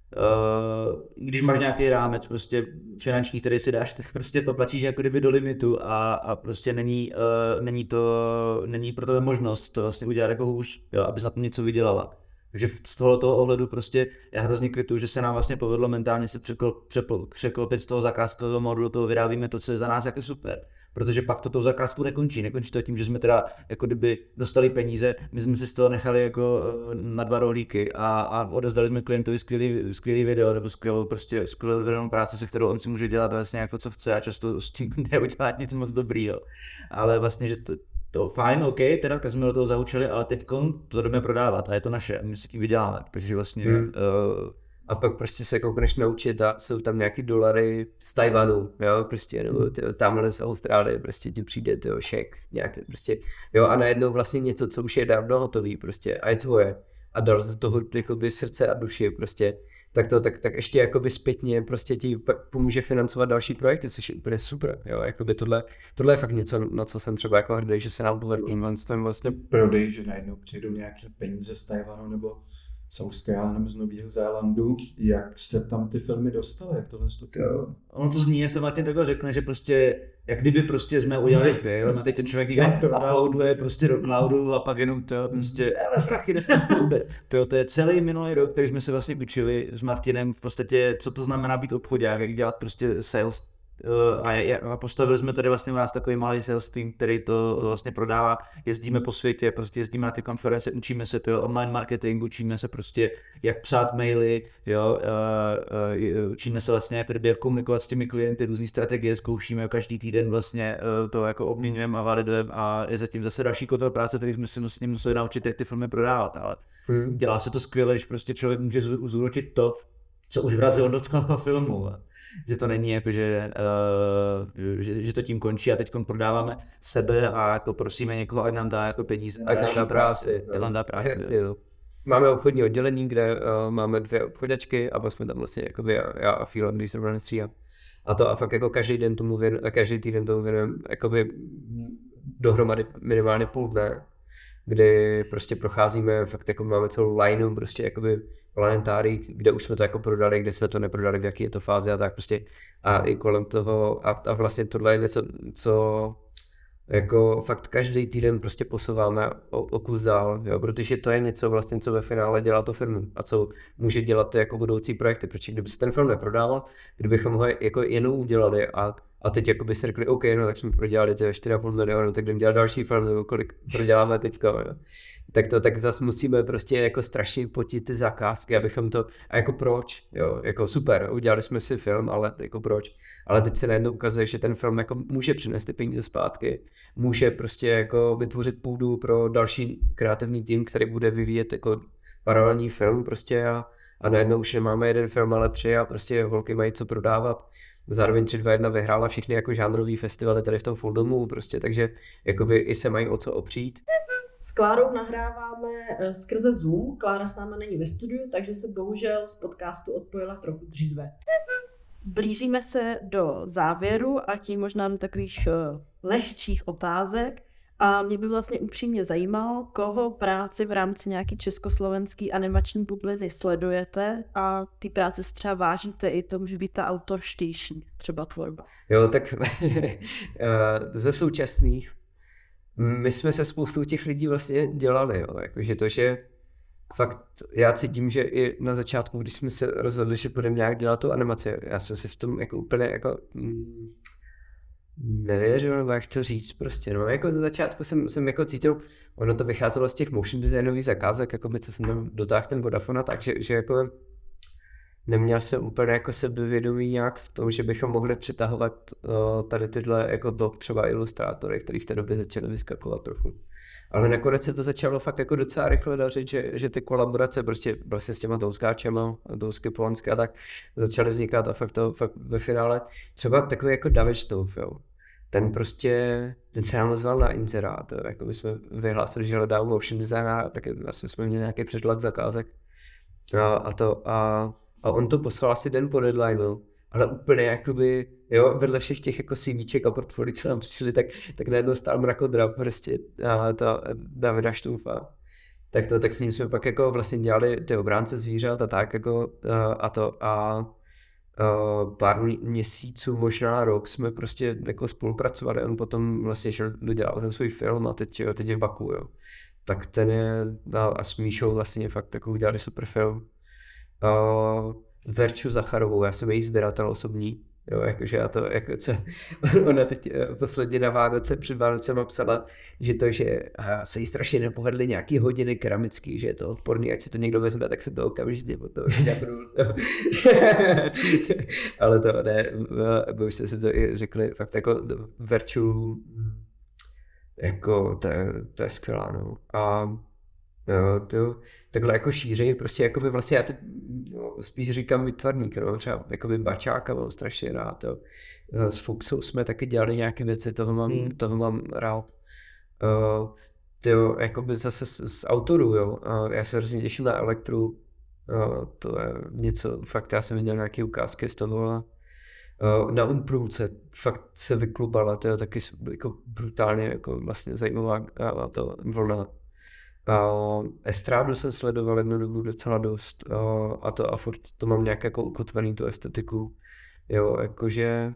uh, když máš nějaký rámec prostě finanční, který si dáš, tak prostě to tlačíš jako kdyby do limitu a, a prostě není, uh, není to, není pro tebe možnost to vlastně udělat jako hůř, jo, abys na tom něco vydělala. Takže z tohoto ohledu prostě já hrozně kvituju, že se nám vlastně povedlo mentálně se překlopit z toho zakázkového modu do toho, vyrábíme to, co je za nás jako super. Protože pak to tou zakázku nekončí. Nekončí to tím, že jsme teda jako kdyby dostali peníze, my jsme si z toho nechali jako na dva rohlíky a, a odezdali jsme klientovi skvělý, skvělý video nebo skvělou prostě skvělou videovou práci, se kterou on si může dělat vlastně jako co chce a často s tím neudělat nic moc dobrýho. Ale vlastně, že to, to fajn, OK, teda tak jsme do toho zaučili, ale teď to jdeme prodávat a je to naše a my si tím vyděláme, protože vlastně... Hmm. Uh, a pak prostě se koukneš naučit a jsou tam nějaký dolary z Tajvanu, jo, prostě, nebo tyjo, tamhle z Austrálie, prostě ti přijde, tyjo, šek, nějaké, prostě, jo, a najednou vlastně něco, co už je dávno hotový, prostě, a je tvoje. A dal z toho jakoby srdce a duši, prostě, tak to tak, tak ještě jakoby zpětně prostě ti pak pomůže financovat další projekty, což je úplně super, jo, jakoby tohle, tohle je fakt něco, na co jsem třeba jako hrdý, že se nám povedlo. Ten vlastně prodej, že najednou přijdou nějaké peníze z Tajvanu nebo z Austrálie nebo z Nového Zélandu, jak se tam ty filmy dostaly, jak tohle to jo. Ono to zní, jak to Martin takhle řekne, že prostě, jak kdyby prostě jsme udělali film a teď ten člověk uploaduje prostě do cloudu a pak jenom to prostě, ale prachy dneska vůbec. To, to je celý minulý rok, který jsme se vlastně učili s Martinem v podstatě, co to znamená být obchodák, jak dělat prostě sales. A, a postavili jsme tady vlastně u nás takový malý sales team, který to vlastně prodává. Jezdíme po světě, prostě jezdíme na ty konference, učíme se to online marketing, učíme se prostě jak psát maily, jo, uh, uh, učíme se vlastně jak komunikovat s těmi klienty, různý strategie, zkoušíme každý týden vlastně uh, to jako obměňujeme a validujeme a je zatím zase další kotel práce, který jsme si vlastně museli naučit, jak ty filmy prodávat, ale hmm. dělá se to skvěle, že prostě člověk může zúročit to, co už vrazil do toho filmu. Že to není jako, že, uh, že, že to tím končí a teď prodáváme sebe a jako prosíme někoho, ať nám dá jako peníze. Ať nám dá práci. Ať nám dá práci. Jasně, no. Máme obchodní oddělení, kde uh, máme dvě obchodačky a pak jsme tam vlastně jakoby já, já a Fíla, když jsem na stříhám. A to a fakt jako každý den tomu věnu, každý týden tomu věnujeme jakoby dohromady minimálně půl dne, kdy prostě procházíme, fakt jako máme celou lineu prostě jakoby planetárií, kde už jsme to jako prodali, kde jsme to neprodali, v jaký je to fáze a tak prostě a i kolem toho a, a vlastně tohle je něco, co jako fakt každý týden prostě posouváme o, o kus dál, jo, protože to je něco vlastně, co ve finále dělá to firmu a co může dělat jako budoucí projekty, protože kdyby se ten film neprodával, kdybychom ho jako jenom udělali a A teď jako by si řekli, OK, no tak jsme prodělali to čtyři a půl milionu, tak jdeme dělat další film, nebo kolik proděláme teďka, jo. Tak to tak zase musíme prostě jako strašně potit ty zakázky, abychom to, a jako proč, jo, jako super, udělali jsme si film, ale jako proč, ale teď se najednou ukazuje, že ten film jako může přinést ty peníze zpátky, může prostě jako vytvořit půdu pro další kreativní tým, který bude vyvíjet jako paralelní film prostě a, a najednou už nemáme jeden film, ale tři a prostě holky mají co prodávat. Zároveň tři dva jedna vyhrála všechny jako žánrový festivaly tady v tom Fuldomu, prostě, takže jakoby i se mají o co opřít. S Klárou nahráváme skrze Zoom, Klára s náma není ve studiu, takže se bohužel z podcastu odpojila trochu dříve. Blížíme se do závěru a tím možná takových lehčích otázek. A mě by vlastně upřímně zajímalo, koho práci v rámci nějaký československý animační bubliny sledujete a ty práce si třeba vážíte, i to může být ta autorštější, třeba tvorba. Jo, tak ze současných, my jsme se spoustou těch lidí vlastně dělali, jo, jakože to, že fakt já cítím, že i na začátku, když jsme se rozhodli, že budeme nějak dělat tu animaci, já jsem si v tom jako úplně jako... Mm, nevěřil, nebo jak to říct prostě, no jako ze začátku jsem, jsem jako cítil, ono to vycházelo z těch motion designových zakázek, jako by co jsem tam dotáhl ten Vodafone, takže že jako neměl jsem úplně jako sebevědomí nějak v tom, že bychom mohli přitahovat uh, tady tyhle jako top třeba ilustrátory, který v té době začaly vyskakovat trochu. Ale nakonec se to začalo fakt jako docela rychle dařit, že, že ty kolaborace prostě vlastně s těma douskáčema, dousky Polonsky a tak začaly vznikat a fakt to fakt ve finále třeba takový jako David Štolf, jo. Ten prostě, ten se nám ozval na inzerát, jako my jsme vyhlásili, že hledám motion designa, tak vlastně jsme měli nějaký předlak zakázek a, a to a, a on to poslal asi den po deadlineu, ale úplně jakoby, jo, vedle všech těch jako CVček a portfolí, co nám přišli, tak, tak najednou stál mrakodrap prostě a to Davida Štulfa. Tak to, tak s ním jsme pak jako vlastně dělali ty obránce zvířat a tak jako a, a to a Uh, pár měsíců, možná rok jsme prostě jako spolupracovali, on potom vlastně šel dodělal ten svůj film a teď, jo, teď je v Baku, jo. Tak ten je, a, a s Míšou vlastně fakt jako udělali super film. Uh, Verču Zacharovou, já jsem její sběratel osobní, jo, jakože já to, jako co, ona teď posledně na Vánoce před Vánocema psala, že to, že se jí strašně nepovedly nějaký hodiny keramický, že je to odporný, ať si to někdo vezme, tak se to okamžitě potom nebudu. Ale to ne, bo už jste si to i řekli, fakt jako Verču, jako to je, to je skvělá, no. A jo, to, takhle jako šířej, prostě jakoby vlastně já teď no, spíš říkám výtvarník, no, třeba jakoby Bačáka mám strašně rád, jo. S Fuxou jsme taky dělali nějaké věci, toho mám, hmm. toho mám rád. Uh, to jakoby zase z, z autorů, jo, uh, já se hrozně těším na Elektru, Uh, to je něco, fakt já jsem viděl nějaké ukázky z toho a uh, na Unprůmce fakt se vyklubala, to je taky jako brutálně jako vlastně zajímavá uh, to vlna. Uh, estrádu jsem sledoval jednu dobu docela dost uh, a to a furt to mám nějak jako ukotvený tu estetiku, jo, jakože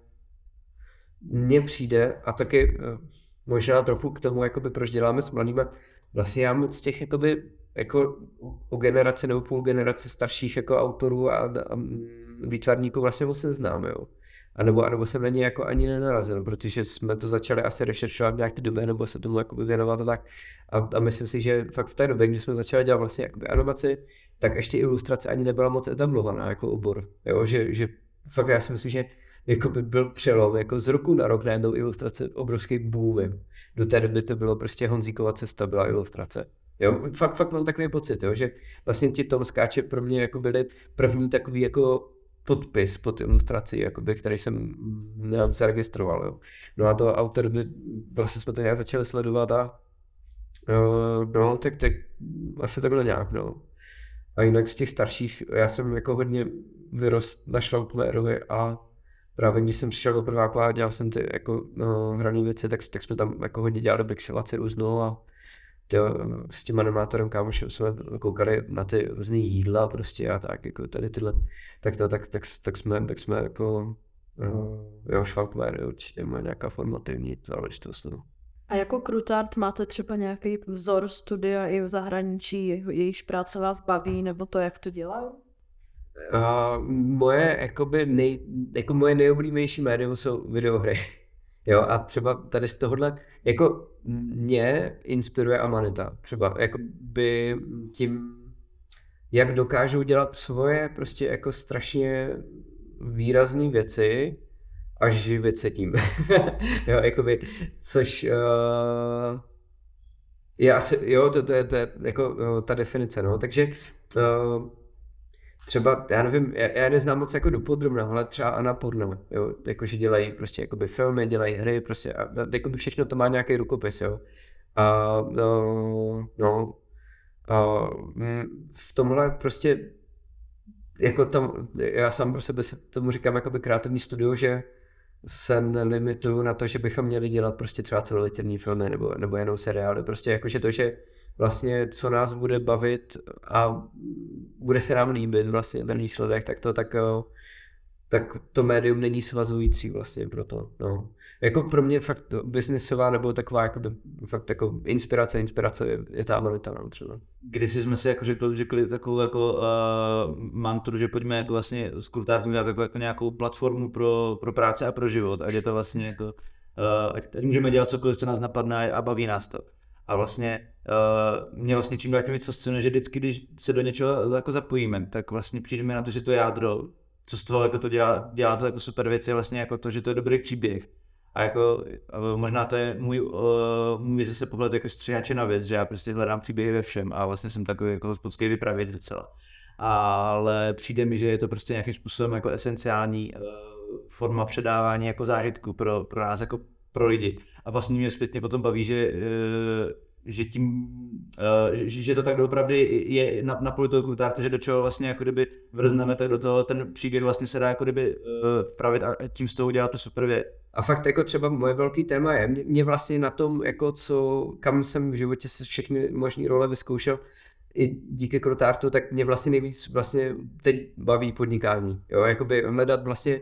mně přijde a taky uh, možná trochu k tomu, jakoby, proč děláme s mladými, vlastně já moc těch jakoby, jako o generaci nebo půl generace starších jako autorů a, a výtvarníků vlastně moc neznám, jo. A nebo, a nebo jsem na ně jako ani nenarazil, protože jsme to začali asi rešeršovat v nějaké době, nebo se tomu jakoby věnovat a tak. A, a myslím si, že fakt v té době, kdy jsme začali dělat vlastně jakoby animaci, tak ještě ilustrace ani nebyla moc etablovaná jako obor, jo, že, že fakt já si myslím, že jako by byl přelom, jako z roku na rok najednou ilustrace obrovský boom. Do té doby to bylo prostě Honzíkova cesta, byla ilustrace. Jo, fakt, fakt mám takový pocit, jo, že vlastně ti Tom Skáče pro mě jako byly první takový jako podpis pod ilustrací, jakoby, který jsem zaregistroval. Jo. No a to autor, vlastně jsme to nějak začali sledovat a uh, no, tak, tak asi takhle nějak, no. A jinak z těch starších, já jsem jako hodně vyrost na Šlautmérovi a právě když jsem přišel do prváku a dělal jsem ty jako no, hraný věci, tak, tak jsme tam jako hodně dělali bixilaci různou a tyjo, s tím animátorem kámošem jsme koukali na ty různé jídla prostě a tak jako tady tyhle, tak to, tak, tak, tak jsme, tak jsme jako, uh, jo, Švankmér určitě má nějaká formativní záležitost, no. A jako Krutart máte třeba nějaký vzor studia i v zahraničí, jejichž práce vás baví, nebo to, jak to dělají? Uh, moje, jakoby nej, jako moje nejoblíbenější médium jsou videohry. Jo, a třeba tady z tohohle, jako mě inspiruje Amanita, třeba, jako by tím, jak dokážou dělat svoje prostě jako strašně výrazné věci a živit se tím. Jo, jakoby, což uh, je asi, jo, to, to, je, to je jako jo, ta definice, no, takže uh, třeba, já nevím, já, já neznám moc jako dopodrobna, ale třeba Annapurna, jo, jakože dělají prostě jakoby filmy, dělají hry, prostě a jakoby všechno to má nějaký rukopis, jo. A no, no a v tomhle prostě jako tam, já sám pro sebe se tomu říkám jakoby kreativní studio, že se nelimituju na to, že bychom měli dělat prostě třeba celovečerní filmy nebo, nebo jenom seriály, prostě jakože to, že vlastně co nás bude bavit a bude se nám líbit vlastně ten výsledek, tak to tak, tak to médium není svazující vlastně pro to, no. Jako pro mě fakt biznesová nebo taková jako fakt jako inspirace, inspirace je, je ta Amanita, no, třeba. Když jsme si jako řekli, řekli takovou jako uh, mantru, že pojďme jako vlastně s Krutártem dělat jako, jako nějakou platformu pro, pro práci a pro život, ať je to vlastně jako, uh, ať, ať můžeme dělat cokoliv, co nás napadne a baví nás to. A vlastně uh, mě vlastně čím dál tím víc fascinuje, že vždycky, když se do něčeho jako zapojíme, tak vlastně přijdeme na to, že to jádro, co z toho jako to dělá, dělá to jako super věc, je vlastně jako to, že to je dobrý příběh. A jako uh, možná to je můj, uh, můj zase pohled jako stříhače na věc, že já prostě hledám příběhy ve všem a vlastně jsem takový jako hospodský vypravěč docela. Ale přijde mi, že je to prostě nějakým způsobem jako esenciální uh, forma předávání jako zážitku pro, pro nás jako pro lidi. A vlastně mě zpětně potom baví, že, že tím, že to tak doopravdy je na, na poli toho Krutártu, že do čeho vlastně jako kdyby vrzneme, tak do toho ten příběh vlastně se dá jako kdyby vpravit a tím z toho dělat tu super věc. A fakt jako třeba moje velký téma je, mě, mě vlastně na tom, jako co, kam jsem v životě se všechny možný role vyzkoušel, i díky Krutártu, tak mě vlastně nejvíc vlastně teď baví podnikání. Jo, jakoby hledat vlastně,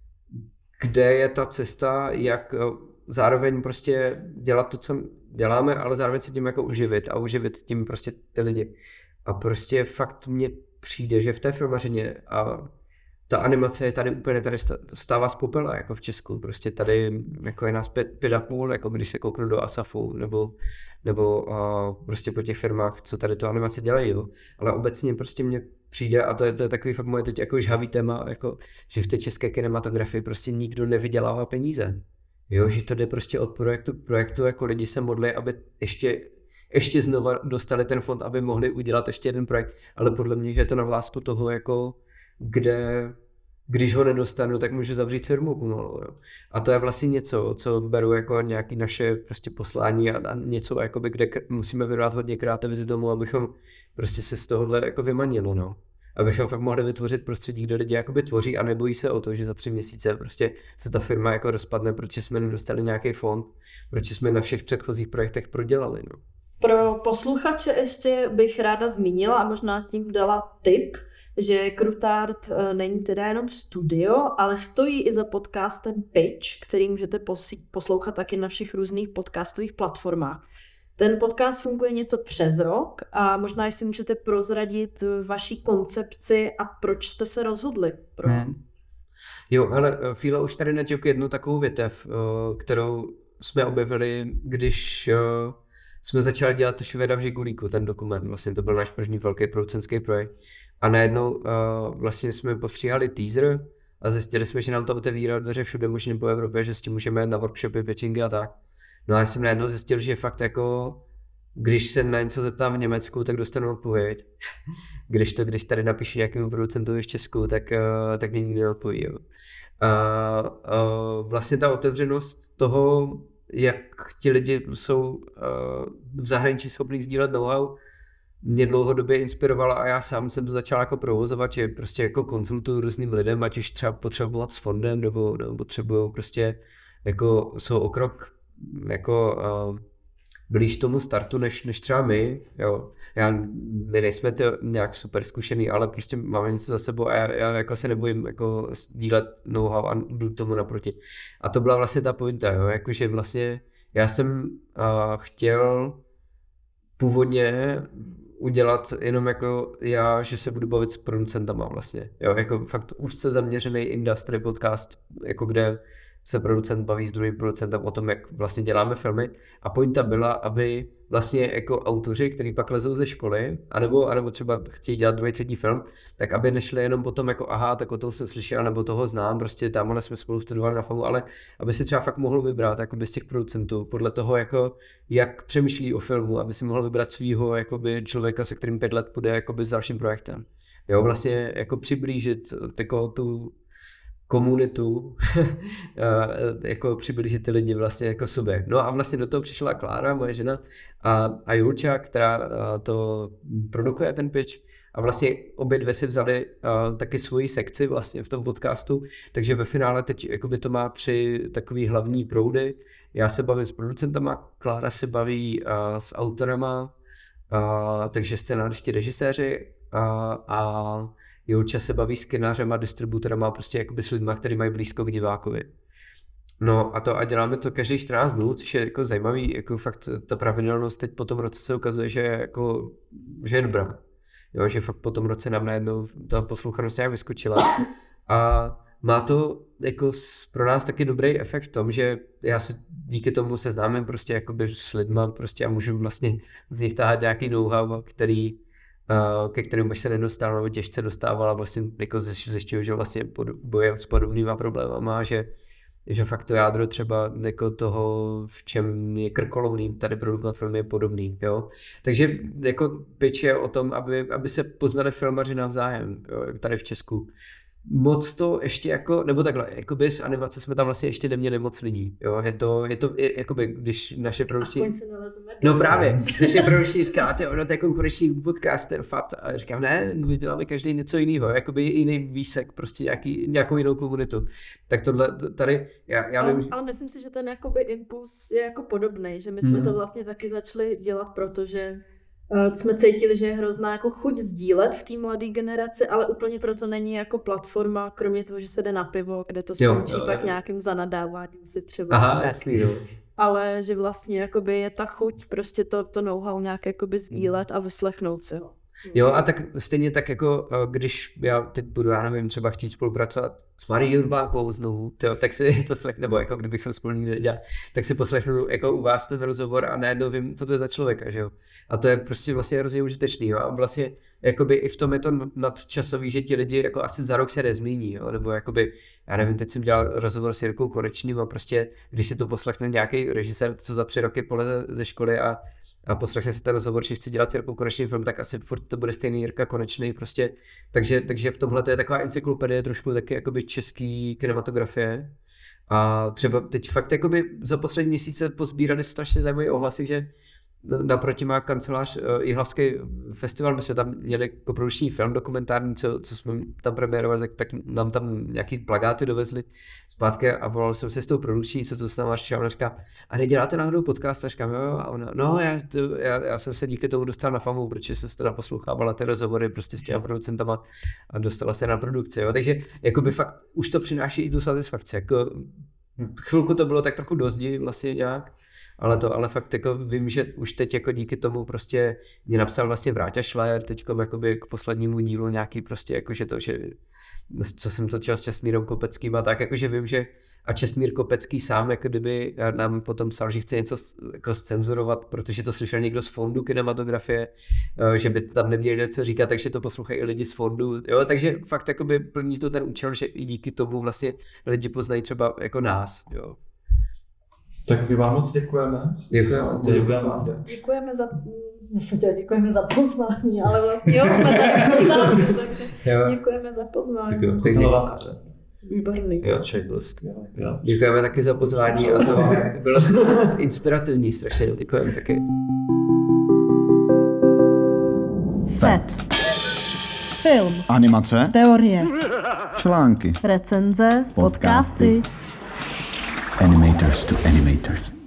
kde je ta cesta, jak zároveň prostě dělat to, co děláme, ale zároveň se tím jako uživit a uživit tím prostě ty lidi. A prostě fakt mně přijde, že v té filmařině a ta animace je tady úplně, tady stává z popela, jako v Česku. Prostě tady jako je nás pět, pět a půl, jako když se kouknu do Asafu, nebo, nebo uh, prostě po těch firmách, co tady tu animaci dělají, jo. Ale obecně prostě mně přijde, a to je, to je takový fakt moje teď jako žhavý téma, jako, že v té české kinematografii prostě nikdo nevydělává peníze. Jo, že to jde prostě od projektu k projektu, jako lidi se modlí, aby ještě, ještě znova dostali ten fond, aby mohli udělat ještě jeden projekt, ale podle mě, že je to na vlásku toho, jako, kde, když ho nedostanu, tak můžu zavřít firmu pomalu, jo. A to je vlastně něco, co beru jako nějaké naše prostě poslání a, a něco, jakoby, kde k- musíme věnovat hodně kreativity tomu, abychom prostě se z tohohle jako vymanilo, no. abychom fakt mohli vytvořit prostředí, kde lidi jakoby tvoří a nebojí se o to, že za tři měsíce prostě se ta firma jako rozpadne, protože jsme nedostali nějaký fond, protože jsme na všech předchozích projektech prodělali. No. Pro posluchače ještě bych ráda zmínila a možná tím dala tip, že Krutart není teda jenom studio, ale stojí i za podcastem Pitch, který můžete poslouchat taky na všech různých podcastových platformách. Ten podcast funguje něco přes rok a možná jestli můžete prozradit vaší koncepci a proč jste se rozhodli pro. Hmm. Jo, ale Fíla už tady natěk jednu takovou větev, kterou jsme objevili, když jsme začali dělat to Šveda v žigulíku, ten dokument. Vlastně to byl náš první velký producentský projekt. A najednou vlastně jsme postříhali teaser a zjistili jsme, že nám to otevírá dveře všude možně po Evropě, že s tím můžeme jít na workshopy, pitchingy a tak. No a já jsem najednou zjistil, že fakt jako, když se na něco zeptám v Německu, tak dostanu odpověď. Když to, když tady napíšu nějakému producentovi v Česku, tak, uh, tak mě nikdy neodpoví. Jo. Uh, uh, vlastně ta otevřenost toho, jak ti lidi jsou uh, v zahraničí schopní sdílet know-how, mě dlouhodobě inspirovala a já sám jsem to začal jako provozovat, že prostě jako konzultuju různým lidem, ať už třeba potřebovat s fondem, nebo, nebo potřebují prostě jako jsou o krok jako uh, blíž tomu startu, než, než třeba my, jo. Já, my nejsme to nějak super zkušený, ale prostě máme něco za sebou a já, já jako se nebojím jako sdílet know-how a jdu tomu naproti. A to byla vlastně ta pointa, jo, jakože vlastně já jsem uh, chtěl původně udělat jenom jako já, že se budu bavit s producentama vlastně, jo, jako fakt úzce zaměřený industry podcast, jako kde se producent baví s druhým producentem o tom, jak vlastně děláme filmy a pointa byla, aby vlastně jako autoři, kteří pak lezou ze školy, anebo, anebo třeba chtějí dělat druhý, třetí film, tak aby nešli jenom potom jako aha, tak o toho jsem slyšel, nebo toho znám, prostě tamhle jsme spolu studovali na FAMu, ale aby si třeba fakt mohl vybrat jakoby z těch producentů, podle toho jako, jak přemýšlí o filmu, aby si mohl vybrat svýho jakoby člověka, se kterým pět let půjde jakoby s dalším projektem. Jo, vlastně jako přiblížit jako tu komunitu, jako přiblížit ty lidi vlastně jako sobě. No a vlastně do toho přišla Klára, moje žena, a, a Julča, která to produkuje ten pitch a vlastně obě dvě si vzali uh, taky svoji sekci vlastně v tom podcastu, takže ve finále teď jakoby to má tři takový hlavní proudy. Já se bavím s producentama, Klára se baví uh, s autorama, uh, takže scénáristi, režiséři uh, a Julča se baví s kinářema, distributorama, prostě jakoby s lidma, kteří mají blízko k divákovi. No a to a děláme to každý čtrnáct dnů, což je jako zajímavý, jako fakt ta pravidelnost teď po tom roce se ukazuje, že je, jako, že je dobrá. Jo, že fakt po tom roce nám najednou ta poslouchanost nějak vyskočila. A má to jako pro nás taky dobrý efekt v tom, že já se díky tomu seznámím prostě jakoby s lidma prostě a můžu vlastně z nich táhat nějaký know-how, který Uh, ke kterým bych se nedostal nebo těžce dostával a vlastně jako zjišťuju, že vlastně bojujem s podobnýma problémama, že, že fakt to jádro třeba jako toho, v čem je krkolomný tady produkovat filmy, je podobný, jo. Takže jako pitch je o tom, aby, aby se poznali filmaři navzájem, jo, tady v Česku. Moc to ještě jako, nebo takhle, jako bez animace jsme tam vlastně ještě neměli moc lidí, jo, je to, je to, je, jakoby, když naše produkční... Aspoň se nalezeme. No právě, naše produkční říká, jo, no to je konkurenční podcast, ten fat, a říkám, ne, my děláme každý něco jiného, jakoby jiný výsek, prostě nějaký, nějakou jinou komunitu, tak tohle, tady, já, já ale, vím, ale myslím si, že ten jakoby impuls je jako podobný, že my jsme Hmm. to vlastně taky začali dělat, protože Uh, jsme cítili, že je hrozná jako chuť sdílet v té mladé generaci, ale úplně proto není jako platforma, kromě toho, že se jde na pivo, kde to Jo, skončí jo, pak jo. nějakým zanadáváním si třeba. aha, jasný, jo. Ale že vlastně jakoby je ta chuť prostě to, to know-how nějak jakoby sdílet a vyslechnout si ho. Jo, a tak stejně tak jako, eh, když já teď budu, já nevím, třeba chtít spolupracovat s Marí Jurbákovou znovu, tyjo, tak si poslechnu, nebo jako kdybychom spolu nikdy dělali, tak si poslechnu jako u vás ten rozhovor a najednou vím, co to je za člověka, že jo. A to je prostě vlastně hrozně užitečný, jo. A vlastně jakoby i v tom je to nadčasový, že ti lidi jako asi za rok se nezmíní, jo. Nebo jakoby, já nevím, teď jsem dělal rozhovor s Jirkou Konečným a prostě, když si to poslechne nějaký režisér, co za tři roky poleze ze školy a a poslechne si ten rozhovor, že chci dělat s Jirkou Konečným film, tak asi furt to bude stejný Jirka Konečný, prostě, takže, takže v tomhle to je taková encyklopedie trošku taky jakoby český kinematografie a třeba teď fakt jakoby za poslední měsíce pozbírali strašně zajímavé ohlasy, že naproti má kancelář uh, Jihlavský festival, my jsme tam měli koprodukční film dokumentární, co, co jsme tam premiérovali, tak, tak nám tam nějaký plakáty dovezli zpátky a volal jsem se s tou produkční, co to s náma říká, ona říká, a neděláte náhodou podcast? A říkám, jo, a ona, no já, to, já, já jsem se díky tomu dostal na famu, protože jsem se teda poslouchávala ty rozhovory prostě s těma producentama a dostala se na produkci, jo, takže jakoby fakt už to přináší i tu satisfakci, jako chvilku to bylo tak trochu do zdi vlastně nějak, ale to, ale fakt jako vím, že už teď jako díky tomu prostě mě napsal vlastně Vráťa Šlajer teďkom jakoby k poslednímu dílu nějaký prostě jakože to, že co jsem točil s Čestmírem Kopeckým a tak, jakože vím, že a Čestmír Kopecký sám jako kdyby nám potom psal, že chce něco jako scenzurovat, protože to slyšel někdo z fondu kinematografie, že by tam neměli něco říkat, takže to poslouchají i lidi z fondu, jo, takže fakt jakoby plní to ten účel, že i díky tomu vlastně lidi poznají třeba jako nás, jo. Tak my vám moc děkujeme. Děkujeme. Děkujeme. Děkujeme za, myslím, že děkujeme za pozvání, ale vlastně jo, jsme tady poznáni, takže děkujeme za pozvání. Chutnala. Výborný. Jo, čaj byl skvělý. Děkujeme taky za pozvání a to bylo inspirativní strašně, děkujeme taky. Fet. Film. Animace. Teorie. Články. Recenze. Podcasty. Animators to animators.